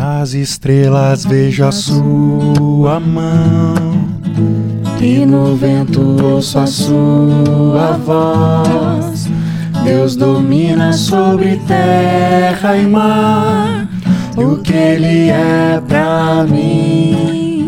Nas estrelas vejo a sua mão, e no vento ouço a sua voz. Deus domina sobre terra e mar, e o que Ele é pra mim.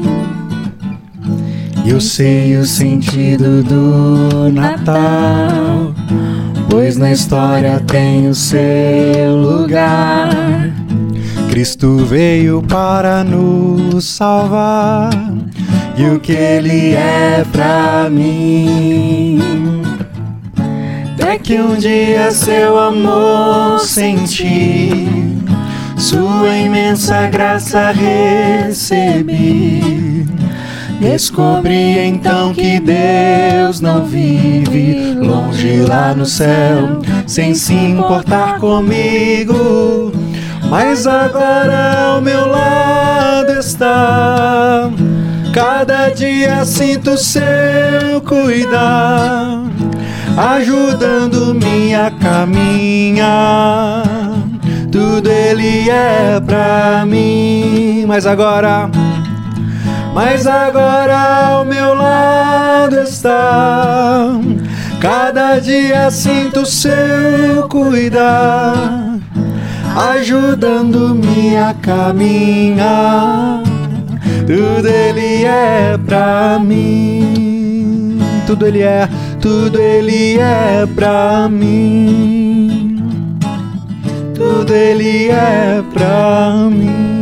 Eu sei o sentido do Natal, pois na história tem o seu lugar. Cristo veio para nos salvar, e o que Ele é pra mim. Até que um dia seu amor senti, sua imensa graça recebi. Descobri então que Deus não vive longe lá no céu, sem se importar comigo, mas agora ao meu lado está. Cada dia sinto seu cuidar, ajudando-me a caminhar. Tudo Ele é pra mim, mas agora ao meu lado está. Cada dia sinto seu cuidar, ajudando-me a caminhar. Tudo Ele é pra mim. Tudo Ele é pra mim. Tudo Ele é pra mim.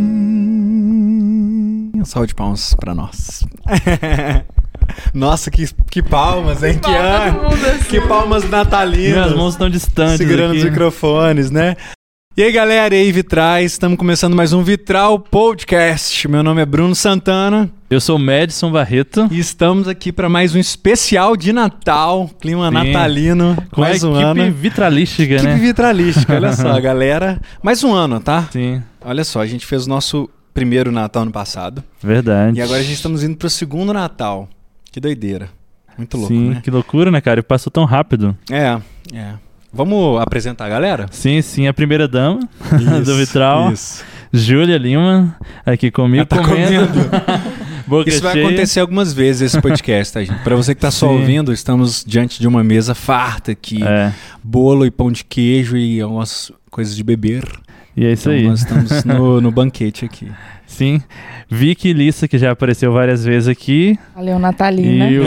Salve de palmas pra nós. Nossa, que palmas, hein? Que ano! Assim. Que palmas natalinas. Minhas mãos estão distantes. Segurando aqui os microfones, né? E aí, galera, e aí, Vitrais? Estamos começando mais um Vitral Podcast. Meu nome é Bruno Santana. Eu sou o Madison Barreto. E estamos aqui para mais um especial de Natal, clima natalino. Com mais um ano. Equipe vitralística, né? Equipe vitralística, olha só, galera. Mais um ano, tá? Sim. Olha só, a gente fez o nosso primeiro Natal no passado. Verdade. E agora a gente estamos indo pro segundo Natal. Que doideira. Muito louco, sim, né? Que loucura, né, cara? E passou tão rápido. É. Vamos apresentar a galera? Sim, a primeira dama do Vitral. Isso. Júlia Lima, aqui comigo. Tá comendo. Isso vai acontecer algumas vezes, esse podcast, tá, gente? Pra você que tá só ouvindo, estamos diante de uma mesa farta aqui. Bolo e pão de queijo e algumas coisas de beber. E é isso aí. Nós estamos no banquete aqui. Sim. Vicky Lissa, que já apareceu várias vezes aqui. Valeu, Natalina. E o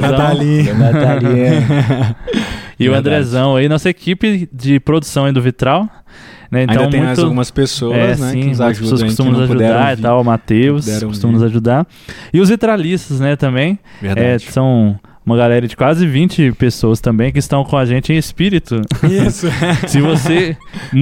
Natalina. E o Andrezão aí, nossa equipe de produção aí do Vitral. Né? Então, ainda tem mais algumas pessoas, né, sim, que nos ajudam. Pessoas costumam nos ajudar e tal. O Matheus costuma nos ajudar. E os vitralistas, né, também. Verdade. São uma galera de quase 20 pessoas também que estão com a gente em espírito. Isso. Se você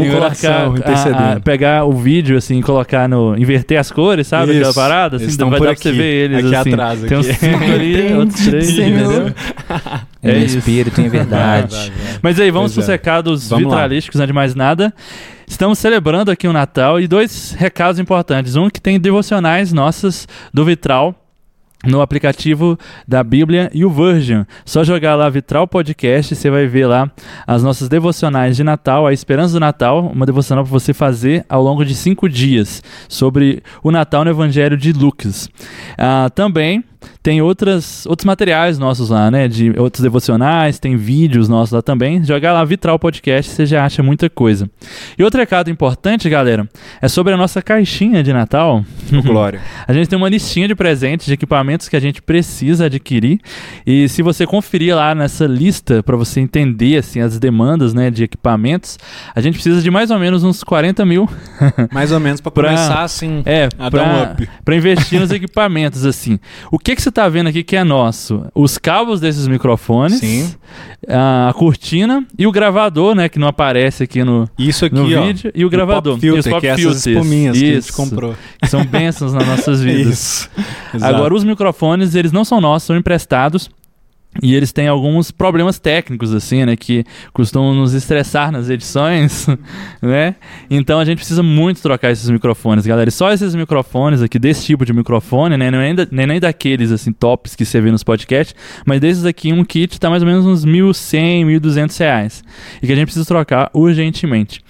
pegar o vídeo assim, colocar inverter as cores, sabe? Aquela parada, assim, vai dar pra você ver eles aqui assim. Atrás, tem uns 5 ali, outros 3, entendeu? É espírito, em verdade. Mas aí, vamos pros recados vitralísticos, antes de mais nada. Estamos celebrando aqui o Natal e 2 recados importantes. Um que tem devocionais nossas do Vitral no aplicativo da Bíblia e o Virgin. Só jogar lá Vitral Podcast, você vai ver lá as nossas devocionais de Natal, a Esperança do Natal, uma devocional para você fazer ao longo de 5 dias sobre o Natal no Evangelho de Lucas. Também tem outros materiais nossos lá, né? De outros devocionais, tem vídeos nossos lá também. Jogar lá Vitral Podcast, você já acha muita coisa. E outro recado importante, galera, é sobre a nossa caixinha de Natal. Glória. A gente tem uma listinha de presentes, de equipamentos que a gente precisa adquirir. E se você conferir lá nessa lista, para você entender assim, as demandas, né, de equipamentos, a gente precisa de mais ou menos uns 40 mil. Mais ou menos, para começar assim, a dar um up. Para investir nos equipamentos, assim. O que você está vendo aqui que é nosso? Os cabos desses microfones, sim, a cortina e o gravador, né, que não aparece aqui no vídeo, e o gravador. Pop filter, e os pop que é essas espuminhas que a gente comprou. Que são bênçãos nas nossas vidas. Isso. Agora, os microfones, eles não são nossos, são emprestados. E eles têm alguns problemas técnicos, assim, né? Que costumam nos estressar nas edições, né? Então a gente precisa muito trocar esses microfones, galera. E só esses microfones aqui, desse tipo de microfone, né? Não é nem daqueles, assim, tops que você vê nos podcasts, mas desses aqui, um kit tá mais ou menos uns R$1.100, R$1.200. E que a gente precisa trocar urgentemente.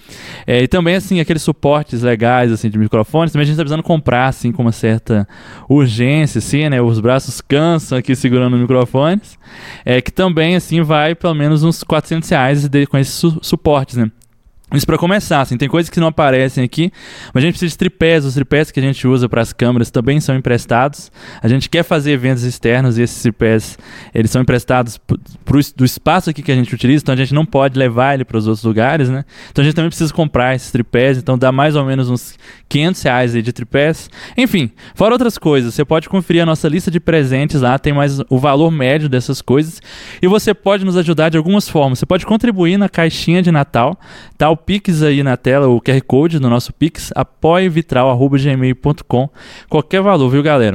E também, assim, aqueles suportes legais, assim, de microfones, também a gente tá precisando comprar, assim, com uma certa urgência, assim, né? Os braços cansam aqui segurando os microfones. Que também, assim, vai pelo menos uns R$400 com esses suportes, né? Isso para começar, assim, tem coisas que não aparecem aqui, mas a gente precisa de tripés. Os tripés que a gente usa para as câmeras também são emprestados. A gente quer fazer eventos externos e esses tripés, eles são emprestados do espaço aqui que a gente utiliza, então a gente não pode levar ele para os outros lugares, né? Então a gente também precisa comprar esses tripés, então dá mais ou menos uns R$500 aí de tripés. Enfim, fora outras coisas, você pode conferir a nossa lista de presentes lá, tem mais o valor médio dessas coisas, e você pode nos ajudar de algumas formas. Você pode contribuir na caixinha de Natal, tá? O Pix aí na tela, o QR Code no nosso Pix, apoievitral@gmail.com. Qualquer valor, viu, galera?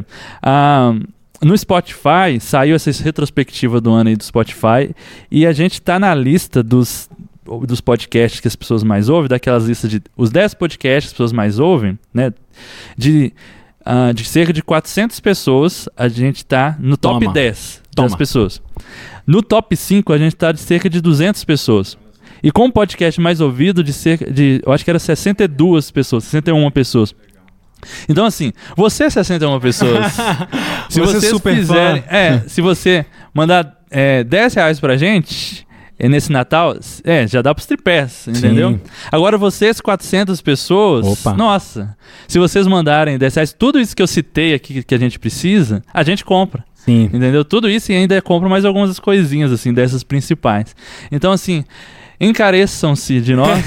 No Spotify, saiu essa retrospectiva do ano aí do Spotify, e a gente tá na lista dos podcasts que as pessoas mais ouvem, daquelas listas de os 10 podcasts que as pessoas mais ouvem, né? De cerca de 400 pessoas, a gente tá no top 10 das pessoas. No top 5, a gente tá de cerca de 200 pessoas. E com o podcast mais ouvido eu acho que era 62 pessoas, 61 pessoas. Então, assim, você 61 pessoas, se vocês fizerem, se você mandar R$10 pra gente nesse Natal, já dá pros tripés, entendeu? Sim. Agora vocês 400 pessoas, nossa, se vocês mandarem R$10, tudo isso que eu citei aqui que a gente precisa, a gente compra. Sim. Entendeu? Tudo isso e ainda compra mais algumas coisinhas, assim, dessas principais. Então, assim, encareçam-se de nós.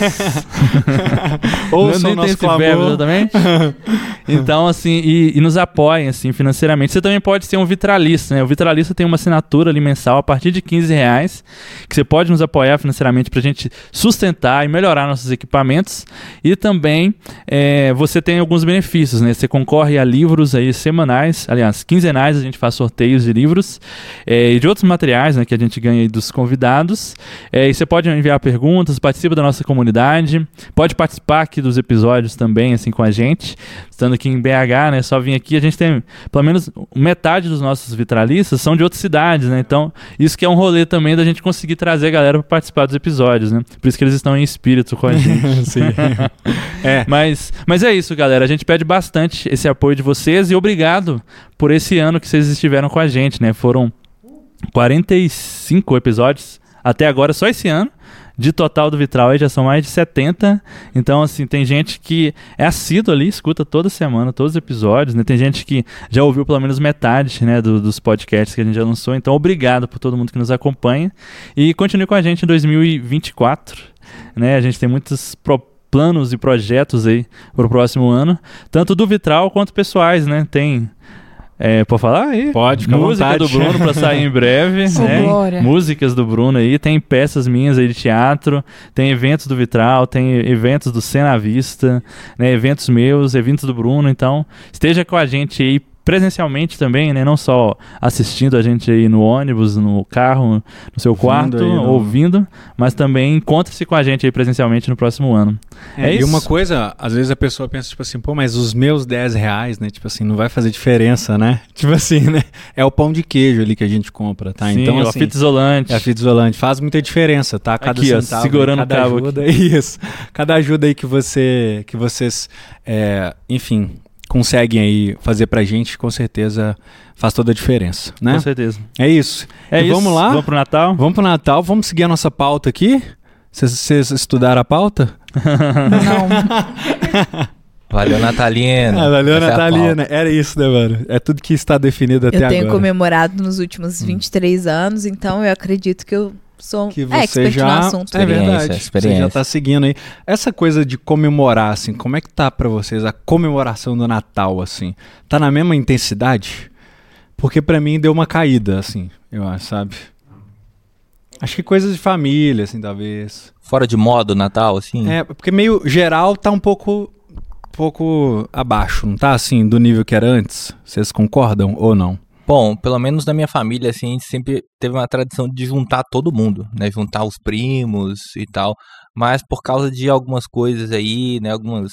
Ouçam o nosso clamor. Exatamente. Então, assim, e nos apoiem, assim, financeiramente. Você também pode ser um vitralista, né? O vitralista tem uma assinatura ali mensal a partir de R$15, que você pode nos apoiar financeiramente pra gente sustentar e melhorar nossos equipamentos. E também você tem alguns benefícios, né? Você concorre a livros aí semanais, aliás, quinzenais, a gente faz sorteios de livros e de outros materiais, né, que a gente ganha aí dos convidados. E você pode enviar perguntas, participa da nossa comunidade, pode participar aqui dos episódios também, assim, com a gente, estando aqui em BH, né, só vir aqui, a gente tem, pelo menos, metade dos nossos vitralistas são de outras cidades, né, então, isso que é um rolê também da gente conseguir trazer a galera para participar dos episódios, né, por isso que eles estão em espírito com a gente. Sim. Mas é isso, galera, a gente pede bastante esse apoio de vocês e obrigado por esse ano que vocês estiveram com a gente, né, foram 45 episódios até agora, só esse ano. De total do Vitral aí já são mais de 70. Então, assim, tem gente que é assíduo ali, escuta toda semana, todos os episódios, né? Tem gente que já ouviu pelo menos metade, né, dos podcasts que a gente já lançou. Então, obrigado por todo mundo que nos acompanha. E continue com a gente em 2024, né? A gente tem muitos planos e projetos aí para o próximo ano, tanto do Vitral quanto pessoais, né? Tem... pode falar aí? Pode, fica à vontade. Música do Bruno pra sair em breve. Né? Músicas do Bruno aí, tem peças minhas aí de teatro, tem eventos do Vitral, tem eventos do Cena à Vista, né? Eventos meus, eventos do Bruno, então esteja com a gente aí presencialmente também, né? Não só assistindo a gente aí no ônibus, no carro, no seu quarto, ouvindo, mas também encontre-se com a gente aí presencialmente no próximo ano. É isso. E uma coisa, às vezes a pessoa pensa, tipo assim, pô, mas os meus R$10, né? Tipo assim, não vai fazer diferença, né? Tipo assim, né? É o pão de queijo ali que a gente compra, tá? Sim, então, assim, a fita isolante. A fita isolante faz muita diferença, tá? Cada aqui, centavo, ó, segurando cada o cabo ajuda, aqui. Isso. Cada ajuda aí que vocês, enfim... conseguem aí fazer pra gente, com certeza faz toda a diferença, né? Com certeza. É isso. Vamos lá? Vamos pro Natal? Vamos pro Natal, vamos seguir a nossa pauta aqui? Vocês estudaram a pauta? Não. Valeu, Natalina. Valeu, Natalina. Era isso, né, mano? É tudo que está definido até agora. Eu tenho comemorado nos últimos 23 anos, então eu acredito que eu sou expert no assunto. É verdade, você já tá seguindo aí. Essa coisa de comemorar, assim, como é que tá pra vocês a comemoração do Natal, assim? Tá na mesma intensidade? Porque pra mim deu uma caída, assim, eu acho, sabe? Acho que coisas de família, assim, talvez. Fora de modo Natal, assim? Porque meio geral tá um pouco abaixo, não tá, assim, do nível que era antes? Vocês concordam ou não? Bom, pelo menos na minha família, assim, a gente sempre teve uma tradição de juntar todo mundo, né? Juntar os primos e tal. Mas por causa de algumas coisas aí, né? Algumas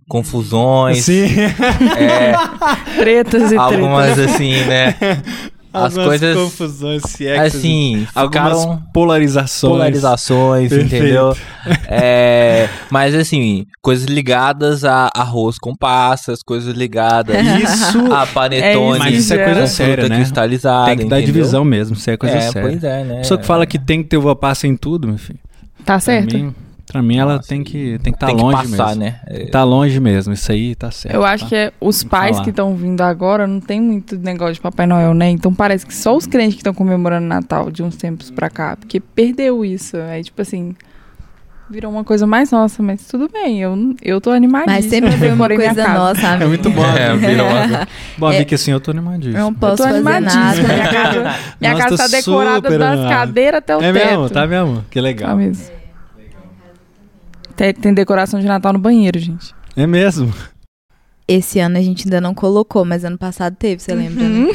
confusões. Sim. Tretas e algumas, assim, né? as coisas... confusões, assim, algumas polarizações, entendeu? Mas assim, coisas ligadas a arroz com passas, coisas ligadas a panetone, mas isso é coisa séria, né? Cristalizada, tem que dar divisão mesmo, isso é coisa séria. Pois é, né? A pessoa que fala que tem que ter uva passa em tudo, meu filho. Tá certo. Pra mim, ela tem que estar longe passar, mesmo. Né? Tá longe mesmo, isso aí tá certo. Eu acho que os pais que estão vindo agora não tem muito negócio de Papai Noel, né? Então parece que só os crentes que estão comemorando Natal de uns tempos pra cá, porque perdeu isso. Aí, tipo assim, virou uma coisa mais nossa, mas tudo bem, eu tô animadíssima. Mas sempre veio uma coisa nossa, amiga. É muito bom. Virou. Bom, Vicky, assim, eu tô animadíssimo. Não posso fazer nada. Minha casa tá decorada das cadeiras até o teto. É mesmo, tá mesmo? Que legal. Tá mesmo. Tem decoração de Natal no banheiro, gente. É mesmo? Esse ano a gente ainda não colocou, mas ano passado teve, você lembra, né?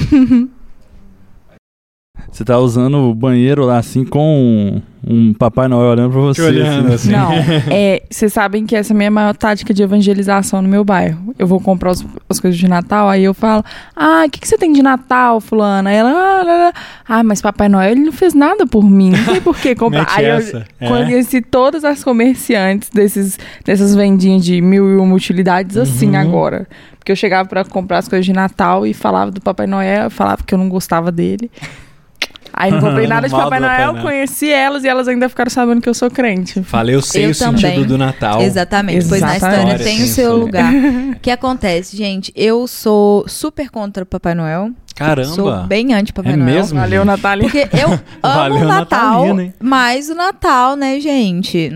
Você tá usando o banheiro lá assim com um Papai Noel olhando pra você. Olhando, assim. Não, vocês sabem que essa é a minha maior tática de evangelização no meu bairro. Eu vou comprar as coisas de Natal, aí eu falo, o que você tem de Natal, fulana? Aí ela, mas Papai Noel ele não fez nada por mim, não tem por que comprar. Aí eu conheci todas as comerciantes dessas vendinhas de 1001 utilidades assim agora. Porque eu chegava pra comprar as coisas de Natal e falava do Papai Noel, eu falava que eu não gostava dele. Aí não comprei nada de Papai Noel, conheci elas e elas ainda ficaram sabendo que eu sou crente. Falei, eu sei o sentido do Natal. Exatamente, pois na história tem o seu lugar. O que acontece, gente? Eu sou super contra o Papai Noel. Caramba! Sou bem anti-Papai Noel. Mesmo? Valeu, Natalina. Porque eu amo o Natal, mas o Natal, né, gente?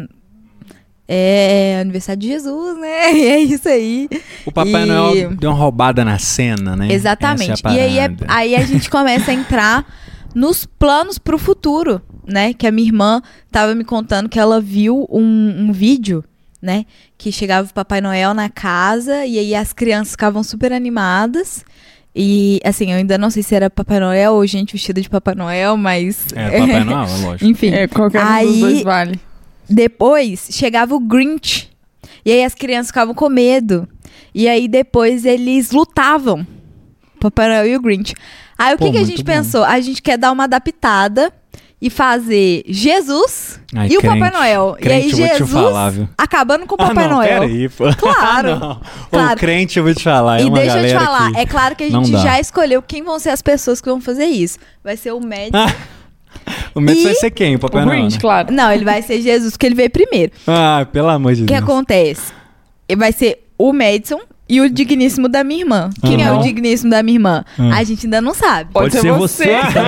É aniversário de Jesus, né? E é isso aí. O Papai Noel deu uma roubada na cena, né? Exatamente. E aí a gente começa a entrar nos planos pro futuro, né? Que a minha irmã tava me contando que ela viu um vídeo, né? Que chegava o Papai Noel na casa e aí as crianças ficavam super animadas. E, assim, eu ainda não sei se era Papai Noel ou gente vestida de Papai Noel, mas... Papai Noel, lógico. Enfim. Qualquer um dos dois vale. Depois chegava o Grinch. E aí as crianças ficavam com medo. E aí depois eles lutavam. Papai Noel e o Grinch. Aí o que a gente pensou? A gente quer dar uma adaptada e fazer Jesus e o Papai Noel. Crente, e aí Jesus vou te falar, viu? acabando com o Papai Noel. Peraí, pô. Claro. Claro. O crente, eu vou te falar. E deixa eu te falar, que é claro que a gente já escolheu quem vão ser as pessoas que vão fazer isso. Vai ser o médico. O médico vai ser quem? O Papai Noel? Grinch, claro. Não, ele vai ser Jesus, porque ele veio primeiro. Pelo amor de Deus. O que acontece? Ele vai ser o Madison e o digníssimo da minha irmã. Quem é o digníssimo da minha irmã? A gente ainda não sabe. Pode ser você.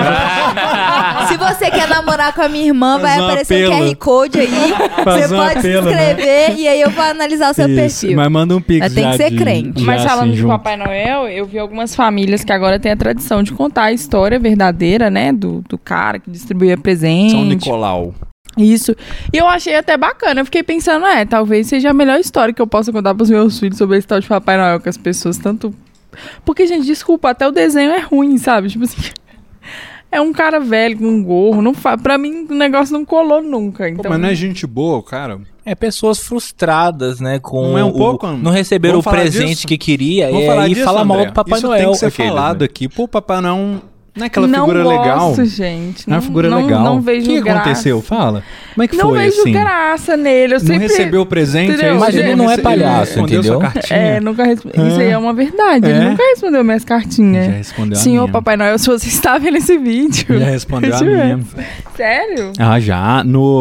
Se você quer namorar com a minha irmã, vai aparecer um QR Code aí. Você pode se inscrever e aí eu vou analisar o seu perfil. Mas manda um pix. Mas tem que ser crente. Mas falando de Papai Noel, eu vi algumas famílias que agora têm a tradição de contar a história verdadeira, né? Do cara que distribuía presente. São Nicolau. Isso. E eu achei até bacana. Eu fiquei pensando, talvez seja a melhor história que eu possa contar pros meus filhos sobre esse tal de Papai Noel, que as pessoas tanto... Porque, gente, desculpa, até o desenho é ruim, sabe? Tipo assim... É um cara velho com um gorro. Pra mim, o negócio não colou nunca. Então... mas não é gente boa, cara? É pessoas frustradas, né? Não é um pouco? Não receberam o presente que queria e aí fala mal do Papai Noel. Isso tem que ser falado aqui. Pô, o Papai Noel... Não é aquela figura legal? Não gosto, gente. Não é uma figura legal. Não vejo graça. O que aconteceu? Fala. Como é que foi assim? Não vejo graça nele. Eu sempre... Não recebeu o presente? Mas ele não é palhaço, entendeu? Nunca respondeu. Isso aí é uma verdade. Ele nunca respondeu minhas cartinhas. Já respondeu a Senhor minha. Papai Noel, se você está vendo esse vídeo. Já respondeu a minha. Sério? Já.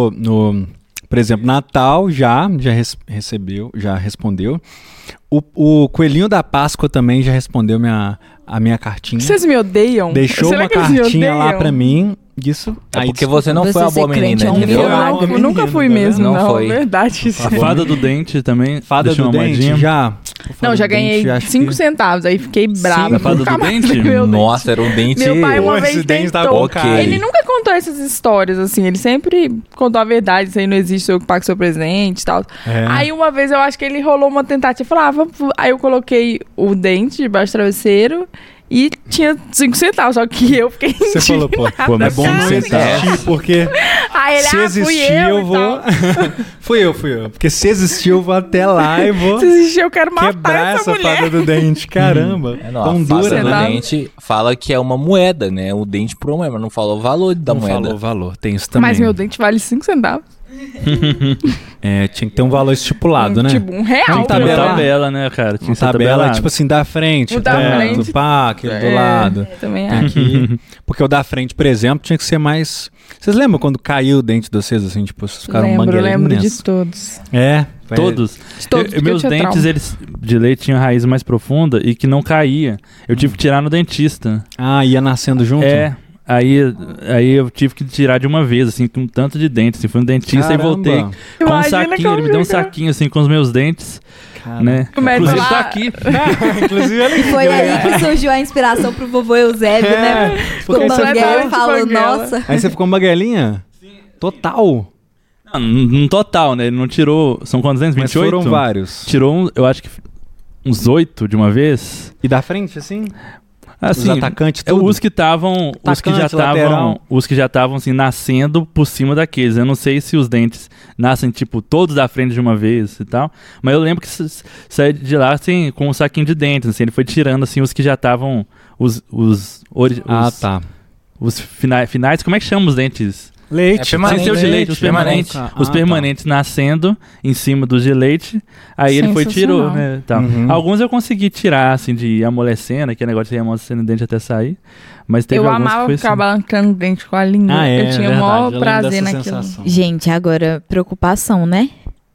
Por exemplo, Natal já respondeu. O Coelhinho da Páscoa também já respondeu a minha cartinha. Vocês me odeiam? Deixou uma cartinha lá pra mim. Isso. Aí porque você não foi uma boa menina, entendeu? Eu nunca fui mesmo, não. Foi. Verdade. A fada do dente também. Fada do dente, já. Não, já ganhei 5 centavos, aí fiquei brava. A fada do dente? Nossa, era um dente... Meu pai uma vez tentou. Ele nunca contou essas histórias, assim, ele sempre contou a verdade, isso aí não existe, eu que pago seu presente e tal. Aí uma vez eu acho que ele rolou uma tentativa, falava, aí eu coloquei o dente debaixo do travesseiro e tinha 5 centavos, só que eu fiquei Você falou, pô, é bom não existir, porque se existir eu vou... Fui eu. Porque se existir eu vou até lá e vou se existir eu quero matar quebrar essa mulher. fada do dente. Caramba. Tão dura, né? O dente fala que é uma moeda, né? O dente por uma moeda, mas não falou o valor da moeda. Não falou o valor, tem isso também. Mas meu dente vale 5 centavos. Tinha que ter um valor estipulado, né? Tipo, R$1. Tinha tabela, né, cara? Tinha tabela, tipo assim, da frente, do pá, aquele do lado. Também aqui. Porque o da frente, por exemplo, tinha que ser mais... Vocês lembram quando caiu o dente de vocês, assim, tipo, vocês ficaram lembro de todos. Todos? De todos, meus dentes, eles de leite tinham raiz mais profunda e que não caía. Eu tive que tirar no dentista. Ia nascendo junto? Aí eu tive que tirar de uma vez, assim, com um tanto de dentes. Assim, fui no dentista e voltei com um saquinho. Ele me deu um saquinho, assim, com os meus dentes. Né? Inclusive tá aqui. Inclusive E foi aí que surgiu a inspiração pro vovô Eusébio, né? Ficou banguela e falou, nossa. Aí você ficou banguelinha? Sim. Total? Não total, né? Ele não tirou... São quantos dentes? 28? Mas foram vários. Tirou, eu acho que uns 8 de uma vez. E da frente, assim? Assim, os atacantes tudo? Os que já estavam assim, nascendo por cima daqueles. Eu não sei se os dentes nascem, tipo, todos da frente de uma vez e tal. Mas eu lembro que saí de lá, assim, com um saquinho de dentes. Assim, ele foi tirando, assim, os que já estavam... Os finais... Como é que chama os dentes? Leite. Os permanentes nascendo em cima dos de leite. Aí ele foi e tirou, né? Tal. Alguns eu consegui tirar, assim, de amolecendo, aquele negócio de amolecendo o dente até sair. Mas teve alguns amava que foi ficar assim. balancando o dente com a língua. Eu tinha o maior prazer naquilo. Sensação. Gente, agora, preocupação, né?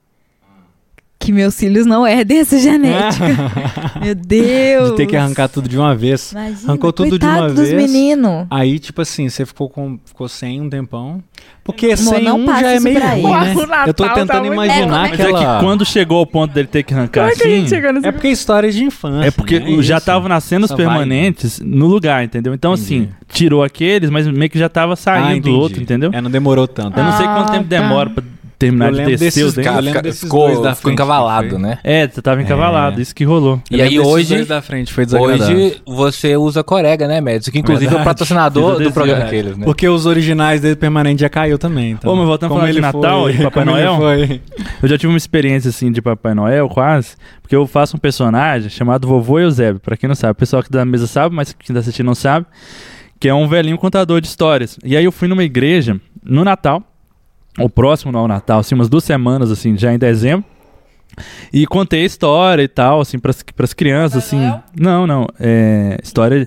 Que meus filhos não herdem essa genética. Meu Deus. De ter que arrancar tudo de uma vez. Imagina, arrancou tudo de uma dos vez. Menino. Aí, tipo assim, você ficou sem um tempão. Porque sem não já é meio ruim, né? Natal, eu tô tentando imaginar Mas é que quando chegou ao ponto dele ter que arrancar assim... É porque é história de infância. É porque já estavam nascendo os permanentes no lugar, entendeu? Então, assim, tirou aqueles, mas meio que já tava saindo do outro, entendeu? Não demorou tanto. Eu não sei quanto tempo demora pra terminar de descer os dentes. Ficou encavalado, né? Você tava encavalado, isso que rolou. E aí hoje, da frente foi desagradável. Hoje você usa Corega, né, Médico? Que inclusive é o patrocinador do programa daqueles, né? Porque os originais dele permanente já caiu também. Então. Mas voltando a falar de Natal e de Papai Noel, eu já tive uma experiência assim de Papai Noel, quase, porque eu faço um personagem chamado Vovô Eusébio, pra quem não sabe. O pessoal aqui da mesa sabe, mas quem tá assistindo não sabe, que é um velhinho contador de histórias. E aí eu fui numa igreja no Natal, ou próximo ao Natal, assim, umas 2 semanas, assim, já em dezembro. E contei a história e tal, assim, pras crianças, assim. Não. História...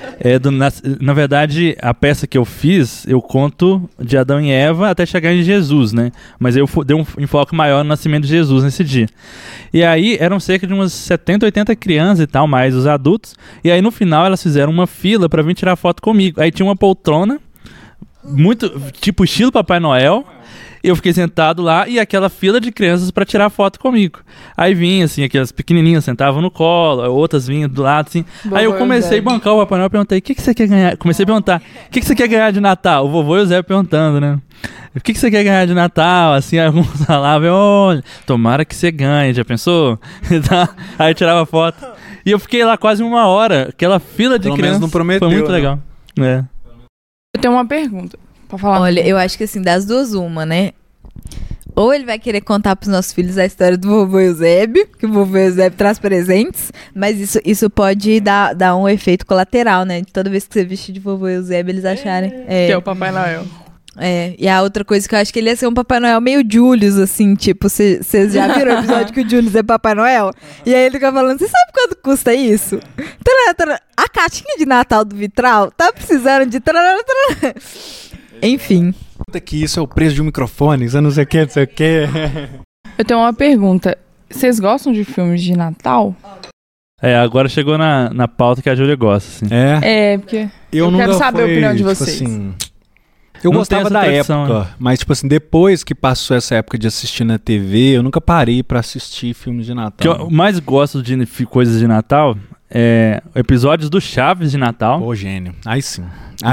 na verdade, a peça que eu fiz, eu conto de Adão e Eva até chegar em Jesus, né? Mas eu dei um enfoque maior no nascimento de Jesus nesse dia. E aí, eram cerca de umas 70, 80 crianças e tal, mais os adultos. E aí, no final, elas fizeram uma fila pra vir tirar foto comigo. Aí tinha uma poltrona, muito, tipo, estilo Papai Noel. Eu fiquei sentado lá e aquela fila de crianças pra tirar foto comigo. Aí vinha, assim, aquelas pequenininhas sentavam no colo, outras vinham do lado, assim. Aí eu comecei a bancar o Papai Noel, perguntei, o que você quer ganhar? Comecei a perguntar, o que você quer ganhar de Natal? O vovô Eusébio perguntando, né? O que você quer ganhar de Natal? Assim, alguns falavam, olha, tomara que você ganhe, já pensou? Aí eu tirava foto. E eu fiquei lá quase 1 hora, aquela fila de crianças. Não prometeu, foi muito legal. Eu tenho uma pergunta. Falar. Olha, eu acho que assim, das duas, uma, né? Ou ele vai querer contar pros nossos filhos a história do vovô Eusébio, que o vovô Eusébio traz presentes, mas isso pode dar um efeito colateral, né? Toda vez que você vestir de vovô Eusébio, eles acharem... Que é o Papai Noel. E a outra coisa que eu acho que ele ia ser um Papai Noel meio Julius, assim, tipo, vocês já viram o episódio que o Julius é Papai Noel? E aí ele fica falando, você sabe quanto custa isso? A caixinha de Natal do Vitral tá precisando de... Enfim. Que isso é o preço de um microfone, isso não sei o que, não sei o que. Eu tenho uma pergunta. Vocês gostam de filmes de Natal? Agora chegou na pauta que a Júlia gosta, assim. Porque eu quero saber a opinião de vocês. Tipo assim, eu gostava da época, mas tipo assim, depois que passou essa época de assistir na TV, eu nunca parei pra assistir filmes de Natal. O que eu mais gosto de coisas de Natal episódios do Chaves de Natal. Ô, gênio. Aí sim.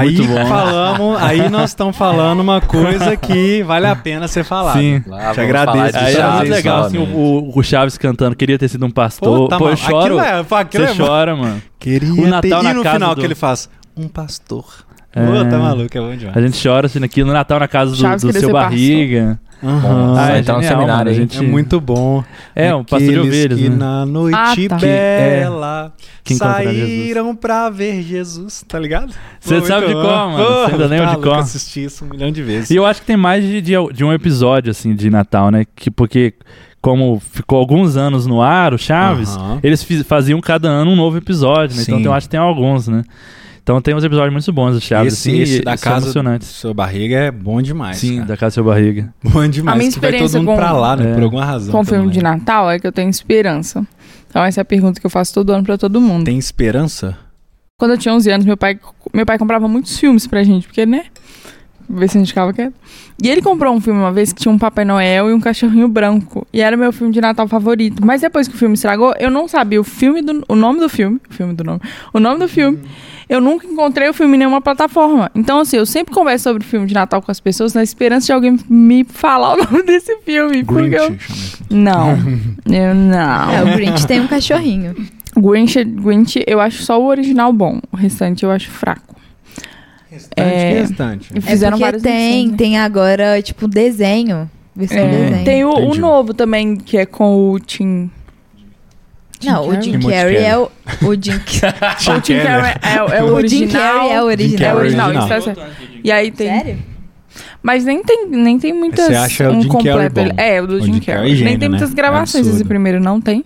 Aí nós estamos falando uma coisa que vale a pena ser falada. Sim. Te agradeço. Aí é muito legal, assim, o Chaves cantando, queria ter sido um pastor. Pô, eu choro. Você chora, mano. Queria o Natal ter... E na no casa final do... que ele faz? Um pastor. Tá maluco, é bom demais. A gente chora assim aqui no Natal na casa do seu Barriga. Então, seminário aí. É muito bom. Um pastor de ovelhas, que né? na noite bela saíram pra ver Jesus, tá ligado? Você sabe de qual, mano? Você ainda lembra de qual? Eu assisti isso 1 milhão de vezes. E eu acho que tem mais de um episódio, assim, de Natal, né? Porque... Como ficou alguns anos no ar, o Chaves, eles faziam cada ano um novo episódio, né? Então eu acho que tem alguns, né? Então tem uns episódios muito bons do Chaves. Esse da casa do seu Barriga é bom demais. Sim, cara. Da casa do seu Barriga. Bom demais. A minha que vai todo mundo pra lá, né? Por alguma razão. Com o filme de Natal é que eu tenho esperança. Então essa é a pergunta que eu faço todo ano pra todo mundo. Tem esperança? Quando eu tinha 11 anos, meu pai comprava muitos filmes pra gente, porque, né? Ver se a gente ficava quieto. E ele comprou um filme uma vez que tinha um Papai Noel e um cachorrinho branco. E era meu filme de Natal favorito. Mas depois que o filme estragou, eu não sabia o nome do filme. O nome do filme. Eu nunca encontrei o filme em nenhuma plataforma. Então, assim, eu sempre converso sobre filme de Natal com as pessoas na esperança de alguém me falar o nome desse filme. Grinch. Não. Eu não. O Grinch tem um cachorrinho. Grinch, eu acho só o original bom. O restante eu acho fraco. Restante. Fizeram vários versões, né? Tem agora, tipo, desenho. Versão desenho. Tem o novo também, que é com o Tim... Não, o Jim Carrey é o Jim Carrey é o original. O Jim Carrey é o original. É o original, isso tá certo. E aí tem... Sério? Mas nem tem muitas... Você acha o Jim Carrey bom? É, o do Jim Carrey. Gênio, nem tem muitas gravações esse primeiro, não tem?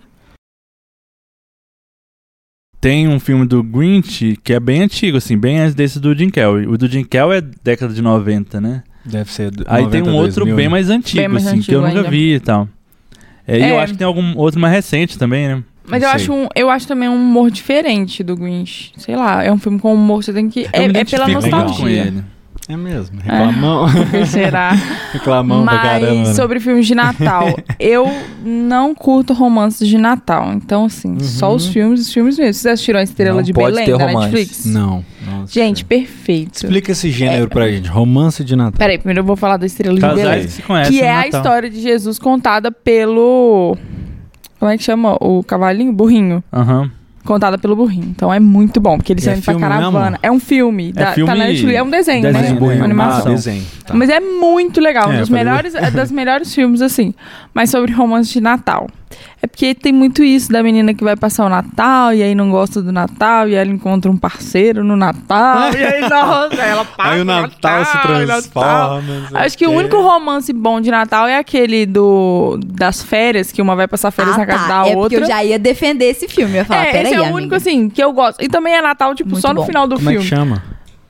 Tem um filme do Grinch que é bem antigo, assim, bem antes desse do Jim Carrey. O do Jim Carrey é década de 90, né? Deve ser do Aí 90, tem um outro 2000, bem mais antigo, assim, que eu nunca vi e tal. E eu acho que tem algum outro mais recente também, né? Mas eu acho também um humor diferente do Grinch. Sei lá, é um filme com humor, você tem que... É pela nostalgia. Com ele. É mesmo, reclamão. Será? Reclamão pra caramba. Mas sobre filmes de Natal, eu não curto romances de Natal. Então, assim, só os filmes mesmo. Vocês assistiram A Estrela de Belém, da Netflix? Não. Nossa, gente, perfeito. Explica esse gênero pra gente, romance de Natal. Peraí, primeiro eu vou falar da Estrela de Belém. Que se conhecem que é a história de Jesus contada pelo... Como é que chama? O cavalinho? Burrinho. Contada pelo burrinho. Então é muito bom, porque eles saem pra caravana. Mesmo? É um filme. Tá na Netflix, é um desenho, né? Uma animação. Desenho, tá. Mas é muito legal. Um dos das melhores filmes, assim. Mas sobre romance de Natal. É porque tem muito isso da menina que vai passar o Natal e aí não gosta do Natal e ela encontra um parceiro no Natal e aí, nossa, ela passa aí o Natal se transforma. Acho que o único romance bom de Natal é aquele das férias, que uma vai passar férias na casa da outra. Porque eu já ia defender esse filme. Eu ia falar, peraí, esse é o único, assim, que eu gosto. E também é Natal, tipo, muito só no final do filme. Como é que chama?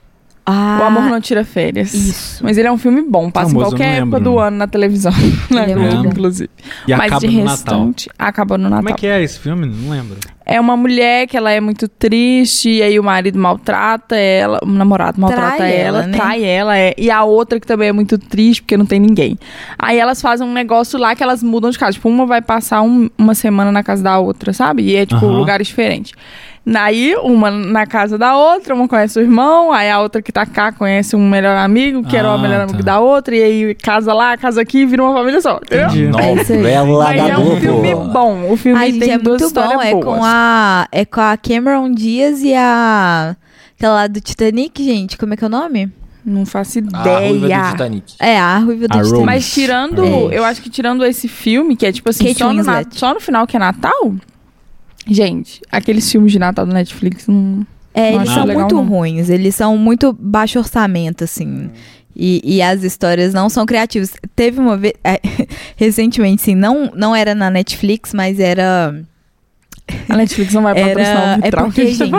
O Amor Não Tira Férias. Isso. Mas ele é um filme bom. Passa em qualquer época do ano na televisão. Na Globo, inclusive. E mas de restante, acaba no Natal. Como é que é esse filme? Não lembro. É uma mulher que ela é muito triste, e aí o marido maltrata ela, o namorado maltrata ela, né? Trai ela, e a outra que também é muito triste, porque não tem ninguém. Aí elas fazem um negócio lá que elas mudam de casa. Tipo, uma vai passar uma semana na casa da outra, sabe? E é, tipo, lugares diferentes. Aí, uma na casa da outra, uma conhece o irmão, aí a outra que tá cá conhece um melhor amigo, que era o melhor amigo da outra, e aí casa lá, casa aqui, vira uma família só, entendeu? Novela é um filme bom. O filme tem duas histórias boas. É com a Cameron Diaz e aquela lá do Titanic, gente, como é que é o nome? Não faço ideia. A Ruiva do Titanic. A Ruiva do Titanic. Mas tirando, eu acho que tirando esse filme, que é tipo assim, só no final que é Natal... Gente, aqueles filmes de Natal do Netflix não eles são muito ruins. Eles são muito baixo orçamento, assim. E as histórias não são criativas. Teve uma vez... recentemente, assim, não era na Netflix, mas era... A Netflix não vai patrocinar o Vitral. É porque, gente...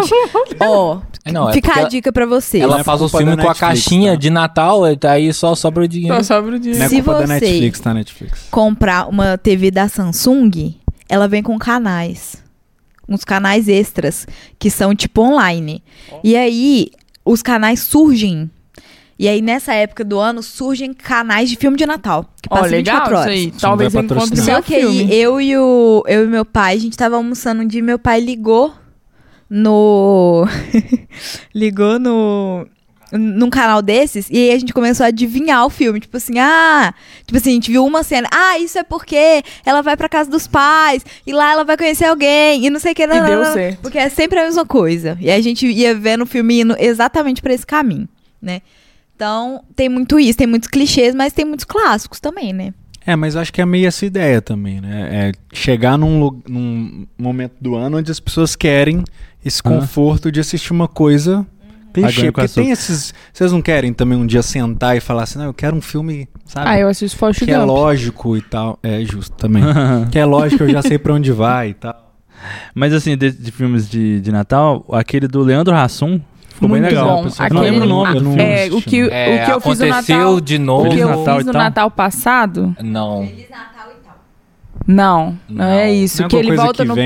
fica a dica pra vocês. Ela faz o filme com a caixinha de Natal, aí só sobra o dinheiro. Só sobra o dinheiro. Se você comprar uma TV da Samsung, ela vem com canais. Uns canais extras, que são tipo online. E aí, os canais surgem. E aí, nessa época do ano, surgem canais de filme de Natal. Que passam 24 horas. Isso aí. Talvez eu encontre Só que aí, eu e meu pai, a gente tava almoçando um dia e meu pai ligou no num canal desses, e aí a gente começou a adivinhar o filme. Tipo assim, a gente viu uma cena. Isso é porque ela vai pra casa dos pais, e lá ela vai conhecer alguém, e não sei o que. E deu certo. Porque é sempre a mesma coisa. E a gente ia vendo o filme indo exatamente pra esse caminho, né? Então, tem muito isso, tem muitos clichês, mas tem muitos clássicos também, né? Mas acho que é meio essa ideia também, né? Chegar num momento do ano onde as pessoas querem esse conforto de assistir uma coisa clichê. Porque tem esses... Vocês não querem também um dia sentar e falar assim, não, eu quero um filme, sabe? Eu assisto Forrest Gump. Que é lógico e tal. É justo também. Que é lógico, eu já sei pra onde vai e tal. Mas assim, de filmes de Natal, aquele do Leandro Hassum ficou muito bem legal. Bom. Eu não lembro o nome. O que eu fiz no Natal... de novo. O que eu fiz no Natal passado... Não. Feliz Natal e tal. Não é isso. Não é que ele volta que no... vem,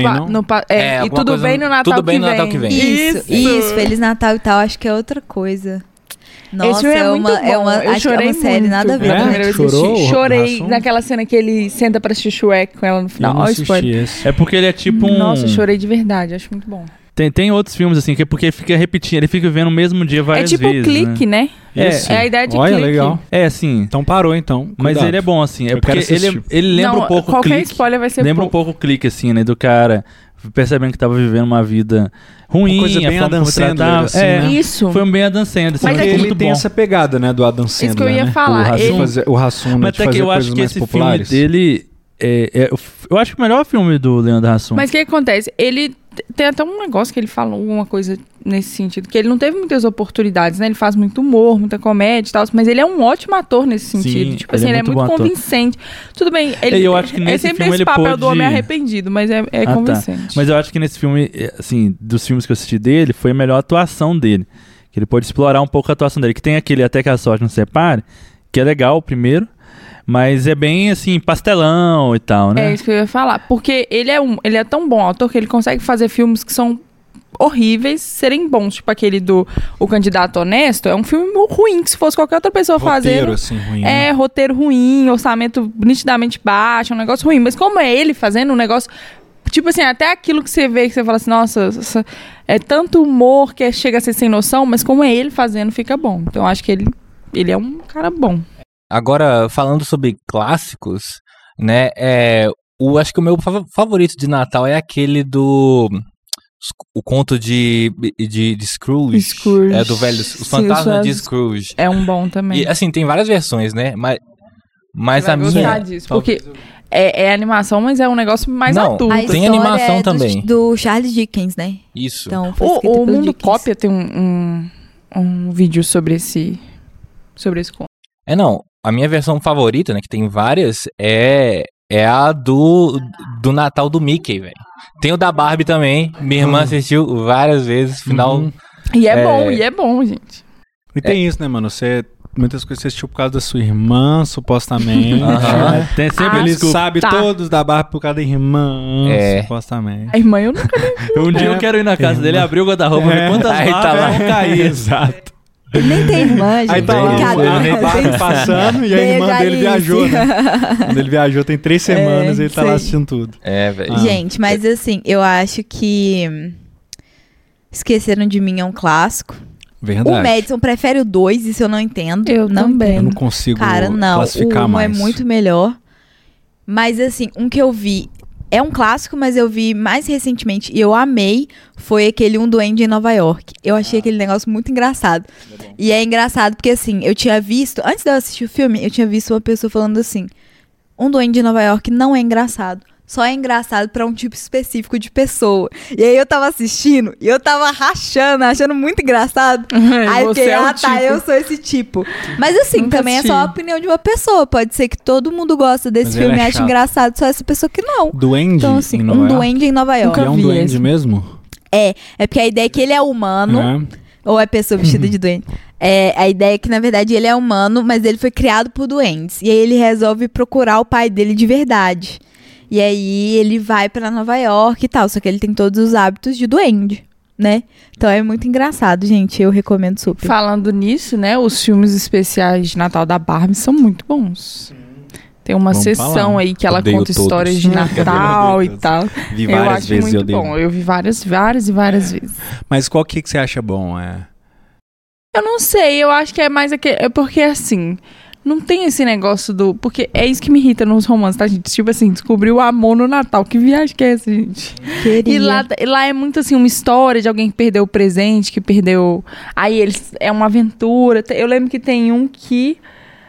e tudo bem no Natal tudo bem que no Natal que vem. Isso, Feliz Natal e tal, acho que é outra coisa. Nossa, esse filme é muito bom. Eu acho chorei que é uma série muito. nada a ver. Na primeira vez que eu Chorou, assisti. Chorei Hassum? naquela cena que ele senta pra assistir Shrek com ela no final. Olha o spoiler. É porque ele é tipo um... Nossa, eu chorei de verdade, acho muito bom. Tem outros filmes assim, que é porque fica repetindo, ele fica vendo o mesmo dia várias vezes. É tipo Clique, né? Isso. É a ideia de Olha, Clique. legal. Assim... Então parou, então. Mas Cuidado. ele é bom, assim. Eu porque ele lembra um pouco o qualquer Clique. spoiler vai ser Lembra um pouco o Clique, assim, né? Do cara percebendo que tava vivendo uma vida ruim. Uma coisa bem Adam Sandler, assim, né? Isso. Foi um bem Adam Sandler. Assim, Mas Porque ficou ele muito tem bom. essa pegada, né, do Adam Sandler, Isso que eu ia né? falar. O Hassum, né, Mas de até que fazer eu acho coisas que mais esse populares. filme dele... eu acho que o melhor filme do Leandro Hassum. Mas o que acontece? Ele tem até um negócio que ele fala alguma coisa nesse sentido, que ele não teve muitas oportunidades, né? Ele faz muito humor, muita comédia e tal, mas ele é um ótimo ator nesse sentido. Sim, tipo assim, ele é muito convincente. Tudo bem, eu acho que nesse sempre filme esse ele papel pôde... do homem arrependido, mas é convincente. Tá. Mas eu acho que nesse filme, assim, dos filmes que eu assisti dele, foi a melhor atuação dele. Que ele pôde explorar um pouco a atuação dele. Que tem aquele Até que a Sorte Nos Separe, que é legal o primeiro, mas é bem, assim, pastelão e tal, né? É isso que eu ia falar. Porque ele é tão bom ator que ele consegue fazer filmes que são horríveis serem bons. Tipo aquele do O Candidato Honesto. É um filme ruim, que se fosse qualquer outra pessoa fazer... Roteiro, assim, ruim. É, roteiro ruim, orçamento nitidamente baixo, um negócio ruim. Mas como é ele fazendo um negócio... Tipo assim, até aquilo que você vê, que você fala assim, nossa, é tanto humor que chega a ser sem noção, mas como é ele fazendo, fica bom. Então eu acho que ele é um cara bom. Agora, falando sobre clássicos, né, acho que o meu favorito de Natal é aquele o conto de Scrooge. É do velho, Os Fantasmas de Scrooge. É um bom também. E assim, tem várias versões, né, mas a minha... Disso, porque é animação, mas é um negócio mais adulto. Tem animação também. Do Charles Dickens, né? Isso. Então, o Mundo Cópia tem um vídeo sobre esse conto. Não. A minha versão favorita, né, que tem várias, é a do Natal do Mickey, velho. Tem o da Barbie também. Minha irmã assistiu várias vezes, final... E é bom, gente. E tem isso, né, mano? Muitas coisas você assistiu por causa da sua irmã, supostamente. Né? Tem sempre ele sabe todos da Barbie por causa da irmã, supostamente. A irmã eu nunca vi. Um dia eu quero ir na casa dele, abrir o guarda-roupa, ver quantas Barbies vão cair. Exato. Ele nem tem irmã, gente. Aí tá lá, ele passando e a irmã dele viajou, né? Quando ele viajou tem 3 semanas e ele tá lá assistindo tudo. Velho. Gente, mas assim, eu acho que Esqueceram de Mim é um clássico. Verdade. O Madison prefere o 2, isso eu não entendo. Eu também. Eu não consigo o classificar 1 mais. é muito melhor. Mas assim, um que eu vi... É um clássico, mas eu vi mais recentemente e eu amei, foi aquele Um Duende em Nova York. Eu achei aquele negócio muito engraçado. E é engraçado porque, assim, eu tinha visto... Antes de eu assistir o filme, eu tinha visto uma pessoa falando assim... Um Duende em Nova York não é engraçado. Só é engraçado pra um tipo específico de pessoa. E aí eu tava assistindo e eu tava achando muito engraçado. Aí eu fiquei, eu sou esse tipo. Mas assim, nunca também assisti. É só a opinião de uma pessoa. Pode ser que todo mundo gosta desse filme e acha engraçado, só essa pessoa que não. Duende? Então assim, Um Duende em Nova York. É um duende mesmo? É porque a ideia é que ele é humano, ou é pessoa vestida de duende. A ideia é que, na verdade, ele é humano, mas ele foi criado por duendes. E aí ele resolve procurar o pai dele de verdade. E aí ele vai pra Nova York e tal, só que ele tem todos os hábitos de duende, né? Então é muito engraçado, gente, eu recomendo super. Falando nisso, né, os filmes especiais de Natal da Barbie são muito bons. Tem uma sessão aí que ela conta histórias de Natal e tal. Vi várias vezes muito bom. Eu vi várias vezes. Mas qual que você acha bom? Eu não sei, eu acho que é mais aquele... É porque, assim, não tem esse negócio do... Porque é isso que me irrita nos romances, tá, gente? Tipo assim, descobrir o amor no Natal. Que viagem que é essa, gente? E lá é muito, assim, uma história de alguém que perdeu o presente, que perdeu... Aí é uma aventura. Eu lembro que tem um que...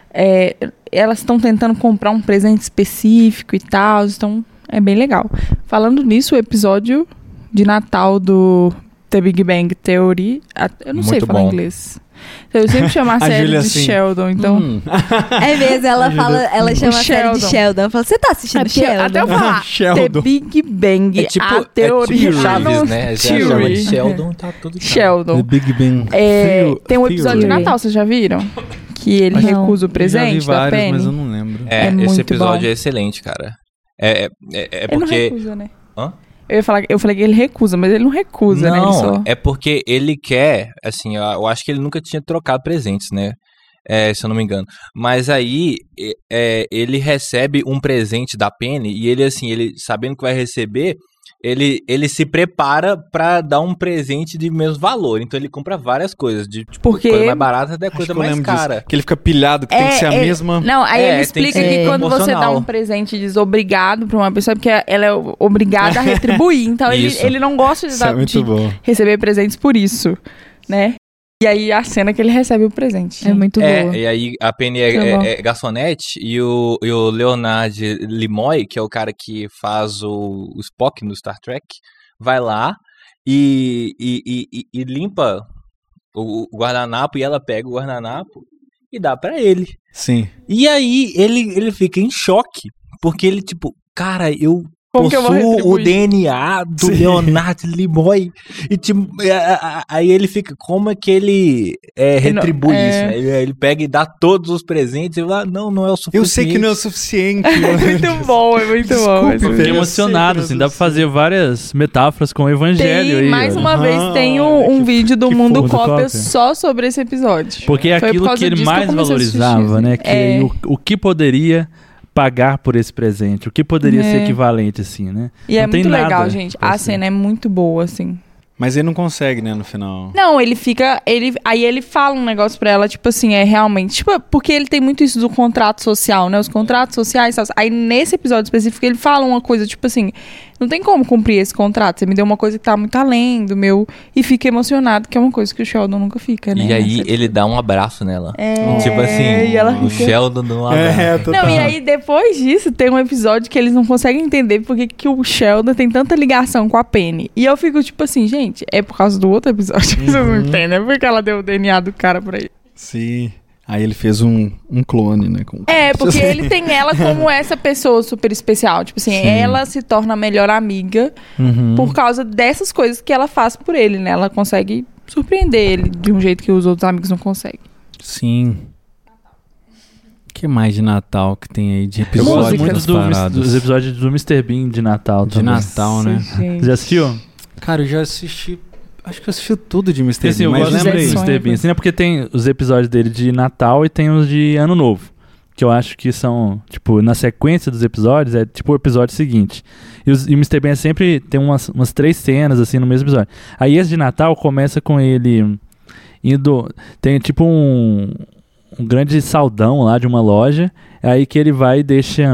elas estão tentando comprar um presente específico e tal, então é bem legal. Falando nisso, o episódio de Natal do The Big Bang Theory, eu não sei falar inglês. Eu sempre chamo a série de assim, Sheldon, então... É mesmo, ela chama a série de Sheldon. Eu falo, você tá assistindo Sheldon? Até eu falar, The Big Bang, a teoria Chaves, né? Sheldon, tá tudo Sheldon. The Big Bang tem um episódio de Natal, vocês já viram? Que ele recusa o presente da Penny. Mas eu não lembro. Esse episódio é excelente, cara. É porque... Ele não recusa, né? Hã? Eu falei que ele recusa, mas ele não recusa, né? Ele só... é porque ele quer, assim, eu acho que ele nunca tinha trocado presentes, né? Se eu não me engano. Mas aí, ele recebe um presente da Penny e ele, assim, ele sabendo que vai receber, ele se prepara pra dar um presente de mesmo valor. Então ele compra várias coisas, de tipo, coisa mais barata até coisa mais cara. Disso, que ele fica pilhado, que tem que ser a mesma... Não, aí ele explica que quando você dá um presente desobrigado pra uma pessoa, porque ela é obrigada a retribuir. Então ele não gosta de receber presentes por isso, né? E aí a cena que ele recebe o presente. É muito boa. E aí a Penny é garçonete e o Leonard Nimoy, que é o cara que faz o Spock no Star Trek, vai lá e limpa o guardanapo e ela pega o guardanapo e dá pra ele. Sim. E aí ele fica em choque, porque ele tipo, cara, eu possuo o DNA do Leonard Nimoy. E tipo, aí ele fica, como é que ele retribui isso? Né? Ele pega e dá todos os presentes e fala, não é o suficiente. Eu sei que não é o suficiente. É muito bom. Eu fiquei emocionado, assim, dá pra fazer várias metáforas com o evangelho. Tem, mais uma vez, tem um vídeo do Mundo Cópia só sobre esse episódio. Porque é aquilo que ele mais valorizava, né? Que o que poderia... pagar por esse presente, o que poderia ser equivalente, assim, né? E não é muito legal, gente. A cena é muito boa, assim. Mas ele não consegue, né, no final. Não, ele fica... Aí ele fala um negócio pra ela, tipo assim, realmente... Tipo, porque ele tem muito isso do contrato social, né? Os contratos sociais... Aí, nesse episódio específico, ele fala uma coisa, tipo assim... Não tem como cumprir esse contrato. Você me deu uma coisa que tá muito além do meu... E fica emocionado, que é uma coisa que o Sheldon nunca fica, né? E aí, ele dá um abraço nela. Tipo assim, o Sheldon dá um abraço. Não, e aí, depois disso, tem um episódio que eles não conseguem entender porque que o Sheldon tem tanta ligação com a Penny. E eu fico, tipo assim, gente, é por causa do outro episódio. Vocês não entendem, é porque ela deu o DNA do cara pra ele. Sim. Aí ele fez um clone, né? Porque ele tem ela como essa pessoa super especial. Tipo assim, ela se torna a melhor amiga por causa dessas coisas que ela faz por ele, né? Ela consegue surpreender ele de um jeito que os outros amigos não conseguem. Sim. O que mais de Natal que tem aí de episódios? Eu gosto muito dos episódios do Mr. Bean de Natal também. De Natal, né? Gente. Já assistiu? Cara, eu já assisti... Acho que eu assisti tudo de Mr. Bean, mas lembra aí. Mr. Bean, assim, né? Porque tem os episódios dele de Natal e tem os de Ano Novo. Que eu acho que são, tipo, na sequência dos episódios, é tipo o episódio seguinte. E o Mr. Bean sempre tem umas 3 cenas, assim, no mesmo episódio. Aí esse de Natal começa com ele indo... Tem tipo um grande saldão lá de uma loja. Aí que ele vai e deixa...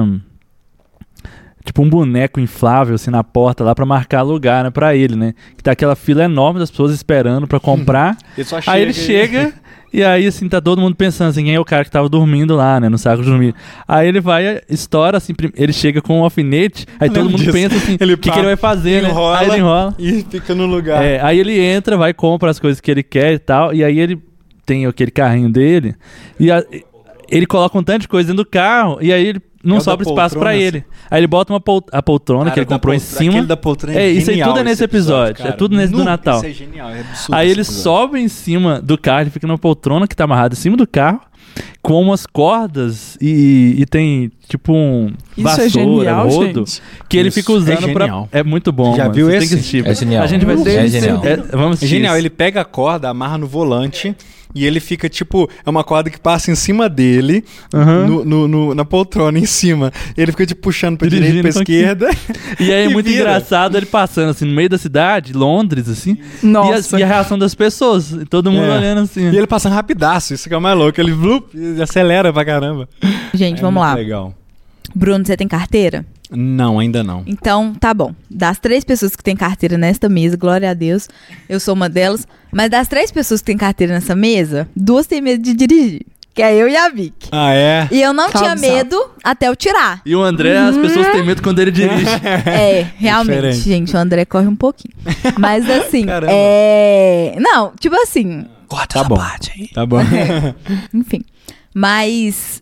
tipo um boneco inflável, assim, na porta lá pra marcar lugar, né, pra ele, né? Que tá aquela fila enorme das pessoas esperando pra comprar. Aí ele chega e aí, assim, tá todo mundo pensando assim, quem é o cara que tava dormindo lá, né, no saco de dormir. Aí ele vai, estoura, assim, ele chega com um alfinete, aí todo mundo pensa assim, o que ele vai fazer, né? Aí ele enrola. E fica no lugar. Aí ele entra, vai, compra as coisas que ele quer e tal, e aí ele tem aquele carrinho dele, e ele coloca um tanto de coisa dentro do carro, e aí ele não sobra espaço pra ele. Aí ele bota a poltrona que ele comprou em cima. Aquele da poltrona é isso aí tudo é nesse episódio. É tudo nesse do Natal. Isso é genial, é absurdo. Aí ele sobe em cima do carro, ele fica na poltrona que tá amarrada em cima do carro, com umas cordas e tem tipo um vassoura, rodo, gente. Que ele fica usando pra... É muito bom. Já viu esse? Tipo. É genial. A gente vai É genial. Vamos é genial. Ele pega a corda, amarra no volante e ele fica tipo... É uma corda que passa em cima dele, na poltrona, em cima. Ele fica tipo puxando pra direita, pra esquerda. E aí é muito engraçado ele passando assim no meio da cidade, Londres, assim. Nossa. E a reação das pessoas. Todo mundo olhando assim. E ele passando rapidaço, isso que é o mais louco. Ele acelera pra caramba. Gente, vamos lá. Legal. Bruno, você tem carteira? Não, ainda não. Então, tá bom. Das 3 pessoas que têm carteira nesta mesa, glória a Deus, eu sou uma delas. Mas das 3 pessoas que têm carteira nessa mesa, 2 têm medo de dirigir. Que é eu e a Vicky. Ah, é? E eu não tinha medo até eu tirar. E o André, as pessoas têm medo quando ele dirige. Realmente, diferente. Gente, o André corre um pouquinho. Mas assim, não, tipo assim... Corta essa parte aí. Tá bom. Enfim. Mas,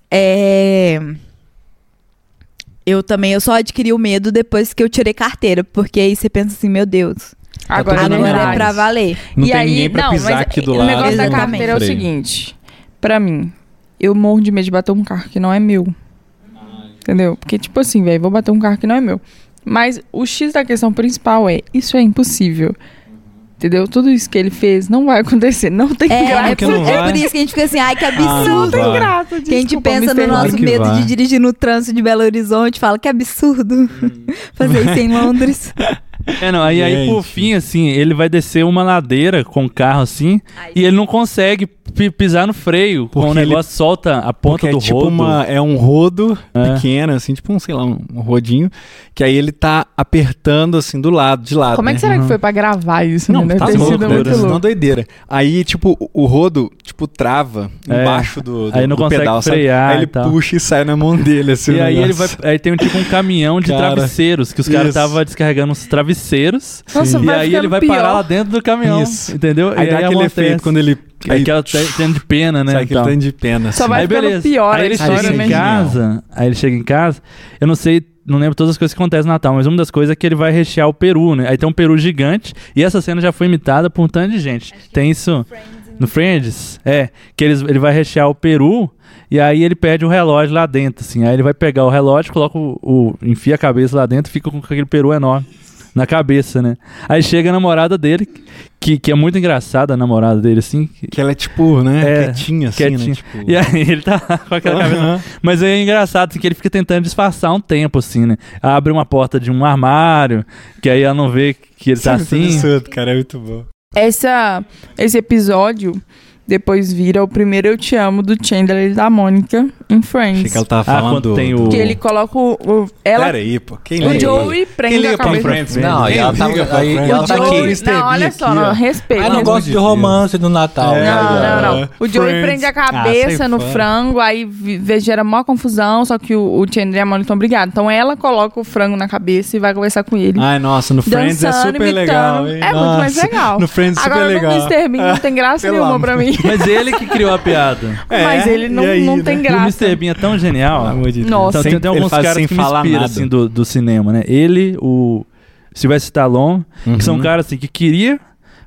eu só adquiri o medo depois que eu tirei carteira. Porque aí você pensa assim, meu Deus... Agora é pra valer. Não tem ninguém pra pisar aqui do lado. O negócio da carteira é o seguinte. Pra mim, eu morro de medo de bater um carro que não é meu. Entendeu? Porque, tipo assim, velho, vou bater um carro que não é meu. Mas o X da questão principal isso é impossível. Entendeu? Tudo isso que ele fez não vai acontecer. Não tem graça. É por isso que a gente fica assim, ai, que absurdo. Não tem graça. Que a gente pensa no nosso medo de dirigir no trânsito de Belo Horizonte, fala que absurdo fazer isso em Londres. Aí por fim, assim, ele vai descer uma ladeira com o carro, assim, e ele não consegue pisar no freio, porque o negócio solta a ponta do tipo rodo. É um rodo pequeno, assim, tipo um rodinho, que aí ele tá apertando, assim, de lado. Como é que será que foi pra gravar isso? Não, né? tá louco, uma doideira. Aí, tipo, o rodo, tipo, trava embaixo do aí não consegue pedal, frear. Aí ele puxa e sai na mão dele, assim. E aí aí tem tipo um caminhão de travesseiros, que os caras estavam descarregando uns travesseiros. Nossa, e aí ele vai parar lá dentro do caminhão, entendeu? Aí dá aquele efeito quando ele... Aí que ela tá tendo de pena, né? Sai aquele tanto de pena. Só vai ficando pior aí ele chega em casa, eu não lembro todas as coisas que acontecem no Natal, mas uma das coisas é que ele vai rechear o peru, né? Aí tem um peru gigante, e essa cena já foi imitada por um tanto de gente. Tem isso no Friends? Que ele vai rechear o peru, e aí ele perde o relógio lá dentro, assim. Aí ele vai pegar o relógio, coloca enfia a cabeça lá dentro e fica com aquele peru enorme na cabeça, né? Aí chega a namorada dele, que é muito engraçada, a namorada dele, assim. Que ela é tipo, né? Quietinha, assim, né? Tipo... E aí ele tá com aquela cabeça. Mas aí é engraçado, assim, que ele fica tentando disfarçar um tempo, assim, né? Abre uma porta de um armário, que aí ela não vê que ele tá assim. Absurdo, cara, é muito bom. Esse episódio... Depois vira o primeiro Eu Te Amo do Chandler e da Mônica em Friends. Achei que ela tava falando tem que ele coloca Pera aí, pô. O Joey prende a cabeça. Friends? Não, e ela tá aqui. Não, olha só, não, respeita. Eu não gosto de romance no Natal. Não. O Joey prende a cabeça no frango, aí gera maior confusão, só que o Chandler e a Mônica estão brigados. Então ela coloca o frango na cabeça e vai conversar com ele. Ai, nossa, no Friends é super legal. É muito mais legal. No Friends é super legal. Agora no Mr. Bean não tem graça nenhuma pra mim. Mas ele que criou a piada. Mas ele não tem graça. E o Mr. Bean é tão genial. Nossa. Então, tem alguns caras que me inspiram assim, do cinema, né? Ele, o Sylvester Stallone, que são caras assim, que queria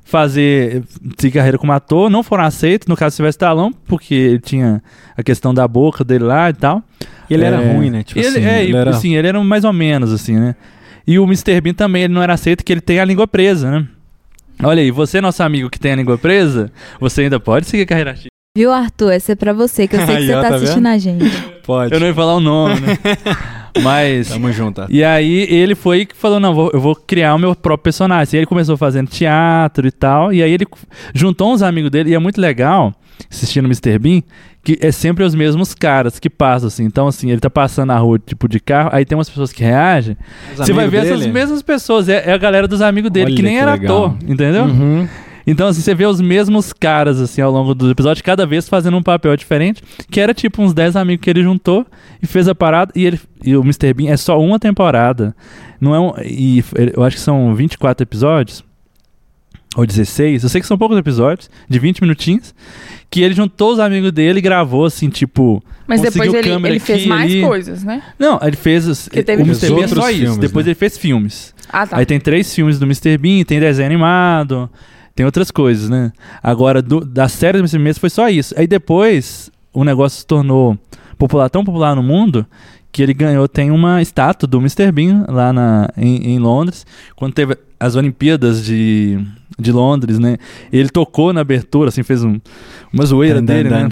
seguir carreira como ator, não foram aceitos, no caso do Sylvester Stallone, porque ele tinha a questão da boca dele lá e tal. E ele era ruim, né? Tipo ele era mais ou menos assim, né? E o Mr. Bean também, ele não era aceito porque ele tem a língua presa, né? Olha aí, você, nosso amigo que tem a língua presa, você ainda pode seguir a carreira artística. Viu, Arthur? Esse é pra você, que eu sei que você tá assistindo a gente. Pode. Eu não ia falar o nome, né? Mas... Tamo junto. E aí, ele foi que falou, não, eu vou criar o meu próprio personagem. E aí ele começou fazendo teatro e tal, e aí ele juntou uns amigos dele, e é muito legal, assistindo o Mr. Bean, que é sempre os mesmos caras que passam, assim. Então, assim, ele tá passando na rua, tipo, de carro, aí tem umas pessoas que reagem. Você vai ver essas mesmas pessoas, é a galera dos amigos dele, que nem era ator, entendeu? Então, assim, você vê os mesmos caras, assim, ao longo do episódio, cada vez fazendo um papel diferente, que era, tipo, uns 10 amigos que ele juntou e fez a parada, e o Mr. Bean é só uma temporada. Não é eu acho que são 24 episódios, ou 16, eu sei que são poucos episódios, de 20 minutinhos, que ele juntou os amigos dele e gravou, assim, tipo... Mas depois ele fez mais coisas, né? Não, ele fez... O Mr. Bean é só isso, filmes, depois ele fez filmes. Ah, tá. Aí tem 3 filmes do Mr. Bean, tem desenho animado, tem outras coisas, né? Agora, da série do Mr. Bean foi só isso. Aí depois, o negócio se tornou tão popular no mundo, que ele ganhou, tem uma estátua do Mr. Bean lá em Londres, quando teve as Olimpíadas de Londres, né? Ele tocou na abertura, assim, fez uma zoeira dele, né?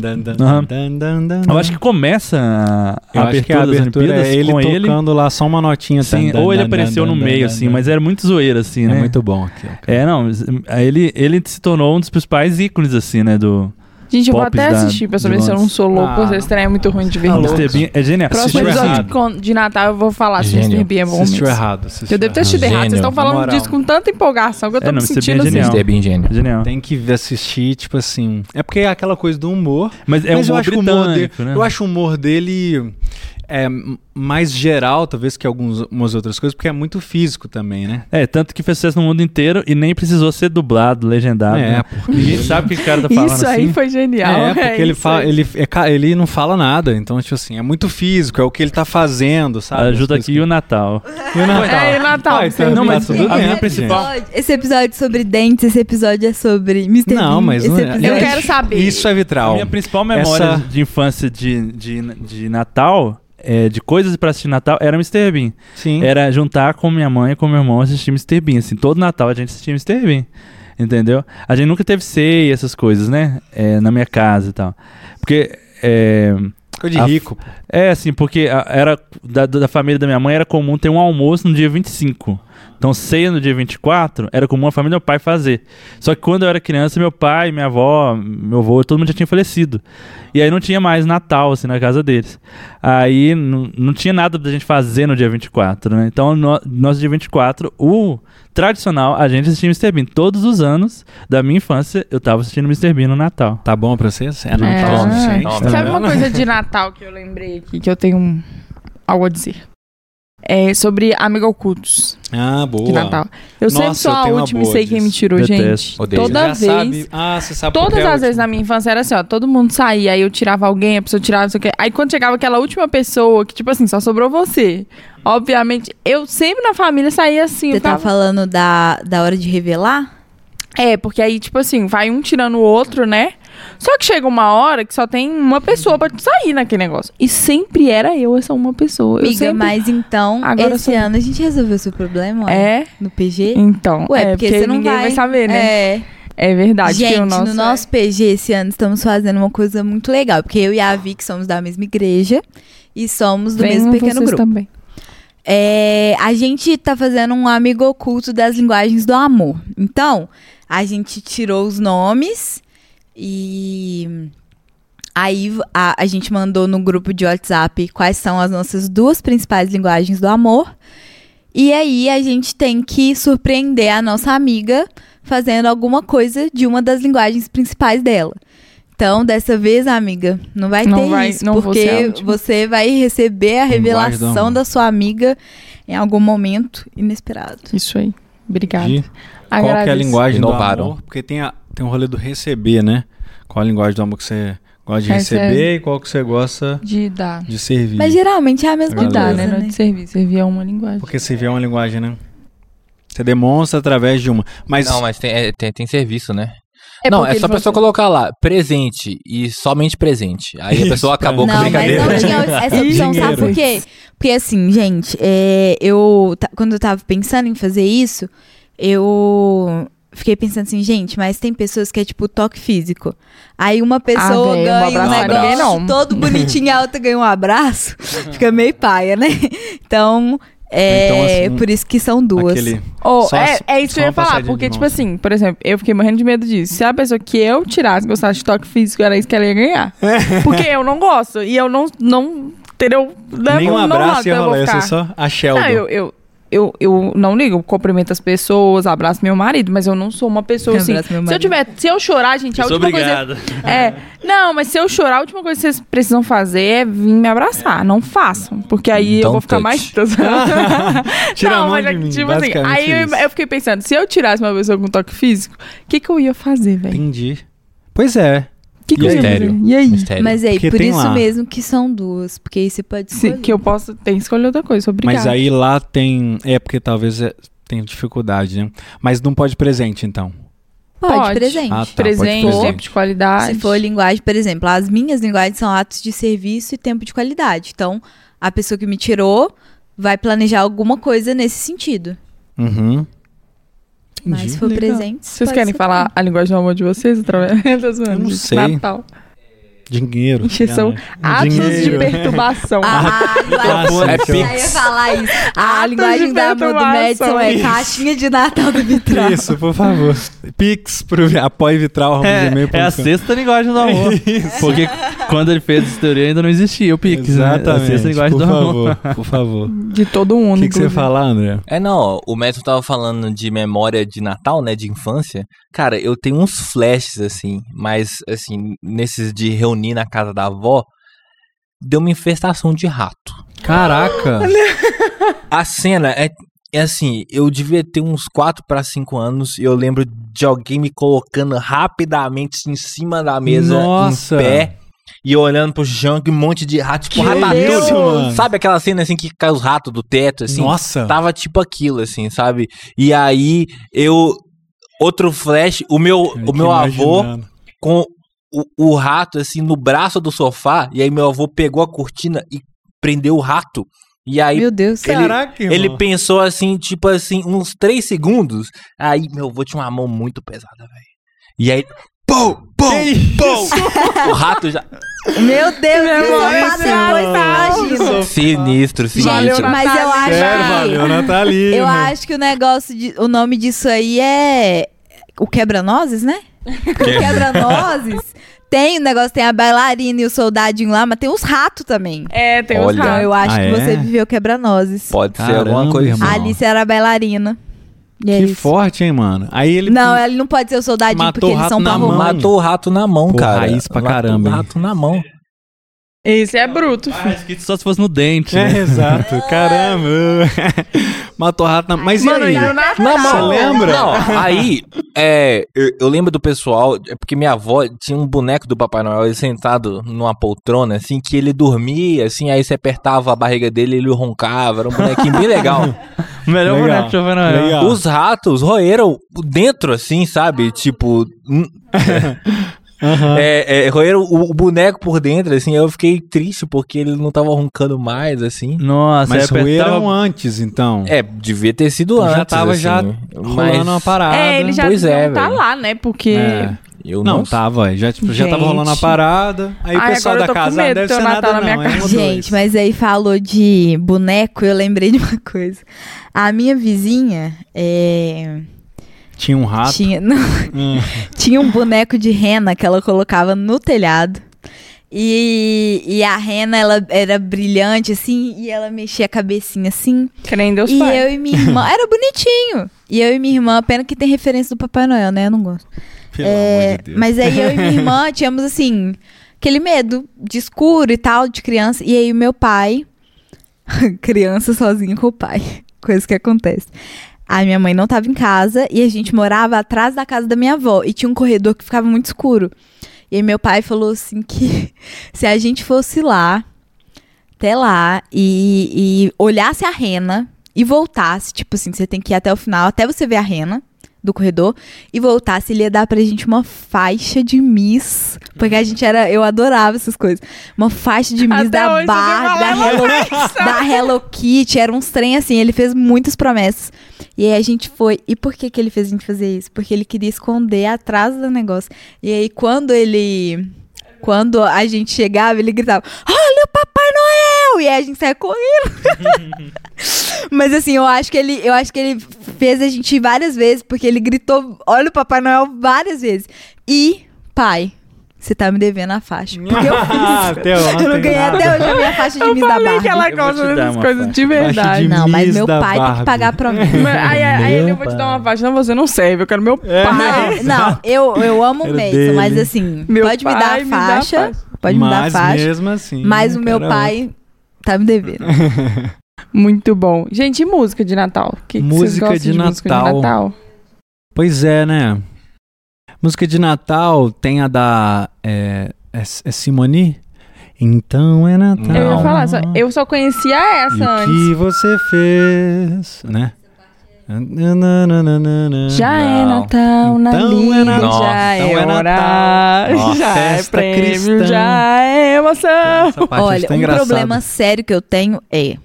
Eu acho que começa a abertura das Olimpíadas ele com ele tocando lá só uma notinha. Sim, ou ele apareceu no meio, assim, mas era muito zoeira, assim, né? É muito bom aquilo. Ele se tornou um dos principais ícones, assim, né, do... Gente, eu vou até assistir pra saber se eu não sou louco ou se esse trem é muito ruim de ver. Mr. Bean é genial. Próximo episódio de Natal eu vou falar se o Mr. Bean é bom mesmo. Assistiu errado. Eu devo ter assistido errado. Vocês estão falando disso com tanta empolgação que eu tô me sentindo assim. Mr. Bean é genial. Tem que assistir, tipo assim... É porque é aquela coisa do humor. Mas é um humor britânico, né? Eu acho o humor dele... mais geral, talvez, que algumas outras coisas, porque é muito físico também, né? Tanto que fez sucesso no mundo inteiro e nem precisou ser dublado, legendado. Né? Porque ninguém sabe o que o cara tá falando. Isso aí foi genial. Porque ele não fala nada, então, tipo assim, é muito físico, é o que ele tá fazendo, sabe? Ajuda aqui o Natal. E o Natal. Não, mas a minha principal... Esse episódio é sobre dentes, esse episódio é sobre Mr. Bean. Não, mas não eu quero saber. Isso é vitral. A minha principal memória de infância de Natal... de coisas pra assistir Natal, era Mr. Bean. Sim. Era juntar com minha mãe e com meu irmão assistir Mr. Bean. Assim, todo Natal a gente assistia Mr. Bean. Entendeu? A gente nunca teve ceia, essas coisas, né? Na minha casa e tal. Porque... Ficou de rico. Assim, porque era da família da minha mãe era comum ter um almoço no dia 25. Então, ceia no dia 24 era comum a família do meu pai fazer. Só que quando eu era criança, meu pai, minha avó, meu avô, todo mundo já tinha falecido. E aí não tinha mais Natal, assim, na casa deles. Aí não tinha nada pra gente fazer no dia 24, né? Então, nosso dia 24, o tradicional, a gente assistia Mr. Bean. Todos os anos da minha infância, eu tava assistindo Mr. Bean no Natal. Tá bom pra vocês? É Natal, gente. Sabe uma coisa de Natal que eu lembrei aqui, que eu tenho algo a dizer? É sobre Amigo Ocultos. Boa. De Natal. Eu sempre sou a última e sei quem me tirou, gente. Odeio. Toda vez. Você sabe. Todas as vezes na minha infância era assim, ó. Todo mundo saía, aí eu tirava alguém, a pessoa tirava, não sei o quê. Aí quando chegava aquela última pessoa, que tipo assim, só sobrou você. Obviamente, eu sempre na família saía assim. Você tá falando da hora de revelar? Porque aí, tipo assim, vai um tirando o outro, né? Só que chega uma hora que só tem uma pessoa pra sair naquele negócio. E sempre era eu, essa uma pessoa. Amiga, mas então, esse ano a gente resolveu seu problema? No PG? Então, porque você não ninguém vai saber, né? É verdade. Gente, no nosso PG esse ano estamos fazendo uma coisa muito legal. Porque eu e a Vicky somos da mesma igreja e somos do mesmo pequeno grupo. Também. A gente tá fazendo um amigo oculto das linguagens do amor. Então, a gente tirou os nomes e aí a gente mandou no grupo de WhatsApp quais são as nossas 2 principais linguagens do amor. E aí a gente tem que surpreender a nossa amiga fazendo alguma coisa de uma das linguagens principais dela. Então, dessa vez, amiga, não vai ter isso, porque você vai receber a revelação da sua amiga em algum momento inesperado. Isso aí. Obrigada. Qual que é a linguagem do amor? Porque tem um rolê do receber, né? Qual a linguagem do amor que você gosta de receber e qual que você gosta de servir? Mas geralmente é a mesma coisa, né? Não é de servir. Servir é uma linguagem. Porque servir é uma linguagem, né? Você demonstra através de uma. Mas... Não, mas tem serviço, né? É só a pessoa colocar lá, presente e somente presente. Aí a pessoa acabou com a brincadeira. Mas não tinha essa opção, sabe por quê? Porque assim, gente, quando eu tava pensando em fazer isso, eu fiquei pensando assim, gente, mas tem pessoas que é tipo toque físico. Aí uma pessoa ganha um negócio todo bonitinho e a outra ganha um abraço. Fica meio paia, né? Então, assim, por isso que são 2. É isso que eu ia falar, porque, tipo assim, por exemplo, eu fiquei morrendo de medo disso. Se a pessoa que eu tirasse gostasse de toque físico, era isso que ela ia ganhar. Porque eu não gosto, e eu não entendeu? Nenhum abraço ia rolar, você só a Sheldon. Não, eu não ligo, eu cumprimento as pessoas, abraço meu marido, mas eu não sou uma pessoa assim. Se eu chorar, gente, a última coisa. Não, mas se eu chorar, a última coisa que vocês precisam fazer é vir me abraçar. Não façam, porque aí eu vou ficar mais. Tira a mão de mim, tipo assim, aí eu fiquei pensando, se eu tirasse uma pessoa com toque físico, o que eu ia fazer, velho? Entendi. Pois é. Mistério. E aí? Mistério. Mas aí, porque por isso lá. mesmo que são 2. Porque aí você pode escolher. Que eu posso... Tem que escolher outra coisa, obrigada. Mas aí lá tem... porque talvez tem dificuldade, né? Mas não pode presente, então? Pode, presente. Presente, tempo de qualidade. Se for linguagem, por exemplo, as minhas linguagens são atos de serviço e tempo de qualidade. Então, a pessoa que me tirou vai planejar alguma coisa nesse sentido. Uhum. Mas se for presente... Vocês querem falar a linguagem do amor de vocês através das Eu não sei. Natal? Dinheiro. São atos de perturbação. Eu ia falar isso. A linguagem da amor do Madison é caixinha de Natal do Vitral. Isso, por favor. Pix pro apoio Vitral. É a sexta linguagem do amor. Porque quando ele fez essa teoria ainda não existia o Pix. Exatamente. Né? A sexta linguagem do amor. Por favor. De todo mundo. O que você ia falar, André? Não, o Madison tava falando de memória de Natal, né, de infância. Cara, eu tenho uns flashes, assim, mas, assim, nesses de reunir na casa da avó, deu uma infestação de rato. Caraca! A cena é assim, eu devia ter uns 4 para 5 anos e eu lembro de alguém me colocando rapidamente em cima da mesa, Nossa. em pé, e olhando pro chão, um monte de rato, tipo ratatouille. Sabe aquela cena, assim, que cai os ratos do teto, assim? Nossa! Tava tipo aquilo, assim, sabe? E aí, outro flash, o meu avô com o rato, assim, no braço do sofá, e aí meu avô pegou a cortina e prendeu o rato. E aí, meu Deus, caraca, ele pensou assim, tipo assim, uns 3 segundos. Aí, meu avô tinha uma mão muito pesada, velho. E aí, pô! O rato já... Meu Deus, imagina. Sinistro. Gente, mas eu acho que... Eu acho que o nome disso aí é... O quebra-nozes, né? O quebra-nozes... Tem o negócio, tem a bailarina e o soldadinho lá, mas tem os ratos também. Tem os ratos. Eu acho que você viveu quebra-nozes. Pode ser alguma coisa, irmão. A Alice era a bailarina. Que forte, hein, mano? Aí ele... Não, ele não pode ser o soldadinho, porque eles são pra mão. Matou o rato na mão, cara. Raiz pra caramba. Matou o rato na mão. Esse é bruto, filho. Só se fosse no dente, né? Exato. Caramba. Matou rato na... Mas mano, e aí? Você lembra? Não, aí, eu lembro do pessoal, porque minha avó tinha um boneco do Papai Noel sentado numa poltrona, assim, que ele dormia, assim, aí você apertava a barriga dele e ele roncava, era um bonequinho bem legal. Melhor boneco de Papai Noel. Os ratos roeram dentro, assim, sabe? Tipo... roeram o boneco por dentro, assim, eu fiquei triste porque ele não tava roncando mais, assim. Nossa, mas roeram antes, então. Devia ter sido antes, já tava assim, já rolando uma parada. Ele já não tá lá, né, porque... Eu não tava, já tava rolando a parada. Aí o pessoal da casa deve ser nada não. Minha casa. Gente, mas aí falou de boneco, eu lembrei de uma coisa. A minha vizinha, Tinha um rato? Tinha um boneco de rena que ela colocava no telhado. E a rena, ela era brilhante, assim, e ela mexia a cabecinha, assim. Crendo Deus e pai. Eu e minha irmã... Era bonitinho. E eu e minha irmã... Pena que tem referência do Papai Noel, né? Eu não gosto. Pelo amor de Deus. Mas aí eu e minha irmã tínhamos, assim... Aquele medo de escuro e tal, de criança. E aí o meu pai... criança sozinha com o pai. Coisa que acontece. A minha mãe não tava em casa e a gente morava atrás da casa da minha avó. E tinha um corredor que ficava muito escuro. E aí meu pai falou assim que se a gente fosse lá, até lá, e olhasse a rena e voltasse, tipo assim, você tem que ir até o final, até você ver a rena do corredor, e voltasse, ele ia dar pra gente uma faixa de Miss, porque a gente eu adorava essas coisas, uma faixa de Miss da Barbie, da Hello Kitty, era uns trem assim, ele fez muitas promessas, e aí a gente foi, e por que ele fez a gente fazer isso? Porque ele queria esconder atrás do negócio, e aí quando a gente chegava, ele gritava, olha o Papai Noel! E aí a gente saia correndo. Mas assim, eu acho que ele fez a gente ir várias vezes, porque ele gritou, olha o Papai Noel várias vezes. E, pai, você tá me devendo a faixa. Porque eu fiz. Eu não ganhei até hoje a minha faixa de Miss da Barbie. Eu falei que ela gosta dessas coisas de verdade. Não, mas meu pai tem que pagar pra mim. Aí ele, eu vou te dar uma faixa. Não, você não serve, eu quero meu pai. Não, eu amo o Mason, mas assim, pode me dar a faixa. Pode me dar a faixa. Mesmo assim, mas o meu pai tá me devendo. Muito bom. Gente, e música de Natal? Música de Natal? Pois é, né? Música de Natal tem a da... É Simone? Então é Natal. Eu ia falar, eu só conhecia essa e antes. o que você fez, né? Já é Natal na Liga, já é Natal, já é prêmio, cristã. Já é emoção. Olha, um problema sério que eu tenho é...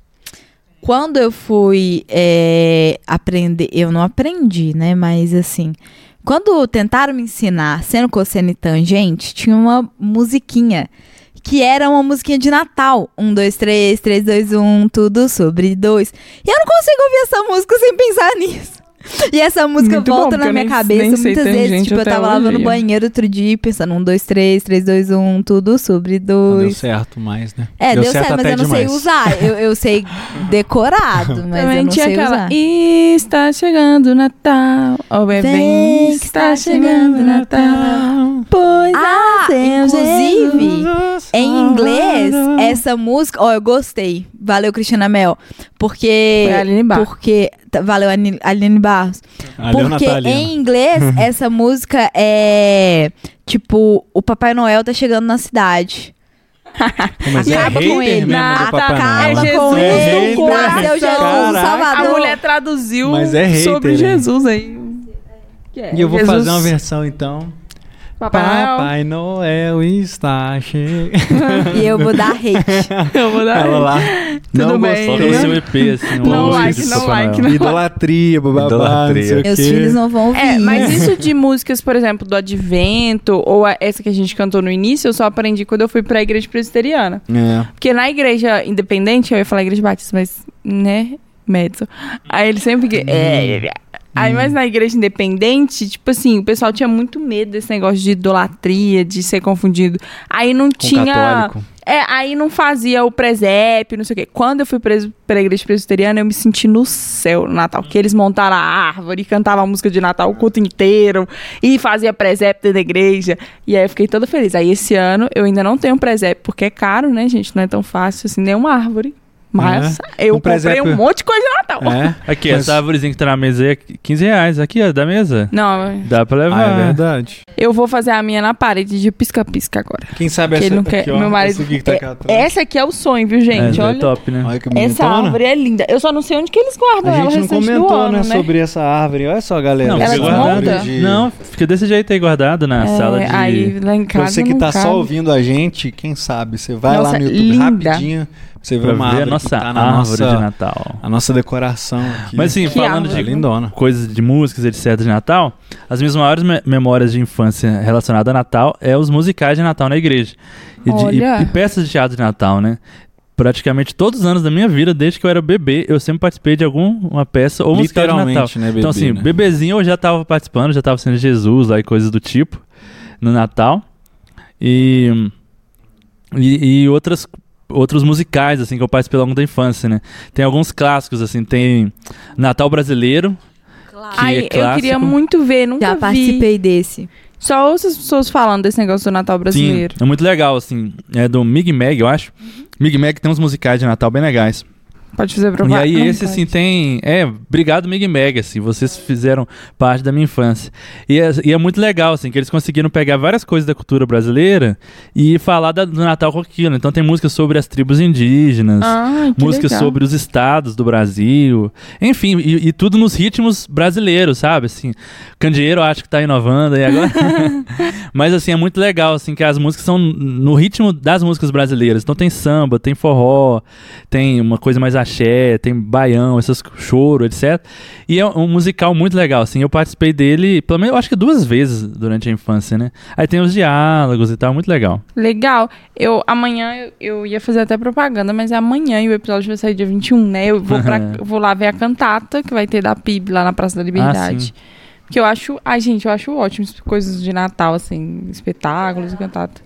Quando eu fui aprender... Eu não aprendi, né? Mas assim... Quando tentaram me ensinar seno, cosseno e tangente, tinha uma musiquinha... Que era uma musiquinha de Natal. 1, 2, 3, 3, 2, 1, tudo sobre 2. E eu não consigo ouvir essa música sem pensar nisso. E essa música muito volta na minha cabeça muitas vezes. Tipo, eu tava lavando o banheiro outro dia pensando 1, 2, 3, 3, 2, 1, tudo sobre 2. Não deu certo mais, né? Deu certo, mas eu não sei usar. Eu sei decorado, mas também eu não sei usar. Está chegando o Natal. Vem, está chegando o Natal. Pois inclusive, em inglês, essa música... eu gostei. Valeu, Cristina Mel. Porque... Foi a Aline Barros. Porque... Valeu, Aline Barros. Porque em inglês, essa música é... Tipo, o Papai Noel tá chegando na cidade. Mas acaba com ele. Acaba com ele. Nasceu Jesus, o Salvador. A mulher traduziu sobre Jesus aí. E eu vou fazer uma versão, então... Papai Noel está chegando. E eu vou dar hate. Eu vou dar ela lá. Tudo bem. Só no seu EP, assim. Não like. Idolatria, bababá, não sei o quê. Meus filhos não vão ouvir. Mas isso de músicas, por exemplo, do Advento, ou essa que a gente cantou no início, eu só aprendi quando eu fui pra igreja presbiteriana. Porque na igreja independente, eu ia falar igreja batista, mas, né, Medson. Aí ele sempre... Aí, mas na igreja independente, tipo assim, o pessoal tinha muito medo desse negócio de idolatria, de ser confundido. Aí não tinha... católico. Aí não fazia o presépio, não sei o quê. Quando eu fui pra igreja presbiteriana, eu me senti no céu no Natal. Porque eles montaram a árvore, cantavam a música de Natal o culto inteiro. E fazia presépio dentro da igreja. E aí eu fiquei toda feliz. Aí esse ano eu ainda não tenho presépio, porque é caro, né, gente? Não é tão fácil assim, nem uma árvore. Mas eu comprei um monte de coisa de Natal. Aqui, essa árvorezinha que tá na mesa aí é R$15. Aqui, ó, da mesa. Não. Dá pra levar. É verdade. Eu vou fazer a minha na parede de pisca-pisca agora. Quem sabe essa não quer, aqui, ó. Meu marido, aqui que tá aqui atrás. Essa aqui é o sonho, viu, gente? Olha, é top, né? Olha que essa árvore é linda. Eu só não sei onde que eles guardam ela. A gente não comentou, né, sobre essa árvore. Olha só, galera. Não, ela guardada. Não, fica desse jeito aí, guardado na sala de... Aí, lá em casa, pra você que tá só ouvindo a gente, quem sabe, você vai lá no YouTube rapidinho... Você vê uma árvore a nossa tá árvore de Natal. A nossa decoração aqui. Mas assim, falando de coisas de músicas, etc. de Natal, as minhas maiores memórias de infância relacionadas a Natal é os musicais de Natal na igreja. E peças de teatro de Natal, né? Praticamente todos os anos da minha vida, desde que eu era bebê, eu sempre participei de alguma peça ou musical de Natal. Né, bebê, então assim, bebezinho eu já estava participando, já estava sendo Jesus lá e coisas do tipo no Natal. E outros musicais, assim, que eu participei ao longo da infância, né? Tem alguns clássicos, assim, tem Natal Brasileiro, que é clássico. Eu queria muito ver, nunca vi. Já participei desse. Só ouço as pessoas falando desse negócio do Natal Brasileiro. Sim, é muito legal, assim, é do Mig Mag, eu acho. Mig Mag tem uns musicais de Natal bem legais. Pode fazer propaganda. E aí esse, assim, tem... obrigado, Mig Mag, assim, vocês fizeram parte da minha infância. E é muito legal, assim, que eles conseguiram pegar várias coisas da cultura brasileira e falar do Natal com aquilo. Então tem músicas sobre as tribos indígenas, músicas sobre os estados do Brasil, enfim, e tudo nos ritmos brasileiros, sabe? Assim, Candeeiro acho que tá inovando aí agora. Mas, assim, é muito legal, assim, que as músicas são no ritmo das músicas brasileiras. Então tem samba, tem forró, tem uma coisa mais axé, tem baião, choro, etc. E é um musical muito legal, assim, eu participei dele, pelo menos, eu acho que 2 vezes durante a infância, né? Aí tem os diálogos e tal, muito legal. Legal. Amanhã eu ia fazer até propaganda, mas é amanhã e o episódio vai sair dia 21, né? Eu vou lá ver a cantata que vai ter da PIB lá na Praça da Liberdade. Que eu acho, gente, eu acho ótimo coisas de Natal, assim, espetáculos e cantata.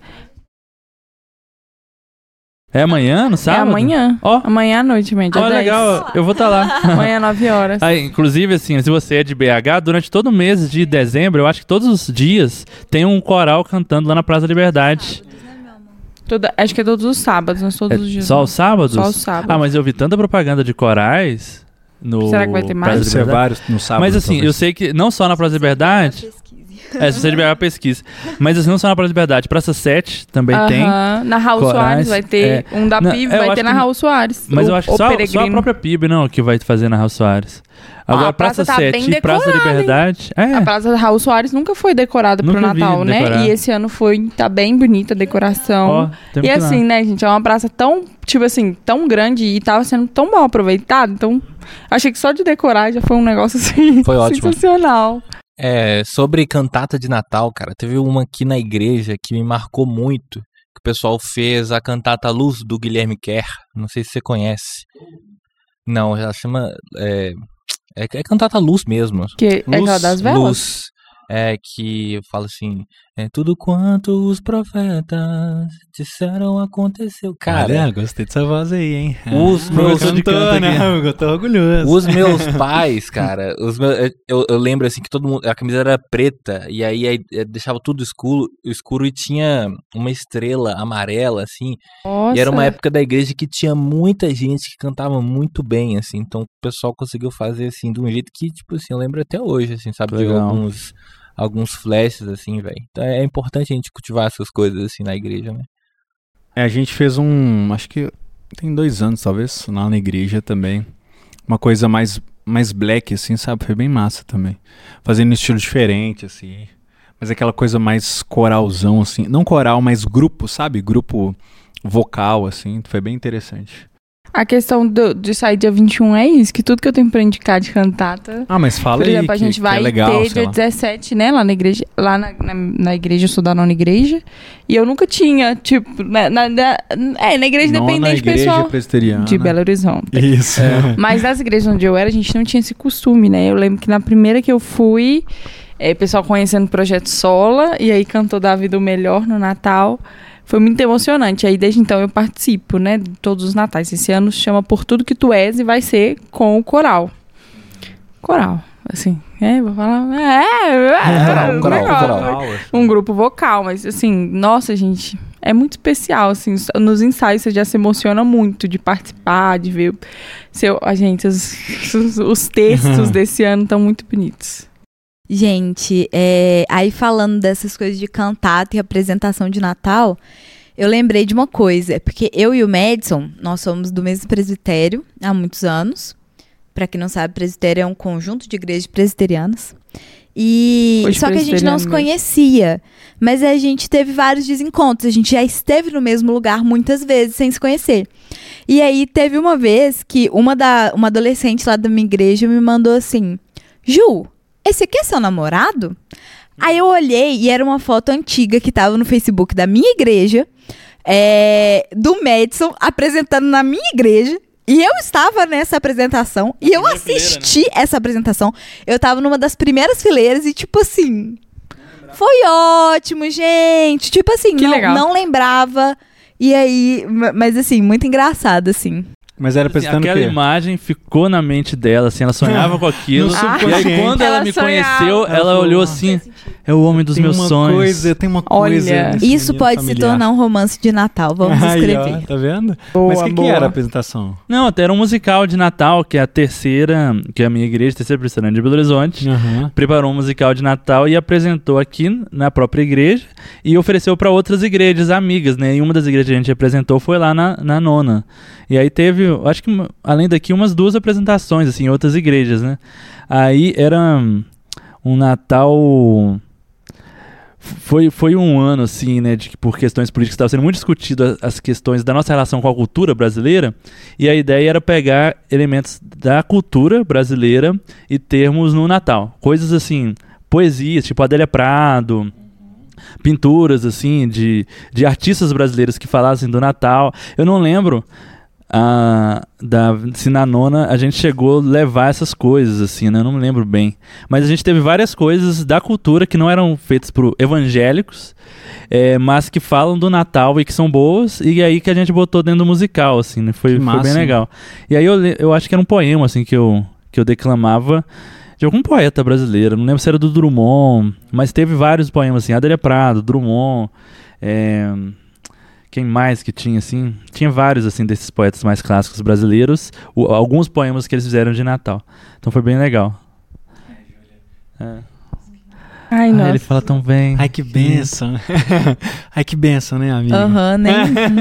É amanhã, no sábado? É amanhã. Amanhã à noite, dia 10. Legal. Eu vou estar lá. Amanhã, 9 horas. Inclusive, assim, se você é de BH, durante todo o mês de dezembro, eu acho que todos os dias tem um coral cantando lá na Praça da Liberdade. Acho que é todos os sábados, não todos os dias. Só os sábados? Só os sábados. Mas eu vi tanta propaganda de corais no... Será que vai ter mais? Deve ser vários no sábado. Mas assim, talvez. Eu sei que não só na Praça da Liberdade... Se você liberar, pesquisa. Mas assim, não só na Praça da Liberdade. Praça 7 também tem. Na Raul Soares vai ter. Um da PIB vai ter na Raul Soares. Mas eu acho que só a própria PIB, não, que vai fazer na Raul Soares. Agora, a Praça 7 e Praça da Liberdade... A Praça da Raul Soares nunca foi decorada pro Natal, né? Decorar. E esse ano tá bem bonita a decoração. E assim, né, gente, é uma praça tão, tipo assim, tão grande e tava sendo tão mal aproveitado. Então, achei que só de decorar já foi um negócio assim, foi ótimo. Sensacional. Sobre cantata de Natal, cara, teve uma aqui na igreja que me marcou muito. Que o pessoal fez a cantata Luz do Guilherme Kerr. Não sei se você conhece. Não, ela chama... É cantata Luz mesmo. Que é aquela das velas? Luz. Que eu falo assim... tudo quanto os profetas disseram aconteceu. Cara, gostei dessa voz aí, hein? Os meus... Eu tô orgulhoso. Os meus pais, cara... Eu lembro assim que todo mundo... A camisa era preta. E aí deixava tudo escuro e tinha uma estrela amarela, assim. Nossa. E era uma época da igreja que tinha muita gente que cantava muito bem, assim. Então o pessoal conseguiu fazer, assim, de um jeito que, tipo assim, eu lembro até hoje, assim, sabe? Legal. De alguns flashes, assim, velho. Então é importante a gente cultivar essas coisas, assim, na igreja, né? A gente fez acho que tem 2 anos, talvez, lá na igreja também. Uma coisa mais black, assim, sabe? Foi bem massa também. Fazendo um estilo diferente, assim. Mas aquela coisa mais coralzão, assim. Não coral, mas grupo, sabe? Grupo vocal, assim. Foi bem interessante. A questão de sair dia 21 é isso, que tudo que eu tenho pra indicar de cantata... mas fala aí, por exemplo, a gente vai ter dia 17, né, lá na igreja, na igreja, eu sou da nona igreja, e eu nunca tinha, tipo, na igreja independente, pessoal, presbiteriana de Belo Horizonte. Isso. Mas nas igrejas onde eu era, a gente não tinha esse costume, né, eu lembro que na primeira que eu fui, o pessoal conhecendo o Projeto Sola, e aí cantou Davi do Melhor no Natal... Foi muito emocionante. Aí, desde então, eu participo, né, de todos os natais. Esse ano se chama Por Tudo Que Tu És e vai ser com o coral. Coral, assim. Vou falar... Coral. Um grupo vocal, mas, assim, nossa, gente, é muito especial, assim. Nos ensaios você já se emociona muito de participar, de ver... os textos desse ano estão muito bonitos. Gente, aí falando dessas coisas de cantata e apresentação de Natal, eu lembrei de uma coisa, porque eu e o Madison, nós somos do mesmo presbitério há muitos anos. Para quem não sabe, presbitério é um conjunto de igrejas presbiterianas. Só que a gente não se conhecia, mas a gente teve vários desencontros, a gente já esteve no mesmo lugar muitas vezes sem se conhecer. E aí teve uma vez que uma adolescente lá da minha igreja me mandou assim: Ju, esse aqui é seu namorado? Aí eu olhei e era uma foto antiga que tava no Facebook da minha igreja, do Madison apresentando na minha igreja. E eu estava nessa apresentação e eu assisti essa apresentação. Eu tava numa das primeiras fileiras e tipo assim... Foi ótimo, gente! Tipo assim, não lembrava. E aí... Mas assim, muito engraçado, assim. Mas era pensando aquela imagem ficou na mente dela, assim, ela sonhava com aquilo. E aí quando ela me conheceu, ela olhou assim, é o homem dos meus sonhos. Tem uma coisa. Olha, isso pode se tornar um romance de Natal, vamos escrever. Tá vendo? Mas o que era a apresentação? Não, até era um musical de Natal, que é a terceira, que é a minha igreja, terceira presbiteriana de Belo Horizonte, preparou um musical de Natal e apresentou aqui na própria igreja e ofereceu para outras igrejas amigas, né? E uma das igrejas que a gente apresentou foi lá na nona. E aí teve, acho que além daqui, umas 2 apresentações, assim, em outras igrejas, né? Aí era um Natal... Foi um ano, assim, né, de que por questões políticas estava sendo muito discutido as questões da nossa relação com a cultura brasileira, e a ideia era pegar elementos da cultura brasileira e termos no Natal. Coisas assim, poesias, tipo Adélia Prado... Pinturas, assim, de artistas brasileiros que falassem do Natal. Eu não lembro se na nona a gente chegou a levar essas coisas, assim, né? Eu não me lembro bem. Mas a gente teve várias coisas da cultura que não eram feitas por evangélicos, mas que falam do Natal e que são boas, e aí que a gente botou dentro do musical, assim, né? Foi bem legal. E aí eu acho que era um poema, assim, que eu declamava de algum poeta brasileiro, não lembro se era do Drummond, mas teve vários poemas, assim, Adélia Prado, Drummond, quem mais que tinha, assim? Tinha vários, assim, desses poetas mais clássicos brasileiros, alguns poemas que eles fizeram de Natal. Então foi bem legal. Ai, nossa. Ele fala tão bem. Ai, que bênção. Ai, que bênção, né, amiga? Aham, nem...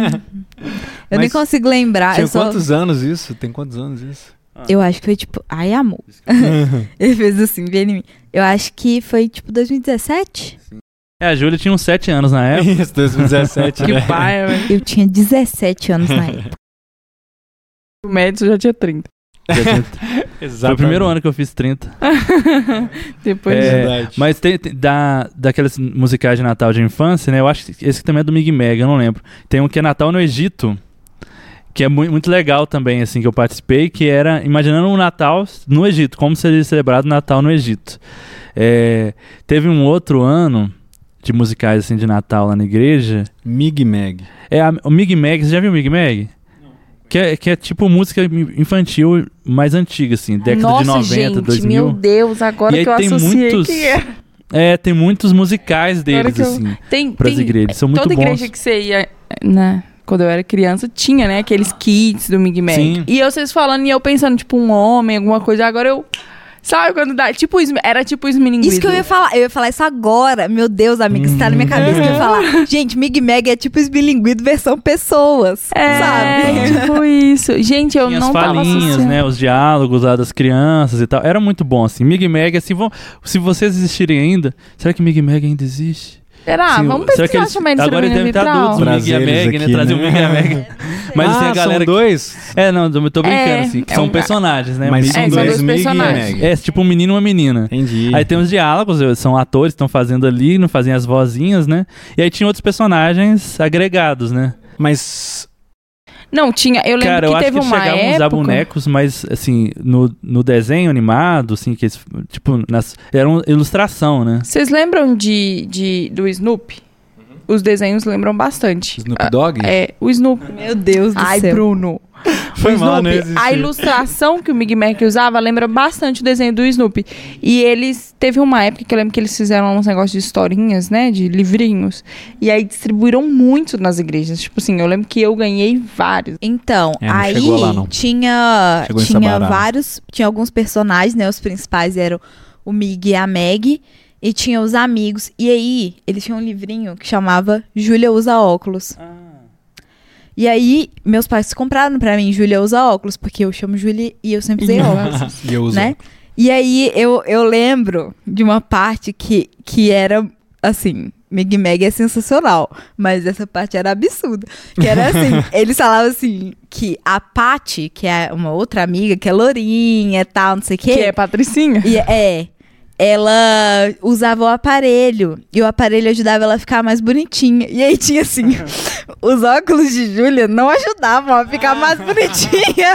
Eu nem consigo lembrar. Tinha quantos anos isso? Tem quantos anos isso? Eu acho que foi tipo... Ai, amor. Ele fez assim, bem em mim. Eu acho que foi tipo 2017. A Júlia tinha uns 7 anos na época. Isso, 2017. Que né? pai, velho. Eu tinha 17 anos na época. O médico já tinha 30. Foi o primeiro ano que eu fiz 30. Depois mas tem daquelas musicais de Natal de infância, né? Eu acho que esse também é do Mig Mag, eu não lembro. Tem um que é Natal no Egito, que é muito legal também, assim, que eu participei, que era imaginando um Natal no Egito, como seria celebrado o Natal no Egito. Teve um outro ano de musicais assim de Natal lá na igreja. Mig Mag. O Mig Mag, você já viu o Mig Mag? Que é tipo música infantil mais antiga, assim, década de 90, gente, 2000. Meu Deus, agora que eu associei que é. Tem muitos musicais deles, assim, pras igrejas. São muito bons. Toda igreja que você ia, né, quando eu era criança, tinha, né, aqueles kits do Mig Mag. Sim. E vocês falando e eu pensando, tipo, um homem, alguma coisa. Agora eu... Sabe quando dá? Tipo, era tipo os Smilinguido. Isso que eu ia falar. Eu ia falar isso agora. Meu Deus, amiga, isso tá na minha cabeça que eu ia falar. Gente, Mig Mag é tipo Smilinguido versão pessoas. Sabe? Tipo isso. Gente, eu tinha não tava falinhas, né? Os diálogos lá das crianças e tal. Era muito bom, assim. Mig Mag, assim, se vocês existirem ainda, será que Mig Mag ainda existe? Será? Sim, Vamos pesquisar também eles agora eles devem estar adultos, o Mig e a Meg, né? Trazer o Mig e a Meg. Mas assim, a galera... são dois? Não, eu tô brincando, assim. Que são personagens, né? Mas são dois Mig personagens. e Meg. Tipo um menino e uma menina. Entendi. Aí tem os diálogos, são atores que estão fazendo ali, não fazem as vozinhas, né? E aí tinha outros personagens agregados, né? Mas... Não, tinha. Eu lembro Cara, que eu teve acho que uma chegavam a época... usar bonecos, mas assim, no desenho animado, assim, que tipo, era uma ilustração, né? Vocês lembram do Snoopy? Os desenhos lembram bastante. Snoop Dogg? O Snoopy. Meu Deus do céu. Ai, Bruno. Foi mal, né? A ilustração que o Mig Mag usava lembra bastante o desenho do Snoopy. E eles... Teve uma época que eu lembro que eles fizeram uns negócios de historinhas, né? De livrinhos. E aí distribuíram muito nas igrejas. Tipo assim, eu lembro que eu ganhei vários. Então, aí lá, não. tinha vários... Tinha alguns personagens, né? Os principais eram o Mig e a Meg. E tinha os amigos. E aí, eles tinham um livrinho que chamava Júlia Usa Óculos. E aí, meus pais compraram pra mim Júlia Usa Óculos, porque eu chamo Júlia e eu sempre usei óculos. E eu uso. Né? E aí, eu lembro de uma parte que era, assim... Mig Mag é sensacional, mas essa parte era absurda. Que era assim, eles falavam assim, que a Paty, que é uma outra amiga, que é lourinha e tal, não sei o quê. Que é Patricinha. Ela usava o aparelho, e o aparelho ajudava ela a ficar mais bonitinha. E aí tinha assim, os óculos de Júlia não ajudavam a ficar mais bonitinha.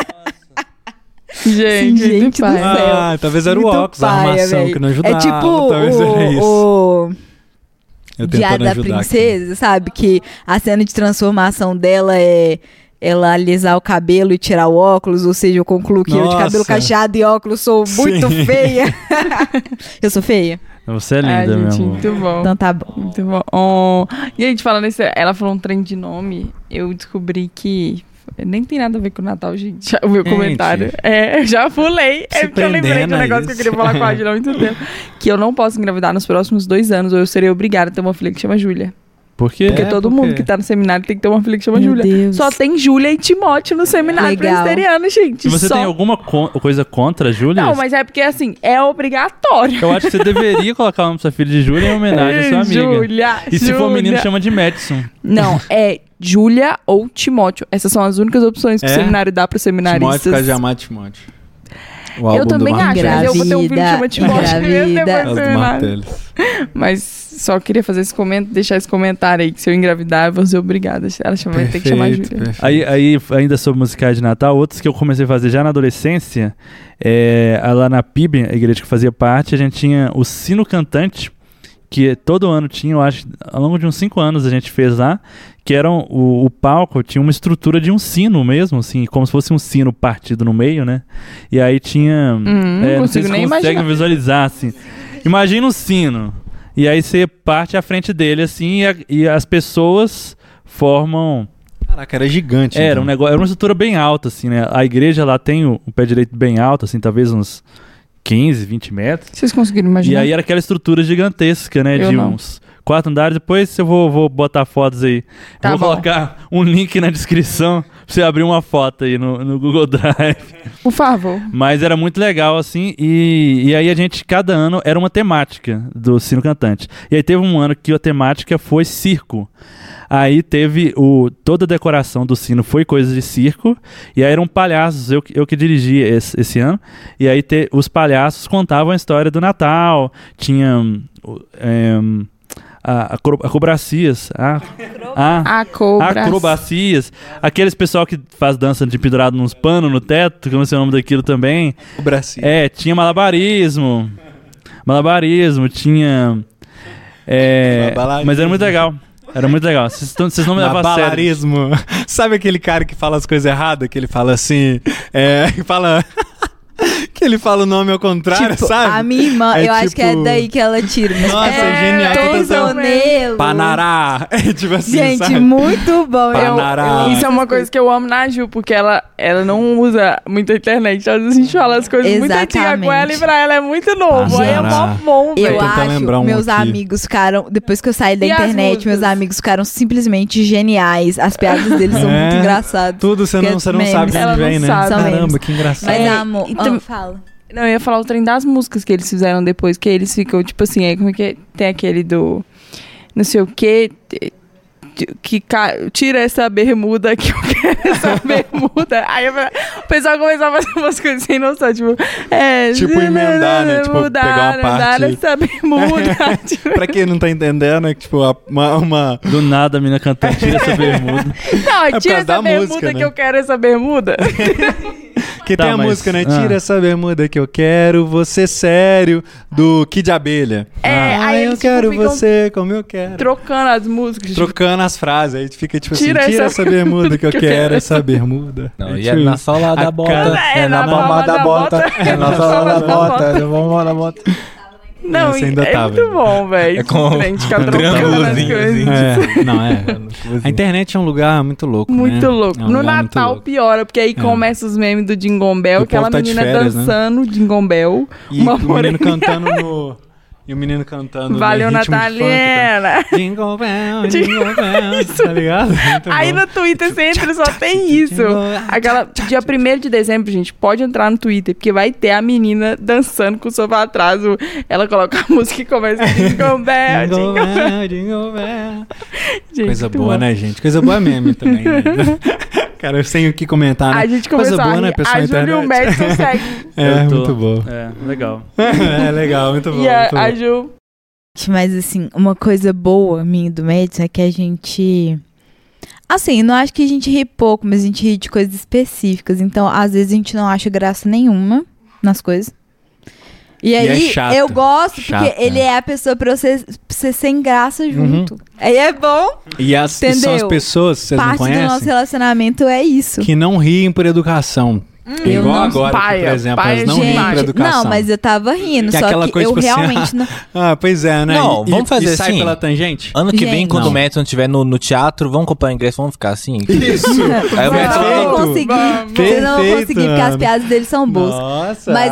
Gente do céu. Talvez era o óculos, a armação que não ajudava. É tipo talvez era isso. O Diário da Princesa, sabe? Que a cena de transformação dela é ela alisar o cabelo e tirar o óculos, ou seja, eu concluo que eu de cabelo cacheado e óculos sou muito feia. Eu sou feia? Você é linda, meu amor. Muito bom. Então tá bom. Muito bom. E a gente falando isso, ela falou um trem de nome, eu descobri que nem tem nada a ver com o Natal, gente. O meu comentário. Já pulei. Porque eu lembrei de um negócio que eu queria falar com a Júlia há muito tempo. Que eu não posso engravidar nos próximos 2 anos, ou eu serei obrigada a ter uma filha que chama Júlia. Por quê? Porque todo mundo que tá no seminário tem que ter uma filha que chama Júlia. Só tem Júlia e Timóteo no seminário presbiteriano, gente. E você tem alguma coisa contra a Júlia? Não, mas é porque, assim, é obrigatório. Eu acho que você deveria colocar o nome da sua filha de Júlia em homenagem à sua amiga. Júlia. E se for menino, chama de Madison. Não, é Júlia ou Timóteo. Essas são as únicas opções que o seminário dá para os seminaristas. Timóteo, por causa de amar Timóteo. Eu também acho, mas eu vou ter um filho que chama Timóteo mesmo depois do seminário. Mas só queria fazer esse comentário, deixar esse comentário aí, que se eu engravidar, eu vou ser obrigada. Ela vai ter que chamar Júlia. Aí, ainda sobre musicais de Natal, outros que eu comecei a fazer já na adolescência, lá na PIB, a igreja que fazia parte, a gente tinha o sino cantante, que todo ano tinha, eu acho, ao longo de uns 5 anos a gente fez lá, que era o palco, tinha uma estrutura de um sino mesmo, assim, como se fosse um sino partido no meio, né? E aí tinha... não consigo nem imaginar. Visualizar, assim. Imagina um sino, e aí você parte à frente dele, assim, e as pessoas formam... Caraca, era gigante. Era um negócio, era uma estrutura bem alta, assim, né? A igreja lá tem o pé direito bem alto, assim, talvez uns 15, 20 metros. Vocês conseguiram imaginar? E aí era aquela estrutura gigantesca, né? Eu de não. uns 4 andares. Depois eu vou botar fotos aí. Tá vou bom. colocar um link na descrição pra você abrir uma foto aí no Google Drive. Por favor. Mas era muito legal, assim. E aí cada ano, era uma temática do Sino Cantante. E aí teve um ano que a temática foi circo. Aí teve toda a decoração do sino foi coisa de circo. E aí eram palhaços, eu que dirigi esse ano. E aí os palhaços contavam a história do Natal. Tinha acrobacias. Acrobacias. Aqueles pessoal que faz dança de pendurado nos panos no teto, como é o nome daquilo também. Tinha malabarismo. Tinha... mas era muito legal. Era muito legal. Vocês não me levam a sério. Malabarismo. Sabe aquele cara que fala as coisas erradas? Que ele fala assim... que ele fala o nome ao contrário, tipo, sabe? A minha irmã, eu acho que é daí que ela tira. Mas Nossa, é genial. Tonzonelo. Panará. Tipo assim, gente, sabe? muito bom. Isso é uma coisa que eu amo na Ju, porque ela não usa muito a internet. Às vezes a gente fala as coisas muito antigas com ela e pra ela é muito novo. Aí é mó bom, velho. Eu acho meus amigos ficaram... Depois que eu saí da internet, meus amigos ficaram simplesmente geniais. As piadas deles são muito engraçadas. Tudo você não sabe de onde vem, né? Caramba, que engraçado. Mas, amor, fala. Não, eu ia falar o trem das músicas que eles fizeram depois, que eles ficam, tipo assim, aí como é que tem aquele do não sei o quê, que tira essa bermuda que eu quero essa bermuda. Aí o pessoal começou a fazer umas coisas sem noção, tipo emendar, né? Tipo, pegar uma parte... essa bermuda. Tipo... pra quem não tá entendendo, é que tipo, uma... Do nada a menina cantando, tira essa bermuda. Não, tira essa bermuda música, que eu quero essa bermuda. Que tem a música, né? Tira essa bermuda que eu quero, você sério, do Kid Abelha. Aí eu quero você como eu quero. Trocando as músicas. Trocando as frases. Aí fica tipo tira essa bermuda que eu quero, essa bermuda. Não, e é na sola da bota. É na palma da bota. É na sola da bota. É na palma da bota. Não, muito bom, velho. É com trocando as coisas. A internet é um lugar muito louco, muito louco. No Natal piora, porque aí começa os memes do Jingle Bell, aquela menina dançando Jingle Bell. E o menino cantando no... E o menino cantando. Valeu, Natalina! Jingle Bell, Jingle Bell. Tá ligado? Muito aí bom. No Twitter você entra e só tem isso. Aquela dia 1º de dezembro, gente, pode entrar no Twitter, porque vai ter a menina dançando com o sofá atrás. Ela coloca a música e começa Jingle Bell, Jingle Bell, Jingle Bell. Coisa boa, né, gente? Coisa boa meme também, né? Cara, eu tenho o que comentar, né? A gente começou boa, né, a Júlia e o Mads conseguem. Muito bom. Legal. Legal, muito bom. E a Ju... Mas, assim, uma coisa boa minha do Mads é que a gente... Assim, não acho que a gente ri pouco, mas a gente ri de coisas específicas. Então, às vezes, a gente não acha graça nenhuma nas coisas. E aí, é chato, eu gosto, porque ele é a pessoa pra você sem graça junto. Aí é bom. E são as pessoas, vocês não conhecem? Parte do nosso relacionamento é isso. Que não riem por educação. Igual agora, que, por exemplo, elas não riem por educação. Não, mas eu tava rindo, que só aquela que coisa, eu tipo realmente assim, não... pois é, né? Não, vamos fazer assim. Sai pela tangente? Ano que vem, Gente, quando o Madison estiver no teatro, vamos comprar ingresso, vamos ficar assim? Isso! Aí vocês não vão conseguir, vocês não vão conseguir, porque as piadas deles são boas. Nossa! Mas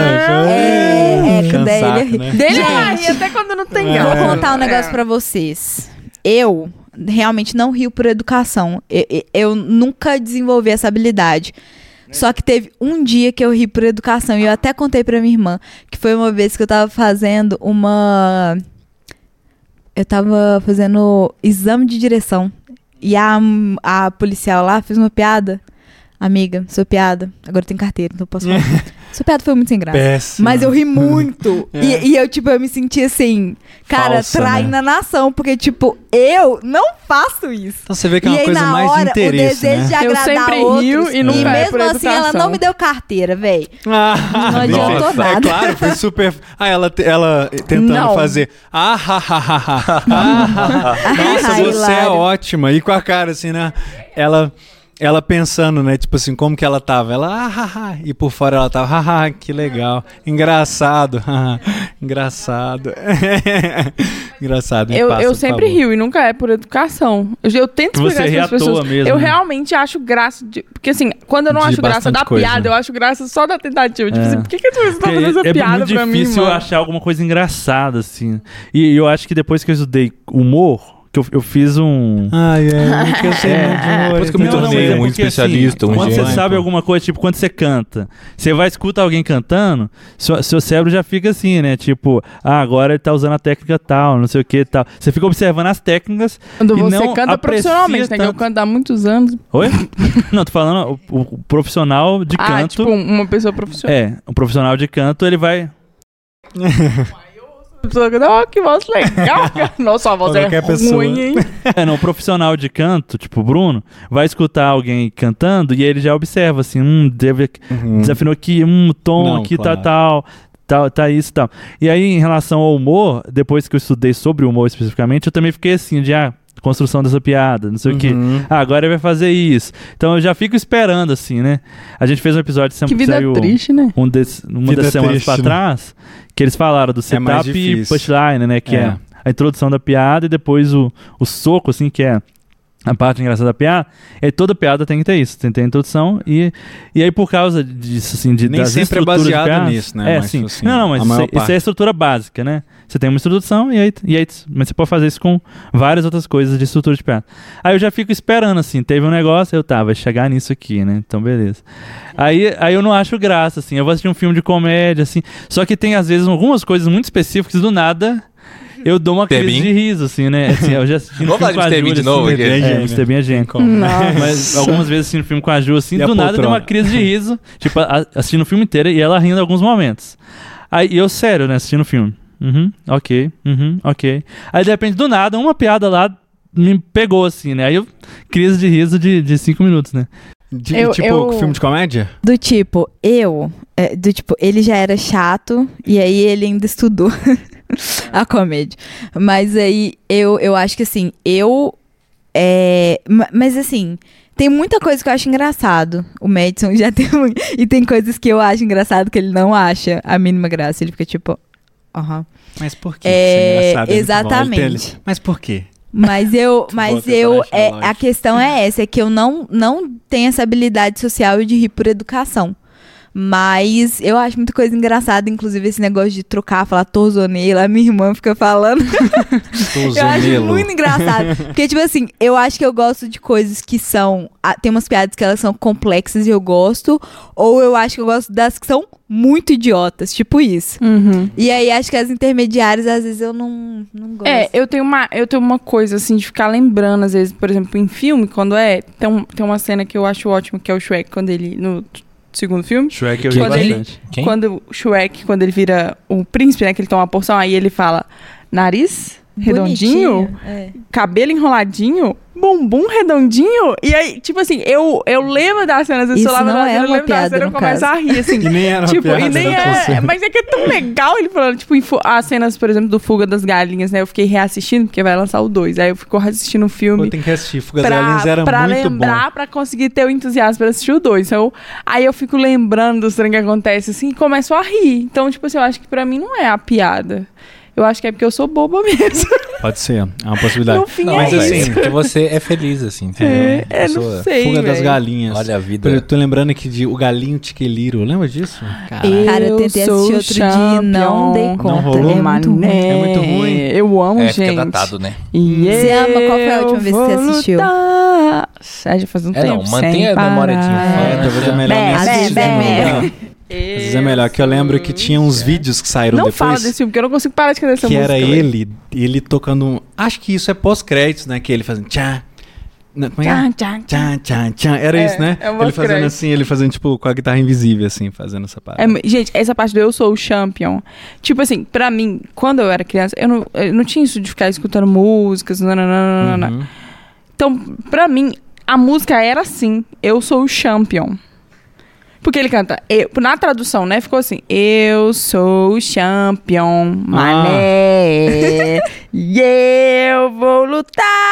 aqui, cansaço, né? Dele aí, até quando não tem graça. Vou contar um negócio pra vocês. Eu realmente não rio por educação. Eu nunca desenvolvi essa habilidade. Só que teve um dia que eu ri por educação. E eu até contei pra minha irmã. Que foi uma vez que eu tava fazendo Eu tava fazendo exame de direção. E a policial lá fez uma piada. Amiga, sua piada. Agora tem carteira, então eu posso falar. Sua piada foi muito sem graça. Péssima. Mas eu ri muito. E eu me senti assim, cara, falsa, traindo a nação. Porque, eu não faço isso. Então você vê que é uma coisa mais de interesse, o desejo de agradar eu sempre outros. Rio e não mesmo assim, ela não me deu carteira, velho. Não adiantou nada. É claro, foi super... ela tentando fazer... Nossa, você é ótima. E com a cara assim, né? Ela... ela pensando, né? Tipo assim, como que ela tava? Ela, haha. E por fora ela tava, haha, que legal. Engraçado. Engraçado. Engraçado. Eu sempre rio e nunca é por educação. Eu tento explicar isso para as pessoas. Mesmo, eu né? realmente acho graça. Porque assim, quando eu não acho graça da piada, né? Eu acho graça só da tentativa. Tipo assim, por que as pessoas estão fazendo essa piada pra mim, mano? É muito difícil achar alguma coisa engraçada, assim. E eu acho que depois que eu estudei humor, que eu fiz um... Porque eu sei muito de humor. Depois que eu me tornei um especialista, assim, quando você sabe alguma coisa, tipo, quando você canta, você vai escutar alguém cantando, seu cérebro já fica assim, né? Tipo, agora ele tá usando a técnica tal, não sei o que tal. Você fica observando as técnicas quando você canta profissionalmente, né? Que eu canto há muitos anos. Oi? Não, tô falando o profissional de canto. Tipo, uma pessoa profissional. Um profissional de canto, ele vai... Que voz legal. Nossa, a voz é ruim, hein? O profissional de canto, tipo o Bruno, vai escutar alguém cantando e ele já observa assim, desafinou aqui, tom não, aqui, claro. tá isso e tal. E aí, em relação ao humor, depois que eu estudei sobre o humor especificamente, eu também fiquei assim, de construção dessa piada, não sei o quê. Agora ele vai fazer isso. Então eu já fico esperando, assim, né? A gente fez um episódio que vida saiu triste, né? uma das semanas pra trás, que eles falaram do setup e punchline, né? Que é a introdução da piada e depois o soco, assim, que é a parte engraçada da piada. E aí toda piada tem que ter isso, tem que ter a introdução e aí por causa disso, assim, nem das sempre é baseado piadas, nisso, né? Sim. Assim, não, mas isso é a estrutura básica, né? Você tem uma introdução e aí, mas você pode fazer isso com várias outras coisas de estrutura de piada. Aí eu já fico esperando, assim, teve um negócio, vai chegar nisso aqui, né? Então, beleza. Aí eu não acho graça, assim, eu vou assistir um filme de comédia, assim, só que tem, às vezes, algumas coisas muito específicas, do nada, eu dou uma crise de riso, assim, né? Assim, eu já assisti no filme com a Ju, de novo, Mr. Bean é gente. Mas algumas vezes assistindo filme com a Ju, assim, do nada deu uma crise de riso, tipo, assistindo o filme inteiro e ela rindo em alguns momentos. Aí eu, sério, né, assistindo o filme. Ok. Aí, de repente, do nada, uma piada lá me pegou, assim, né? Aí eu, crise de riso de 5 minutos, né? Filme de comédia? Do tipo, ele já era chato e aí ele ainda estudou a comédia. Mas aí, eu acho que assim, mas assim, tem muita coisa que eu acho engraçado. O Madison já tem muito. E tem coisas que eu acho engraçado que ele não acha a mínima graça. Ele fica tipo... Mas por que isso é engraçado? Exatamente. Mas por quê? A questão é essa, é que eu não tenho essa habilidade social de rir por educação. Mas eu acho muita coisa engraçada, inclusive esse negócio de trocar, falar torzonelo, a minha irmã fica falando. Eu acho muito engraçado. Porque, tipo assim, eu acho que eu gosto de coisas que são... Tem umas piadas que elas são complexas e eu gosto, ou eu acho que eu gosto das que são muito idiotas, tipo isso. E aí, acho que as intermediárias, às vezes, eu não gosto. Eu tenho uma coisa, assim, de ficar lembrando, às vezes, por exemplo, em filme, quando tem uma cena que eu acho ótima, que é o Shrek, quando ele... No segundo filme. Shrek eu vi bastante. Quando o Shrek, quando ele vira o príncipe, né, que ele toma uma porção, aí ele fala nariz redondinho, cabelo enroladinho, bumbum redondinho, e aí, tipo assim, eu lembro das cenas, eu lembro da cena, eu começo a rir, assim. E nem era uma piada. Mas é que é tão legal ele falando, tipo, as cenas, por exemplo, do Fuga das Galinhas, né, eu fiquei reassistindo, porque vai lançar o 2, aí eu fico reassistindo o filme. Tem que assistir, Fuga das Galinhas era muito bom. Pra lembrar, pra conseguir ter o entusiasmo pra assistir o 2, então, aí eu fico lembrando dos trem que acontece, assim, e começo a rir, então, tipo assim, eu acho que pra mim não é a piada. Eu acho que é porque eu sou boba mesmo. Pode ser, é uma possibilidade. No fim, mas assim, que você é feliz, assim, entendeu? Não sei, Fuga das Galinhas. Olha a vida. Eu tô lembrando aqui o Galinho Tiqueliro, lembra disso? Caralho. Cara, eu tentei assistir outro dia e não dei conta. Não rolou? É muito ruim. É muito ruim. Eu amo, gente. Fica datado, né? Você ama? Qual foi a última vez que você assistiu? Já faz um tempo. Não, mantenha a memória de infância. Talvez é melhor nem assistir. Às vezes é melhor, que eu lembro que tinha uns vídeos que saíram depois. Não fala desse filme, porque eu não consigo parar de escrever essa música. Que era ele tocando... Acho que isso é pós-créditos, né? Que ele fazendo tchá. Como é? Tchá. Era isso, né? Ele fazendo assim, ele fazendo tipo com a guitarra invisível, assim, fazendo essa parte. Gente, essa parte do Eu Sou o Champion. Tipo assim, pra mim, quando eu era criança, eu não tinha isso de ficar escutando músicas. Então, pra mim, a música era assim: Eu Sou o Champion. Porque ele canta, na tradução, né? Ficou assim, eu sou o champion, mané, e eu vou lutar.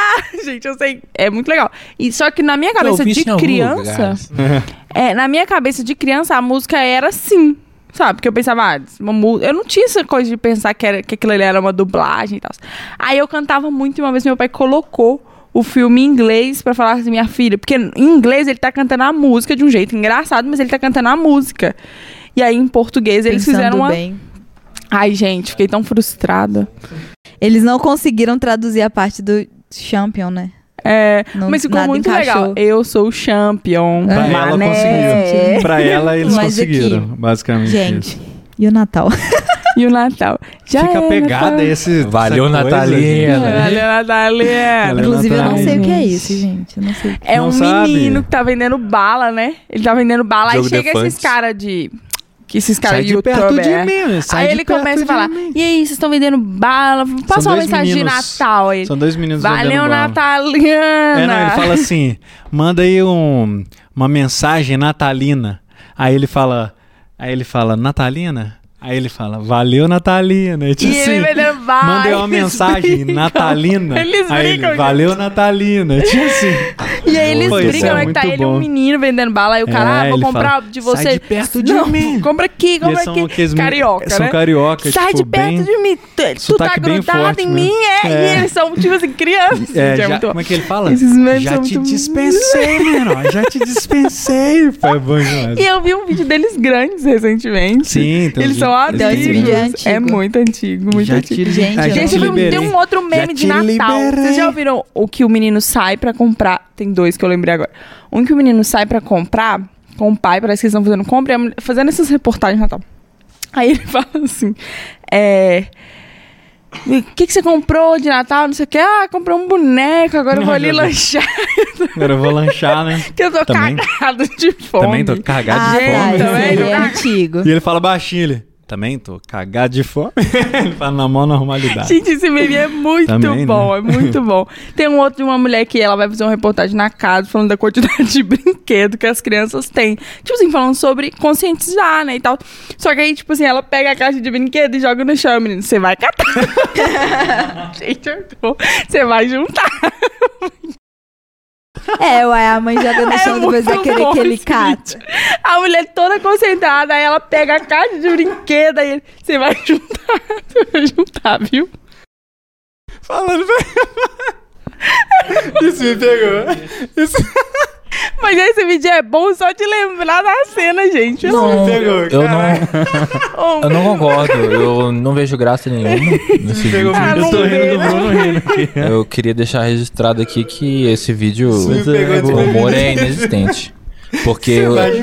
gente, eu sei. É muito legal. E, só que na minha cabeça de criança... na minha cabeça de criança, a música era assim. Sabe? Porque eu pensava, eu não tinha essa coisa de pensar que aquilo ali era uma dublagem e tal. Aí eu cantava muito e uma vez meu pai colocou o filme em inglês pra falar assim, minha filha. Porque em inglês ele tá cantando a música de um jeito engraçado, mas ele tá cantando a música. E aí em português eles fizeram uma... Ai, gente, fiquei tão frustrada. Eles não conseguiram traduzir a parte do champion, né? Mas ficou muito legal. Eu sou o champion. Pra ela conseguiu. Pra ela eles conseguiram, basicamente. Gente, e o Natal? E o Natal? Já fica pegada esse... Valeu, Natalina. Valeu, Natalina. Inclusive, eu não sei o que é isso, gente. Eu não sei. É um menino que tá vendendo bala, né? Ele tá vendendo bala. Aí chega esses caras de... esses caras de perto de mim, aí ele começa a falar, e aí, vocês estão vendendo bala? Passa uma mensagem de Natal aí. São 2 meninos Valeu, vendendo bala. Natalina. Não, ele fala assim, manda aí uma mensagem natalina. Aí ele fala, Natalina? Aí ele fala, valeu, Natalina. E assim, ele vendendo bala. Manda aí uma mensagem natalina. Eles brigam. Valeu, Natalina. Assim. E aí eles brigam, né? Que tá ele e um menino vendendo bala. Aí o cara, vou comprar de você. Sai de perto de mim. Compra aqui. Carioca, são né? carioca, sai de perto de mim. Tu tá grudado em mim, E eles são, tipo assim, crianças. Como é que ele fala? Esses memes já te dispensei, menor. Já te dispensei. Foi bom demais. E eu vi um vídeo deles grandes recentemente. Sim, então eles são adultos. É muito antigo, muito antigo. Gente, tem um outro meme de Natal. Vocês já ouviram o que o menino sai pra comprar? Tem 2 que eu lembrei agora. Um que o menino sai pra comprar com o pai, parece que eles estão fazendo compra, fazendo essas reportagens de Natal. Aí ele fala assim, o que você comprou de Natal? Não sei o que. Comprei um boneco, agora eu vou ali lanchar. Agora eu vou lanchar, né? Que eu tô cagado de fome. Também tô cagado de fome. Também é antigo. E ele fala baixinho, também tô cagado de fome. Ele fala na maior normalidade. Gente, esse meme é muito também, bom, né? É muito bom. Tem um outro de uma mulher que ela vai fazer uma reportagem na casa falando da quantidade de brinquedo que as crianças têm. Tipo assim, falando sobre conscientizar, né, e tal. Só que aí, tipo assim, ela pega a caixa de brinquedo e joga no chão, menino. Você vai catar. Gente, você vai juntar. Uai, a mãe joga no chão, depois vai querer que ele cate. A mulher toda concentrada, aí ela pega a caixa de brinquedo, aí você vai juntar, viu? Falando, isso me pegou. Mas esse vídeo é bom só de lembrar da cena, gente. Não, eu não concordo. Eu não vejo graça nenhuma nesse vídeo. Eu tô rindo do Bruno rindo aqui. Eu queria deixar registrado aqui que esse vídeo, o humor é inexistente. Porque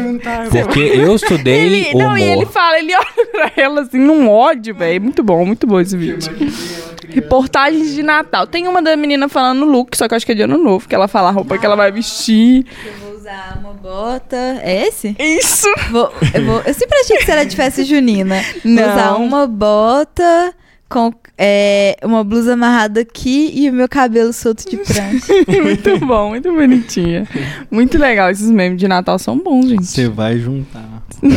eu estudei humor. E ele olha pra ela assim, num ódio, velho. Muito bom esse vídeo. Reportagens de Natal. Tem uma da menina falando look, só que eu acho que é de ano novo, que ela fala a roupa que ela vai vestir. Eu vou usar uma bota. É esse? Isso! Eu sempre achei que isso era de festa junina. Não. Vou usar uma bota com uma blusa amarrada aqui e o meu cabelo solto de prancha. Muito bom, muito bonitinha. Muito legal, esses memes de Natal são bons, gente. Você vai juntar.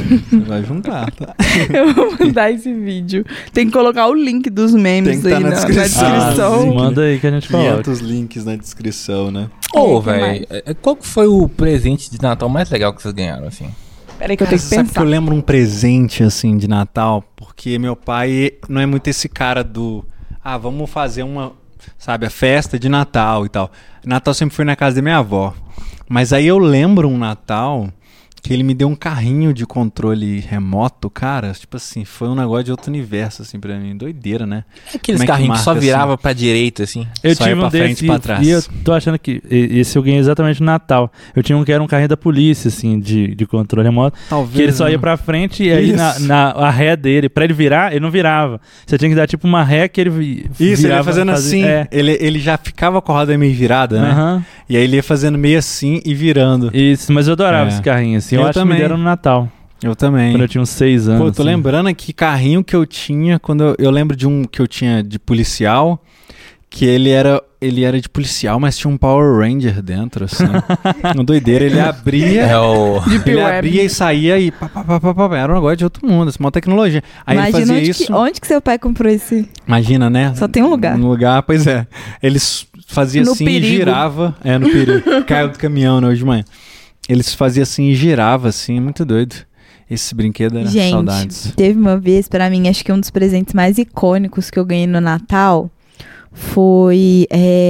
Tá? Eu vou mandar esse vídeo. Tem que colocar o link dos memes aí na descrição. Manda aí que a gente coloca. 500 links na descrição, né? Velho, qual que foi o presente de Natal mais legal que vocês ganharam, assim? Peraí que eu tenho que pensar. Sabe que eu lembro um presente, assim, de Natal? Porque meu pai não é muito esse cara do... vamos fazer a festa de Natal e tal. Natal sempre foi na casa da minha avó. Mas aí eu lembro um Natal que ele me deu um carrinho de controle remoto, cara. Tipo assim, foi um negócio de outro universo, assim, pra mim. Doideira, né? Aqueles carrinhos que só virava pra direita, assim. Eu só tive um frente desse pra trás. E eu tô achando que esse eu ganhei exatamente no Natal. Eu tinha um que era um carrinho da polícia, assim, de controle remoto. Talvez, que ele só ia pra frente e aí a ré dele, pra ele virar, ele não virava. Você tinha que dar tipo uma ré que ele virava. Isso, ele ia fazendo assim. Ele já ficava com a roda meio virada, né? E aí ele ia fazendo meio assim e virando. Isso, mas eu adorava esse carrinho, assim. Eu acho também. Que me deram no Natal. Eu também. Quando eu tinha uns 6 anos. Pô, tô lembrando aqui carrinho que eu tinha quando eu lembro de um que eu tinha de policial, que ele era de policial, mas tinha um Power Ranger dentro, assim. Uma doideira. Ele abria, abria e saía e era um negócio de outro mundo, assim, uma tecnologia. Aí imagina ele fazia onde que seu pai comprou esse? Imagina, né? Só tem um lugar. Um lugar, pois é. Ele fazia assim perigo. E girava. No perigo. Caiu do caminhão, né, hoje de manhã. Eles faziam assim e girava, assim, muito doido. Esse brinquedo era saudades. Teve uma vez, pra mim, acho que um dos presentes mais icônicos que eu ganhei no Natal foi...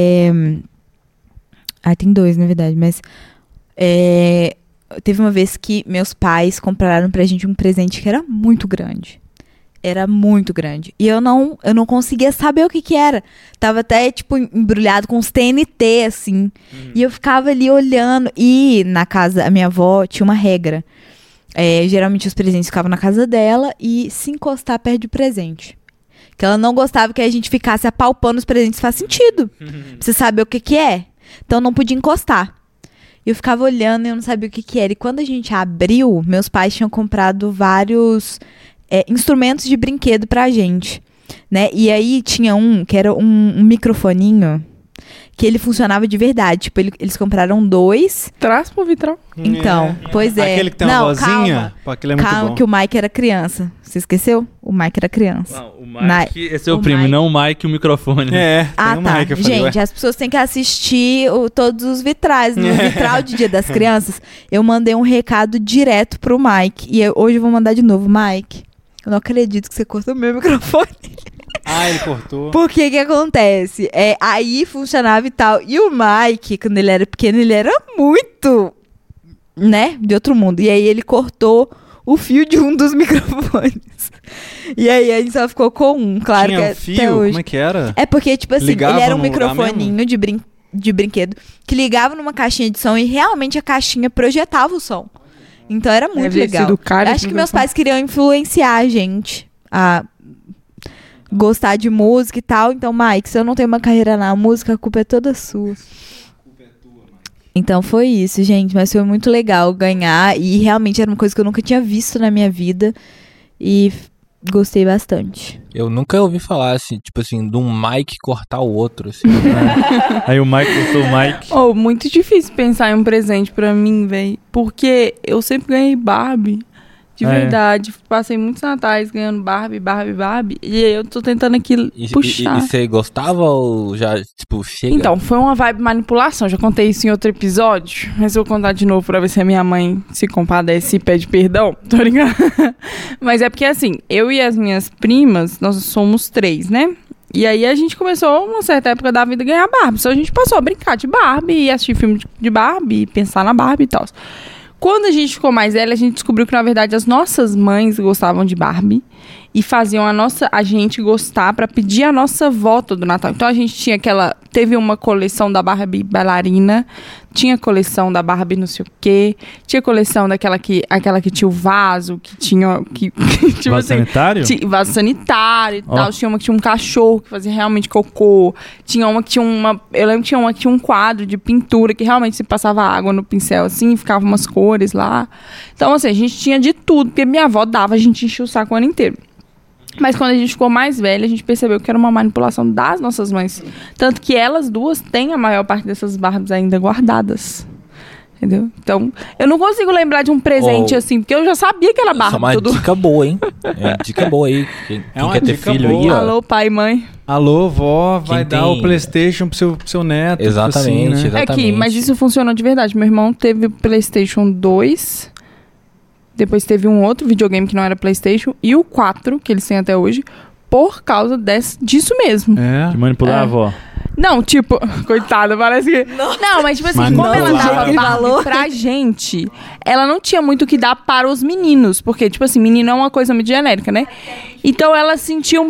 tem 2, na verdade, mas... teve uma vez que meus pais compraram pra gente um presente que era muito grande. Era muito grande. E eu não conseguia saber o que era. Tava até, tipo, embrulhado com uns TNT, assim. E eu ficava ali olhando. E na casa, a minha avó tinha uma regra. Geralmente os presentes ficavam na casa dela e se encostar perde o presente. Que ela não gostava que a gente ficasse apalpando os presentes. Faz sentido. Pra você saber o que é. Então não podia encostar. Eu ficava olhando e eu não sabia o que era. E quando a gente abriu, meus pais tinham comprado vários instrumentos de brinquedo pra gente, né? E aí tinha um que era um microfoninho que ele funcionava de verdade. Tipo, eles compraram 2. Traz pro vitral. Então, pois é. Aquele que tem uma vozinha? Pô, aquele é muito bom. Que o Mike era criança. Você esqueceu? O Mike era criança. Não, o Mike, esse é o primo, Mike. não o Mike, o microfone. Tá. Mike, Gente, as pessoas têm que assistir todos os vitrais. No vitral de Dia das Crianças, eu mandei um recado direto pro Mike. E hoje eu vou mandar de novo. Mike, eu não acredito que você cortou meu microfone. Ele cortou. Por que acontece? Aí funcionava e tal. E o Mike, quando ele era pequeno, ele era muito, né, de outro mundo. E aí ele cortou o fio de um dos microfones. E aí a gente só ficou com um, claro. Tinha que fio? até hoje. Como é que era? Porque, tipo assim, Ligava ele era um no lugar microfoninho de brinquedo que ligava numa caixinha de som e realmente a caixinha projetava o som. Então era muito legal. Acho que meus pais queriam influenciar a gente a gostar de música e tal. Então, Mike, se eu não tenho uma carreira na música, a culpa é toda sua. Então foi isso, gente. Mas foi muito legal ganhar. E realmente era uma coisa que eu nunca tinha visto na minha vida. E gostei bastante. Eu nunca ouvi falar, assim, tipo assim, de um Mike cortar o outro, assim. Aí o Mike cortou o Mike. Muito difícil pensar em um presente pra mim, velho. Porque eu sempre ganhei Barbie. De verdade. Passei muitos natais ganhando Barbie. E aí eu tô tentando aqui puxar. E você gostava ou já, tipo, chega? Então, foi uma vibe manipulação. Já contei isso em outro episódio. Mas eu vou contar de novo pra ver se a minha mãe se compadece e pede perdão. Tô ligado? Mas é porque, assim, eu e as minhas primas, nós somos 3, né? E aí a gente começou, uma certa época da vida, a ganhar Barbie. Então a gente passou a brincar de Barbie, e assistir filme de Barbie, e pensar na Barbie e tal. Quando a gente ficou mais velha, a gente descobriu que, na verdade, as nossas mães gostavam de Barbie e faziam a gente gostar pra pedir a nossa volta do Natal. Então, a gente tinha teve uma coleção da Barbie bailarina, tinha coleção da Barbie não sei o quê, tinha coleção aquela que tinha o vaso, que tinha... Vaso assim, sanitário? Vaso sanitário e tal. Tinha uma que tinha um cachorro que fazia realmente cocô. Tinha uma que tinha eu lembro que tinha uma que tinha um quadro de pintura que realmente se passava água no pincel assim, e ficava umas cores lá. Então, assim, a gente tinha de tudo, porque minha avó dava, a gente enchia o saco o ano inteiro. Mas quando a gente ficou mais velha, a gente percebeu que era uma manipulação das nossas mães. Tanto que elas duas têm a maior parte dessas Barbies ainda guardadas. Entendeu? Então, eu não consigo lembrar de um presente assim, porque eu já sabia que era Barbie. Isso é uma dica boa, hein? É uma dica boa aí. Quem quer ter filho boa. Aí, ó. Alô, pai e mãe. Alô, vó, vai dar o PlayStation pro seu neto. Exatamente, assim, né? exatamente. Mas isso funcionou de verdade. Meu irmão teve o PlayStation 2... Depois teve um outro videogame que não era PlayStation. E o 4, que eles têm até hoje, por causa disso mesmo. De manipular a avó. Não, tipo, coitada, parece que... Não, mas tipo assim, como ela dava Barbie pra gente, ela não tinha muito o que dar para os meninos. Porque, tipo assim, menino é uma coisa muito genérica, né? Então ela sentiu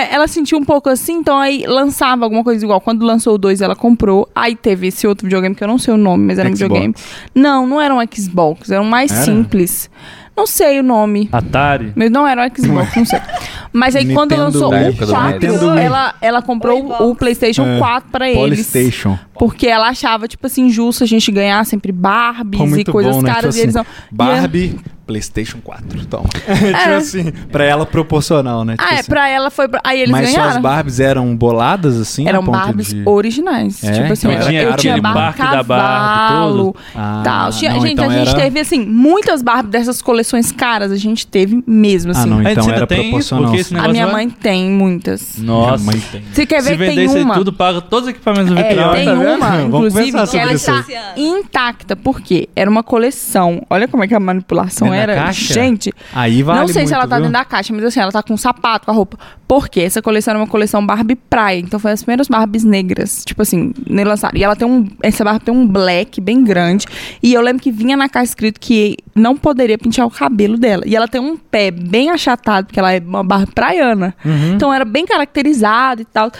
um pouco assim, então aí lançava alguma coisa igual. Quando lançou o 2, ela comprou. Aí teve esse outro videogame, que eu não sei o nome, mas era um videogame. Não era um Xbox, era um mais simples. Não sei o nome. Atari? Mas não era um Xbox, não sei. Mas aí quando lançou o 4, ela comprou o PlayStation 4 pra eles. PlayStation. Porque ela achava, tipo assim, injusto a gente ganhar sempre Barbies e coisas caras. Tipo assim, e eles não... Barbie, PlayStation 4, toma. Tipo assim, pra ela proporcional, né? Tipo assim. Pra ela foi... Aí eles ganharam. Mas suas Barbies eram boladas, assim? Eram Barbies originais. É? Tipo assim, então eu tinha Barbie cavalo, tal. Gente, a gente teve, assim, muitas Barbies dessas coleções caras. A gente teve mesmo, assim. Não, então era proporcional. A minha mãe tem muitas. Nossa. Minha mãe tem. Você quer ver que tem isso uma... aí tudo, paga todos os equipamentos do vitral. Tem uma, inclusive, que ela está isso. intacta. Por quê? Era uma coleção. Olha como é que a manipulação dentro era. da caixa? Gente, aí vale não sei muito, se ela tá viu? dentro da caixa, mas assim, ela tá com um sapato, com a roupa. Por quê? Essa coleção era uma coleção Barbie praia. Então foi as primeiras Barbies negras. Tipo assim, lançaram. E ela tem essa Barbie tem um black bem grande. E eu lembro que vinha na caixa escrito que não poderia pentear o cabelo dela. E ela tem um pé bem achatado, porque ela é uma Barbie praiana. Então era bem caracterizada e tal.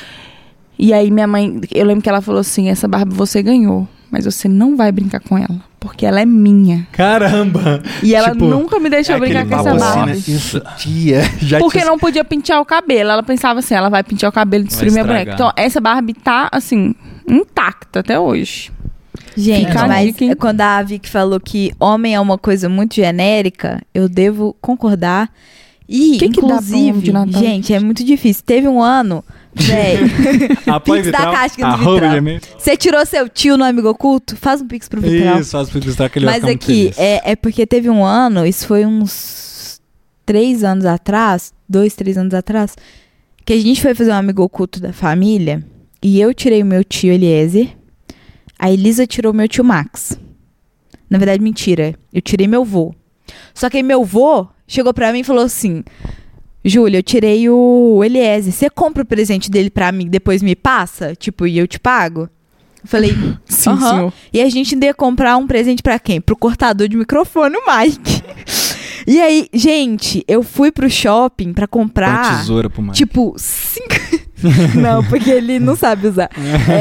E aí minha mãe, eu lembro que ela falou assim, essa Barbie você ganhou, mas você não vai brincar com ela, porque ela é minha. Caramba! E ela nunca me deixou brincar com essa Barbie. Isso, tia. Porque não podia pentear o cabelo. Ela pensava assim, ela vai pentear o cabelo e destruir minha boneca. Então essa Barbie tá, assim, intacta até hoje. Gente, mas quando a Vicky falou que homem é uma coisa muito genérica, eu devo concordar. E, inclusive, que dá gente, é muito difícil. Teve um ano, velho. Pix da casca do Vitral. Você tirou seu tio no Amigo Oculto? Faz um Pix pro Vitral. Isso, faz o Pix do Vitral que ele vai ficar muito feliz. Mas aqui, é porque teve um ano, isso foi uns 3 anos atrás, 2, 3 anos atrás, que a gente foi fazer um Amigo Oculto da família, e eu tirei o meu tio Eliezer, a Elisa tirou o meu tio Max. Na verdade, mentira, eu tirei meu vô. Só que aí meu vô chegou pra mim e falou assim: Júlia, eu tirei o Eliezer, você compra o presente dele pra mim e depois me passa? Tipo, e eu te pago? Eu falei, sim, senhor. E a gente ainda ia comprar um presente pra quem? Pro cortador de microfone, o Mike. E aí, gente, eu fui pro shopping pra comprar... Uma tesoura pro Mike. Tipo, 5... Não, porque ele não sabe usar.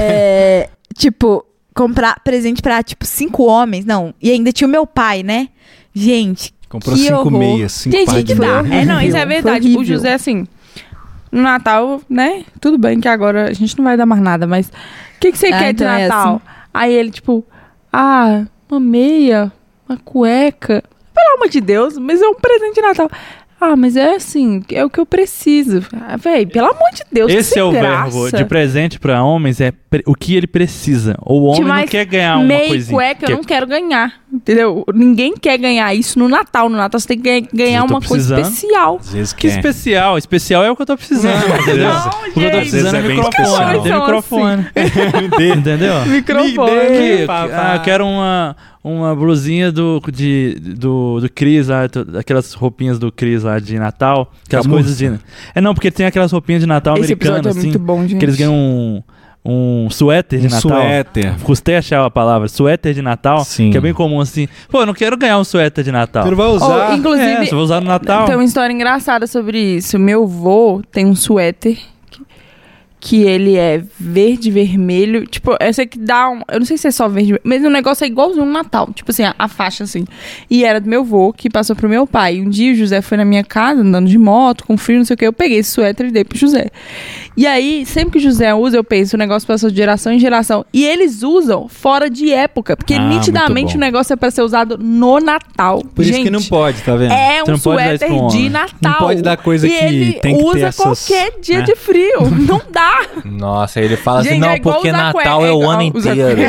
Tipo, comprar presente pra, tipo, 5 homens. Não, e ainda tinha o meu pai, né? Gente, comprou 5 meias, 5 pares de meia. Não, isso é verdade. O José, assim, no Natal, né? Tudo bem que agora a gente não vai dar mais nada, mas o que você quer de Natal? Assim. Aí ele, tipo, uma meia, uma cueca. Pelo amor de Deus, mas é um presente de Natal. Mas é assim, é o que eu preciso. Véi, pelo amor de Deus, esse é o verbo de presente pra homens, é o que ele precisa. O homem não quer ganhar uma coisinha. Cueca eu não quero ganhar, entendeu? Ninguém quer ganhar isso no Natal. No Natal você tem que ganhar uma coisa especial. Às vezes que especial? Especial é o que eu tô precisando, entendeu? O que eu tô precisando é microfone. Tem microfone. Entendeu? Microfone. Eu quero uma blusinha do Chris lá, aquelas roupinhas do Chris lá de Natal, aquelas coisas de... Não, porque tem aquelas roupinhas de Natal americanas, assim, muito bom, gente. Que eles ganham um suéter de Natal. Suéter. Custei achar a palavra, suéter de Natal, sim, que é bem comum assim. Pô, eu não quero ganhar um suéter de Natal. Você não vai usar. Inclusive, você vai usar no Natal. Tem uma história engraçada sobre isso. Meu vô tem um suéter que ele é verde, vermelho. Tipo, essa que dá um... Eu não sei se é só verde, mas o negócio é igualzinho no Natal. Tipo assim, a faixa assim. E era do meu vô, que passou pro meu pai. Um dia o José foi na minha casa, andando de moto, com frio, não sei o que. Eu peguei esse suéter e dei pro José. E aí, sempre que o José usa, eu penso, o negócio passou de geração em geração. E eles usam fora de época. Porque nitidamente o negócio é pra ser usado no Natal. Por isso que não pode, tá vendo? É um suéter de Natal. Não pode dar coisa que tem que ter essas... usa qualquer dia de frio. Não dá. Nossa, ele fala assim, não, porque Natal é o ano inteiro.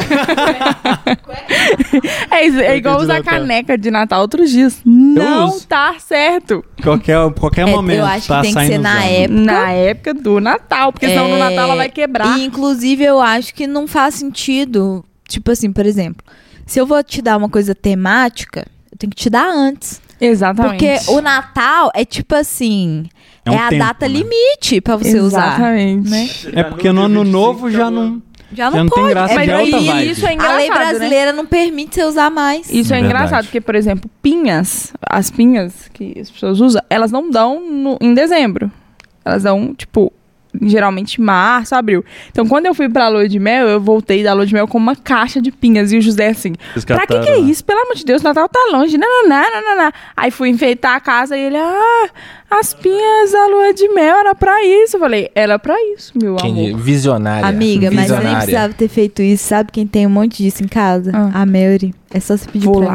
É igual usar caneca de Natal outros dias. Não tá certo. Qualquer momento. Eu acho que tem que ser na época do Natal, porque senão no Natal ela vai quebrar. E, inclusive, eu acho que não faz sentido. Tipo assim, por exemplo, se eu vou te dar uma coisa temática, eu tenho que te dar antes. Exatamente. Porque o Natal é tipo assim... É a tempo, data limite pra você usar. Né? É porque no ano novo já não pode. Tem graça, mas já é outra vibe. Isso é engraçado, a lei brasileira não permite você usar mais. Isso é engraçado, porque, por exemplo, pinhas, as pinhas que as pessoas usam, elas não dão em dezembro. Elas dão, tipo, geralmente março, abril. Então, quando eu fui pra lua de mel, eu voltei da lua de mel com uma caixa de pinhas. E o José assim, pra que é isso? Pelo amor de Deus, o Natal tá longe. Não. Aí fui enfeitar a casa e ele, as pinhas da lua de mel era pra isso. Eu falei, era pra isso, meu amor. Visionária. Amiga, mas eu nem precisava ter feito isso. Sabe quem tem um monte disso em casa? A Mary. É só você pedir pra ela.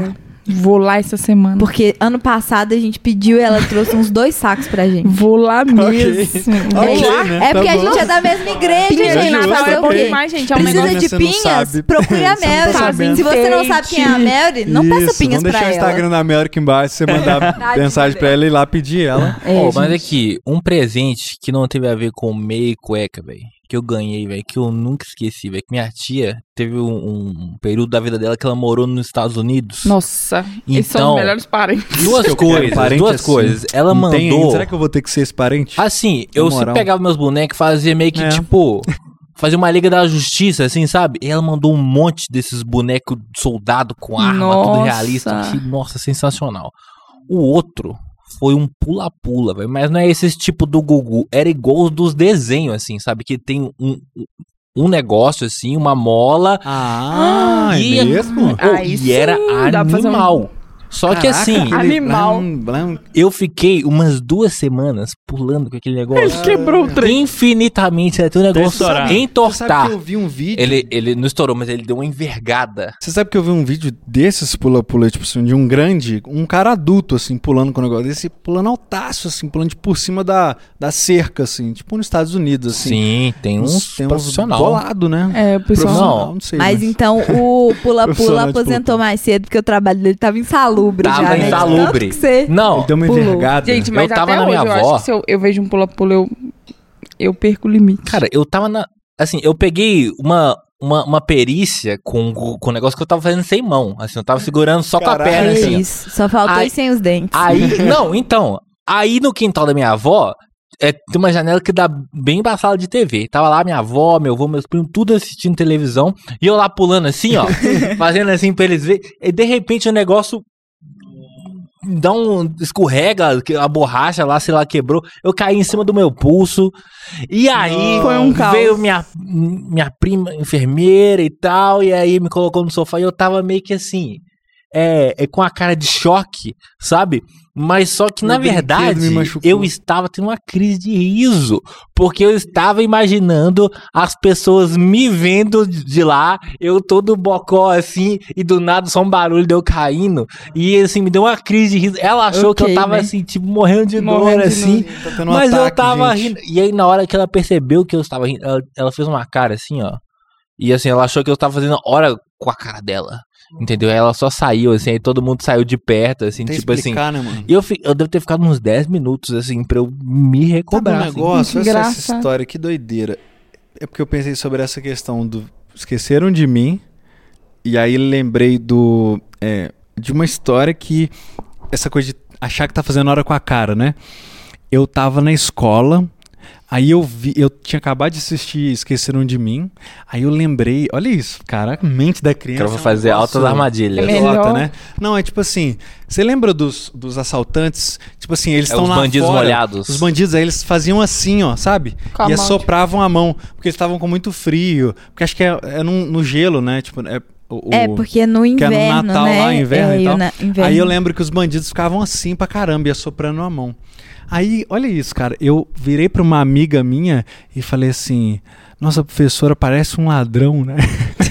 Vou lá essa semana. Porque ano passado a gente pediu e ela trouxe uns 2 sacos pra gente. Vou lá mesmo. Né? É porque a gente é da mesma igreja, gente. Natal é bom demais, gente. É um precisa negócio de pinhas? Procure a Mary. Se você não sabe quem é a Mary, não peça pinhas pra ela. Vamos deixar o Instagram da Mary aqui embaixo, você mandar mensagem pra ela e ir lá pedir ela. Mas aqui, um presente que não teve a ver com meia e cueca, velho. Que eu ganhei, velho, que eu nunca esqueci, velho. Que minha tia teve um período da vida dela que ela morou nos Estados Unidos. Nossa, eles são os melhores parentes. Duas coisas. Ela mandou... Será que eu vou ter que ser esse parente? Assim, eu sempre pegava meus bonecos e fazia meio que, tipo... Fazia uma Liga da Justiça, assim, sabe? E ela mandou um monte desses bonecos soldado com arma, tudo realista. Nossa, sensacional. O outro... Foi um pula-pula, velho. Mas não é esse tipo do Gugu. Era igual os dos desenhos, assim, sabe? Que tem um negócio, assim, uma mola. É mesmo? E era animal. Só que assim, animal. Eu fiquei umas 2 semanas pulando com aquele negócio. Ele quebrou o trem. Infinitamente, até o negócio entortar. Você sabe que eu vi um vídeo... Ele não estourou, mas ele deu uma envergada. Você sabe que eu vi um vídeo desses pula-pula, tipo assim, de um cara adulto, assim, pulando com o negócio desse, pulando altaço, assim, pulando de por cima da cerca, assim, tipo nos Estados Unidos, assim. Sim, tem uns profissional. Bolado, né? É, o pessoal não sei. Mas então o pula-pula aposentou mais cedo porque o trabalho dele tava insalubre. Tava insalubre. Não, ele deu uma envergada. Gente, mas eu tava até na minha hoje, avó. eu acho que se eu vejo um pula-pula, eu perco o limite. Cara, eu tava na... Assim, eu peguei uma perícia com o negócio que eu tava fazendo sem mão. Assim, eu tava segurando só com a perna, assim. Isso, só faltou ir sem os dentes. Aí no quintal da minha avó... tem uma janela que dá bem pra sala de TV. Tava lá minha avó, meu avô, meus primos, tudo assistindo televisão. E eu lá pulando assim, ó. Fazendo assim pra eles verem. E de repente o negócio escorrega, a borracha lá, sei lá, quebrou. Eu caí em cima do meu pulso. E aí veio minha prima enfermeira e tal. E aí me colocou no sofá e eu tava meio que assim... com a cara de choque, sabe? Mas só que, na verdade, eu estava tendo uma crise de riso, porque eu estava imaginando as pessoas me vendo de lá, eu todo bocó assim, e do nada só um barulho de eu caindo, e assim, me deu uma crise de riso. Ela achou que eu tava assim, tipo, morrendo de dor, assim, mas eu tava rindo. E aí, na hora que ela percebeu que eu estava rindo, ela fez uma cara assim, ó, e assim, ela achou que eu estava fazendo hora com a cara dela. Entendeu? Aí ela só saiu, assim, aí todo mundo saiu de perto, assim, tem tipo explicar, assim. Né, mano? E eu devo ter ficado uns 10 minutos, assim, pra eu me recobrar. Sabe um negócio, essa história, que doideira. É porque eu pensei sobre essa questão do... Esqueceram de mim, e aí lembrei de uma história que... Essa coisa de achar que tá fazendo hora com a cara, né? Eu tava na escola... Aí eu tinha acabado de assistir Esqueceram de Mim, aí eu lembrei, olha isso, cara, a mente da criança. Eu vou fazer altas armadilhas. Né? Não, é tipo assim, você lembra dos assaltantes? Tipo assim, eles estão lá fora. Os bandidos molhados. Os bandidos, aí eles faziam assim, ó, sabe? E assopravam a mão, porque eles estavam com muito frio, porque acho que é no gelo, né? Tipo, porque é no inverno, que é no Natal, né? lá, inverno e tal. Inverno. Aí eu lembro que os bandidos ficavam assim pra caramba, e assoprando a mão. Aí, olha isso, cara, eu virei pra uma amiga minha e falei assim, nossa, professora parece um ladrão, né?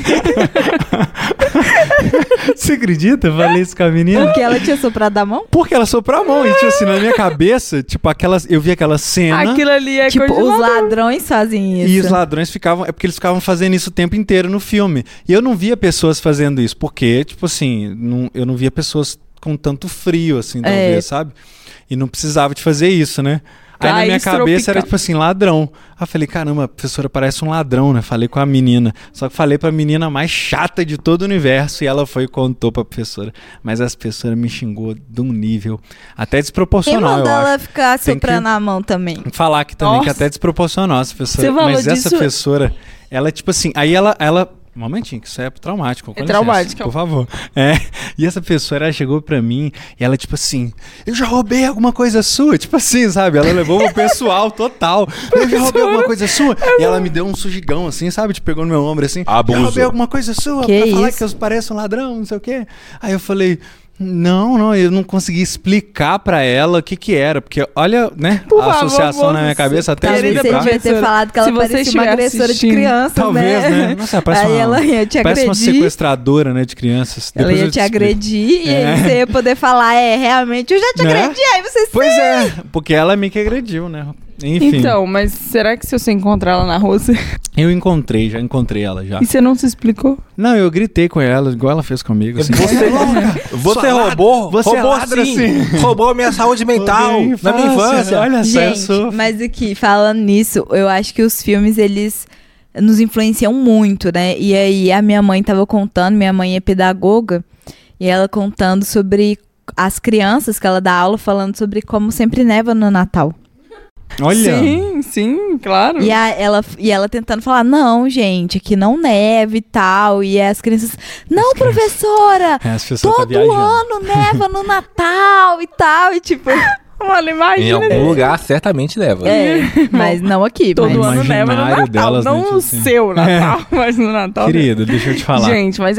Você acredita? Eu falei isso com a menina. Porque ela tinha soprado a mão? Porque ela soprou a mão. E tipo assim, na minha cabeça, tipo, eu vi aquela cena. Aquilo ali é tipo, os ladrões fazem isso. E os ladrões ficavam... É porque eles ficavam fazendo isso o tempo inteiro no filme. E eu não via pessoas fazendo isso. Porque, tipo assim, eu não via pessoas com tanto frio, assim, talvez, sabe? E não precisava de fazer isso, né? Aí na minha cabeça era tipo assim, ladrão. Aí eu falei, caramba, a professora parece um ladrão, né? Falei com a menina. Só que falei pra menina mais chata de todo o universo. E ela foi e contou pra professora. Mas essa professora me xingou de um nível até desproporcional, eu acho. Quem mandou ela ficar soprando a mão também? Falar aqui também, que é até desproporcional essa professora. Mas essa professora, ela tipo assim... Aí ela um momentinho, que isso é traumático. É traumático. Por favor. E essa pessoa, ela chegou pra mim e ela, tipo assim, eu já roubei alguma coisa sua. Tipo assim, sabe? Ela levou o pessoal total. Eu já roubei alguma coisa sua. E ela me deu um sujigão, assim, sabe? Tipo, pegou no meu ombro, assim. Abuso. Já roubei alguma coisa sua pra falar que eu pareço um ladrão, não sei o quê. Aí eu falei, Não, eu não consegui explicar pra ela o que era, porque olha, né, a associação na minha cabeça até explicar. Você devia ter falado que ela parecia uma agressora de crianças, talvez, né? Nossa, parece aí ela ia te agredir. Parece uma sequestradora, né, de crianças. Ela ia te agredir e aí você ia poder falar, realmente, eu já te agredi, aí você Pois é, porque ela meio que agrediu, né? Enfim. Então, mas será que se você encontrar ela na rua, você... Eu já encontrei ela já. E você não se explicou? Não, eu gritei com ela, igual ela fez comigo. Assim. Você roubou? Roubou sim. Roubou minha saúde mental na minha infância. Olha só, gente, mas aqui, falando nisso, eu acho que os filmes, eles nos influenciam muito, né? E aí a minha mãe tava contando, minha mãe é pedagoga, e ela contando sobre as crianças que ela dá aula, falando sobre como sempre neva no Natal. Olha. Sim, claro. E ela tentando falar, não, gente, aqui não neve e tal. E as crianças, não, professora, todo ano neva no Natal e tal. E tipo... Mano, imagina. Em algum lugar certamente leva. Mas não aqui. Todo ano neva no Natal. Delas, não no seu Natal, mas no Natal. Querido, deixa eu te falar. Gente, mas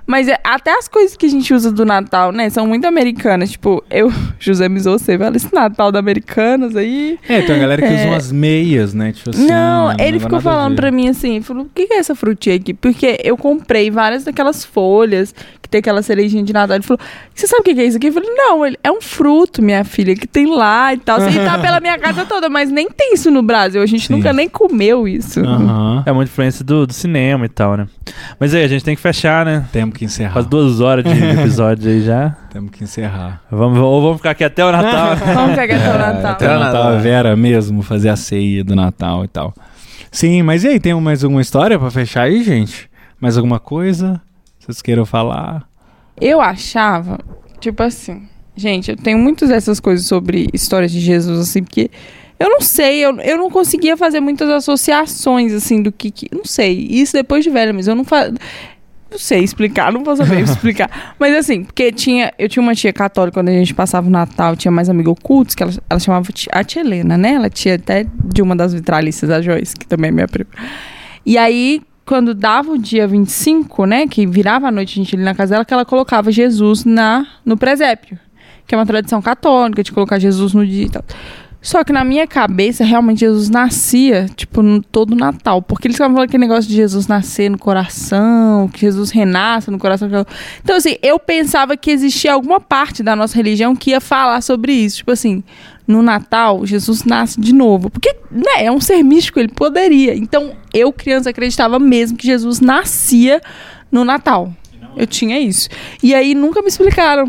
até as coisas que a gente usa do Natal, né, são muito americanas. Tipo, José Mizou, você fala esse Natal da Americanas aí. Tem uma galera que usa umas meias, né? Tipo assim. Não, ele ficou falando pra mim assim, falou, o que é essa frutinha aqui? Porque eu comprei várias daquelas folhas que tem aquela cerejinha de Natal. Ele falou, você sabe o que é isso aqui? Eu falei, não, é um fruto, minha filha, que tem lá e tal. Você tá pela minha casa toda, mas nem tem isso no Brasil. A gente nunca nem comeu isso. É uma influência do cinema e tal, né? Mas aí, a gente tem que fechar, né? Temos que encerrar. Faz 2 horas de episódio aí já. Temos que encerrar. Vamos ficar aqui até o Natal. Vamos ficar aqui até o Natal. Até o Natal, a Vera mesmo, fazer a ceia do Natal e tal. Sim, mas e aí, tem mais alguma história pra fechar aí, gente? Mais alguma coisa? Vocês queiram falar? Eu achava, tipo assim... Gente, eu tenho muitas dessas coisas sobre histórias de Jesus, assim, porque eu não sei, eu não conseguia fazer muitas associações, assim, do que... Não sei, isso depois de velha, mas eu não sei explicar, não vou saber explicar. Mas assim, porque eu tinha uma tia católica, quando a gente passava o Natal, tinha mais amigos ocultos, que ela chamava a tia Helena, né? Ela tinha até de uma das vitralistas, a Joyce, que também é minha prima. E aí... Quando dava o dia 25, né, que virava a noite a gente ali na casa dela, que ela colocava Jesus no presépio, que é uma tradição católica de colocar Jesus no dia e tal. Só que na minha cabeça, realmente, Jesus nascia, tipo, todo Natal. Porque eles estavam falando aquele negócio de Jesus nascer no coração, que Jesus renasce no coração. Então, assim, eu pensava que existia alguma parte da nossa religião que ia falar sobre isso. Tipo assim, no Natal, Jesus nasce de novo. Porque, né, é um ser místico, ele poderia. Então, eu, criança, acreditava mesmo que Jesus nascia no Natal. Eu tinha isso. E aí nunca me explicaram.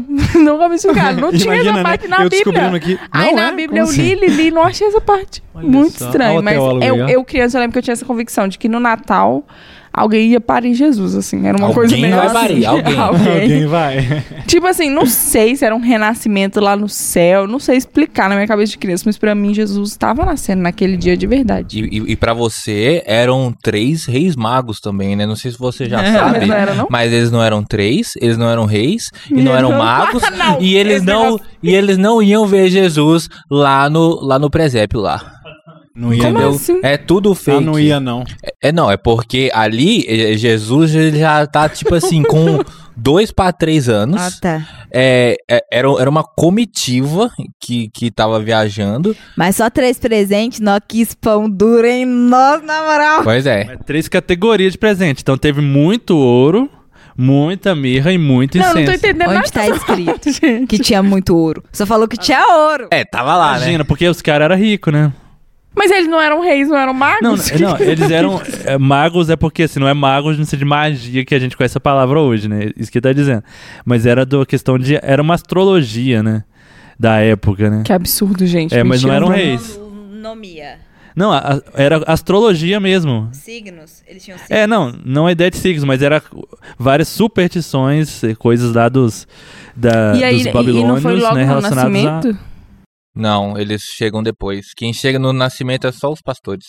Não tinha essa parte na Bíblia. Aqui, aí na Bíblia eu li, não achei essa parte. Olha muito só. Estranho. Mas eu, criança, eu lembro que eu tinha essa convicção de que no Natal alguém ia parir Jesus, assim. Era uma coisa meio vai parir, alguém vai. Tipo assim, não sei se era um renascimento lá no céu. Não sei explicar na minha cabeça de criança. Mas pra mim, Jesus estava nascendo naquele dia de verdade. E pra você, eram 3 reis magos também, né? Não sei se você já sabe. Mas não era, não? Mas eles não eram 3, eles não eram reis, e não eram magos. Não, e eles não iam ver Jesus lá no presépio lá. Não ia, Como não. assim? É tudo fake. Não ia, não. Não, é porque ali, Jesus ele já tá, tipo assim, com 2 para 3 anos. Ah, tá. Era uma comitiva que tava viajando. Mas só 3 presentes, nós quis pão duro, hein? Nossa, na moral. Pois é. 3 categorias de presente. Então teve muito ouro, muita mirra e muito incenso. Não tô entendendo Onde tá escrito que tinha muito ouro? Só falou que tinha ouro. Tava lá, Imagina, né? porque os caras eram ricos, né? Mas eles não eram reis, não eram magos? Não, eles eram magos, é porque assim, não é magos no sentido de magia que a gente conhece a palavra hoje, né? Isso que tá dizendo. Mas era da questão de... Era uma astrologia, né? Da época, né? Que absurdo, gente. Mas não eram reis. Nomia. Não, era astrologia mesmo. Signos. Eles tinham signos. Não a ideia de signos, mas era várias superstições, coisas lá dos babilônios, e não foi logo né, no relacionados nascimento? Não, eles chegam depois. Quem chega no nascimento é só os pastores.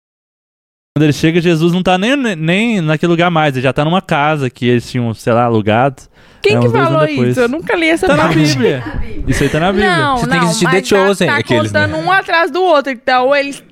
Quando ele chega, Jesus não tá nem naquele lugar mais, ele já tá numa casa que eles tinham, sei lá, alugado. Quem que falou isso? Eu nunca li essa parte. Tá na Bíblia. Isso aí tá na Bíblia. Não, Você tem que assistir The Chosen. Tá contando um atrás do outro. Então, eles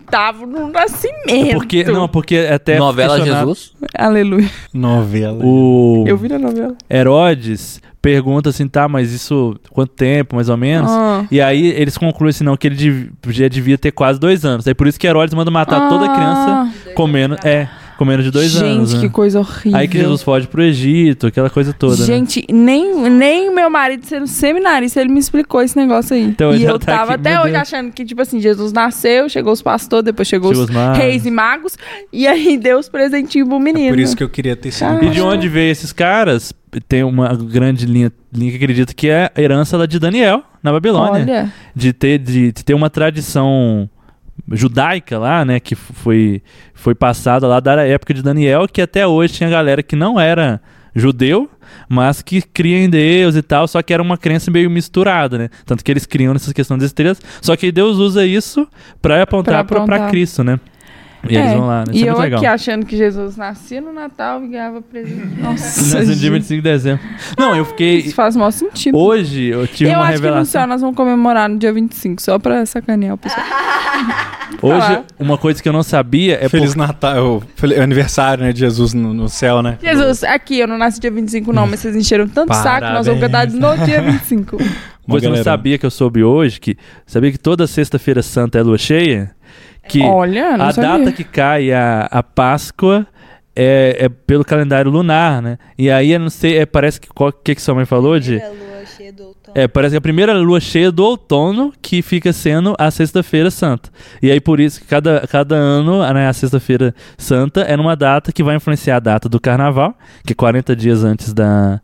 tava no nascimento. Porque até novela Jesus? Aleluia. Novela. Eu vi na novela. Herodes pergunta assim, tá, mas isso quanto tempo, mais ou menos? E aí eles concluem assim, não, que ele já devia ter quase 2 anos. Aí por isso que Herodes manda matar toda criança com menos de 2 anos. Gente, que coisa horrível. Aí que Jesus foge pro Egito, aquela coisa toda. Gente, nem meu marido sendo seminarista, ele me explicou esse negócio aí. Então, e eu tava aqui, até hoje achando que, tipo assim, Jesus nasceu, chegou os pastores, depois chegou os reis e magos, e aí deu os presentinhos pro menino. Por isso que eu queria ter sido. E de onde veio esses caras? Tem uma grande linha que acredita que é a herança lá de Daniel, na Babilônia. Olha. De ter uma tradição judaica lá, né, que foi passada lá da época de Daniel, que até hoje tinha galera que não era judeu, mas que cria em Deus e tal, só que era uma crença meio misturada, né? Tanto que eles criam nessas questões das estrelas, só que Deus usa isso para apontar para Cristo, né? E eles vão lá, né? Isso e é muito eu legal. aqui achando que Jesus nascia no Natal e ganhava presente. Nossa, no dia 25 de dezembro. Não, eu fiquei... Isso faz o maior sentido. Hoje eu tive uma revelação. Eu acho que no céu nós vamos comemorar no dia 25, só pra sacanear o pessoal. Hoje, uma coisa que eu não sabia é... Feliz Natal, aniversário, né, de Jesus no céu, né? Jesus, aqui, eu não nasci dia 25 não, mas vocês encheram tanto saco, nós vamos cantar no dia 25. Coisa que eu não sabia, que eu soube hoje, sabia que toda sexta-feira santa é lua cheia? Que olha, não sabia. Data que cai a Páscoa é pelo calendário lunar, né? E aí, eu não sei, parece que... O que sua mãe falou? Lua cheia do outono. Parece que a primeira lua cheia do outono que fica sendo a sexta-feira santa. E aí, por isso que cada ano, né, a sexta-feira santa é numa data que vai influenciar a data do carnaval, que é 40 dias antes da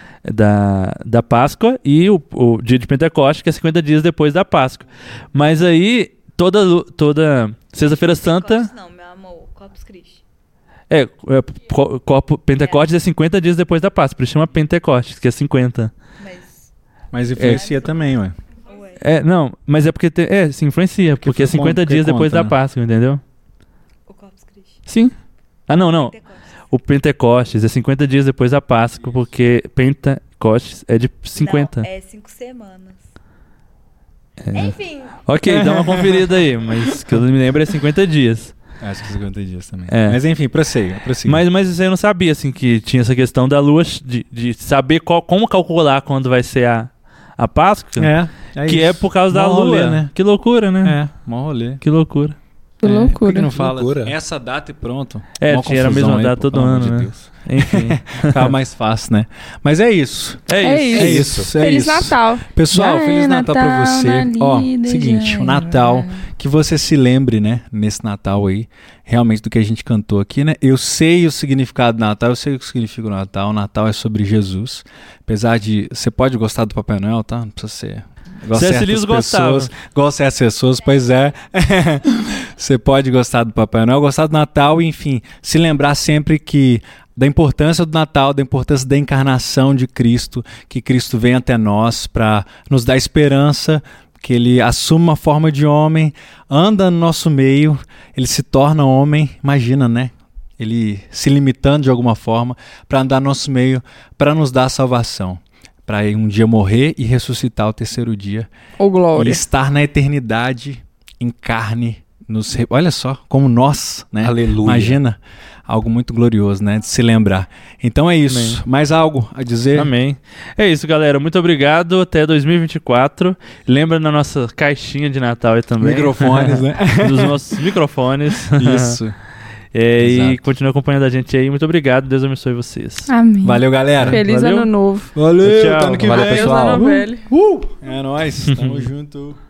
Páscoa, e o dia de Pentecostes, que é 50 dias depois da Páscoa. Mas aí... Toda sexta-feira santa... Não, meu amor, Corpus Christi. Pentecostes é 50 dias depois da Páscoa, por isso chama Pentecostes, que é 50. Mas influencia também, ué. Não, mas é porque... se influencia, porque é 50 dias depois da Páscoa, entendeu? O Corpus Christi. Sim. Não. O Pentecostes é 50 dias depois da Páscoa, porque Pentecostes é de 50. Não, é 5 semanas. Enfim. Ok, dá uma conferida aí, mas que eu me lembro é 50 dias. Acho que 50 dias também. Mas enfim, prossiga. Mas isso aí eu não sabia, assim, que tinha essa questão da lua, de saber como calcular quando vai ser a Páscoa. Que é por causa da lua. Rolê, né? Que loucura, né? Mó rolê. Que loucura. Que loucura. Por que não fala essa data e pronto? Tinha a mesma data todo ano, né? Deus. Enfim, ficava mais fácil, né? Mas é isso. É isso. Feliz Natal. Pessoal, Feliz Natal pra você. Seguinte, o Natal, que você se lembre, né, nesse Natal aí, realmente do que a gente cantou aqui, né? Eu sei o significado do Natal, eu sei o que significa o Natal. O Natal é sobre Jesus. Apesar de... Você pode gostar do Papai Noel, tá? Não precisa ser... Igual certas pessoas, pois é. Você pode gostar do Papai Noel, gostar do Natal, enfim, se lembrar sempre da importância do Natal, da importância da encarnação de Cristo, que Cristo vem até nós para nos dar esperança, que ele assume uma forma de homem, anda no nosso meio, ele se torna homem, imagina, né? Ele se limitando de alguma forma para andar no nosso meio, para nos dar a salvação. Para um dia morrer e ressuscitar ao terceiro dia. Glória. E estar na eternidade em carne. Olha só, como nós, né? Aleluia. Imagina, algo muito glorioso, né? De se lembrar. Então é isso. Amém. Mais algo a dizer? Amém. É isso, galera. Muito obrigado. Até 2024. Lembra na nossa caixinha de Natal aí também. Microfones, né? Dos nossos microfones. Isso. E continua acompanhando a gente aí. Muito obrigado. Deus abençoe vocês. Amém. Valeu, galera. Feliz ano novo. Valeu. Tchau. Ano que vem. Pessoal. Ano velho. É nóis. Tamo junto.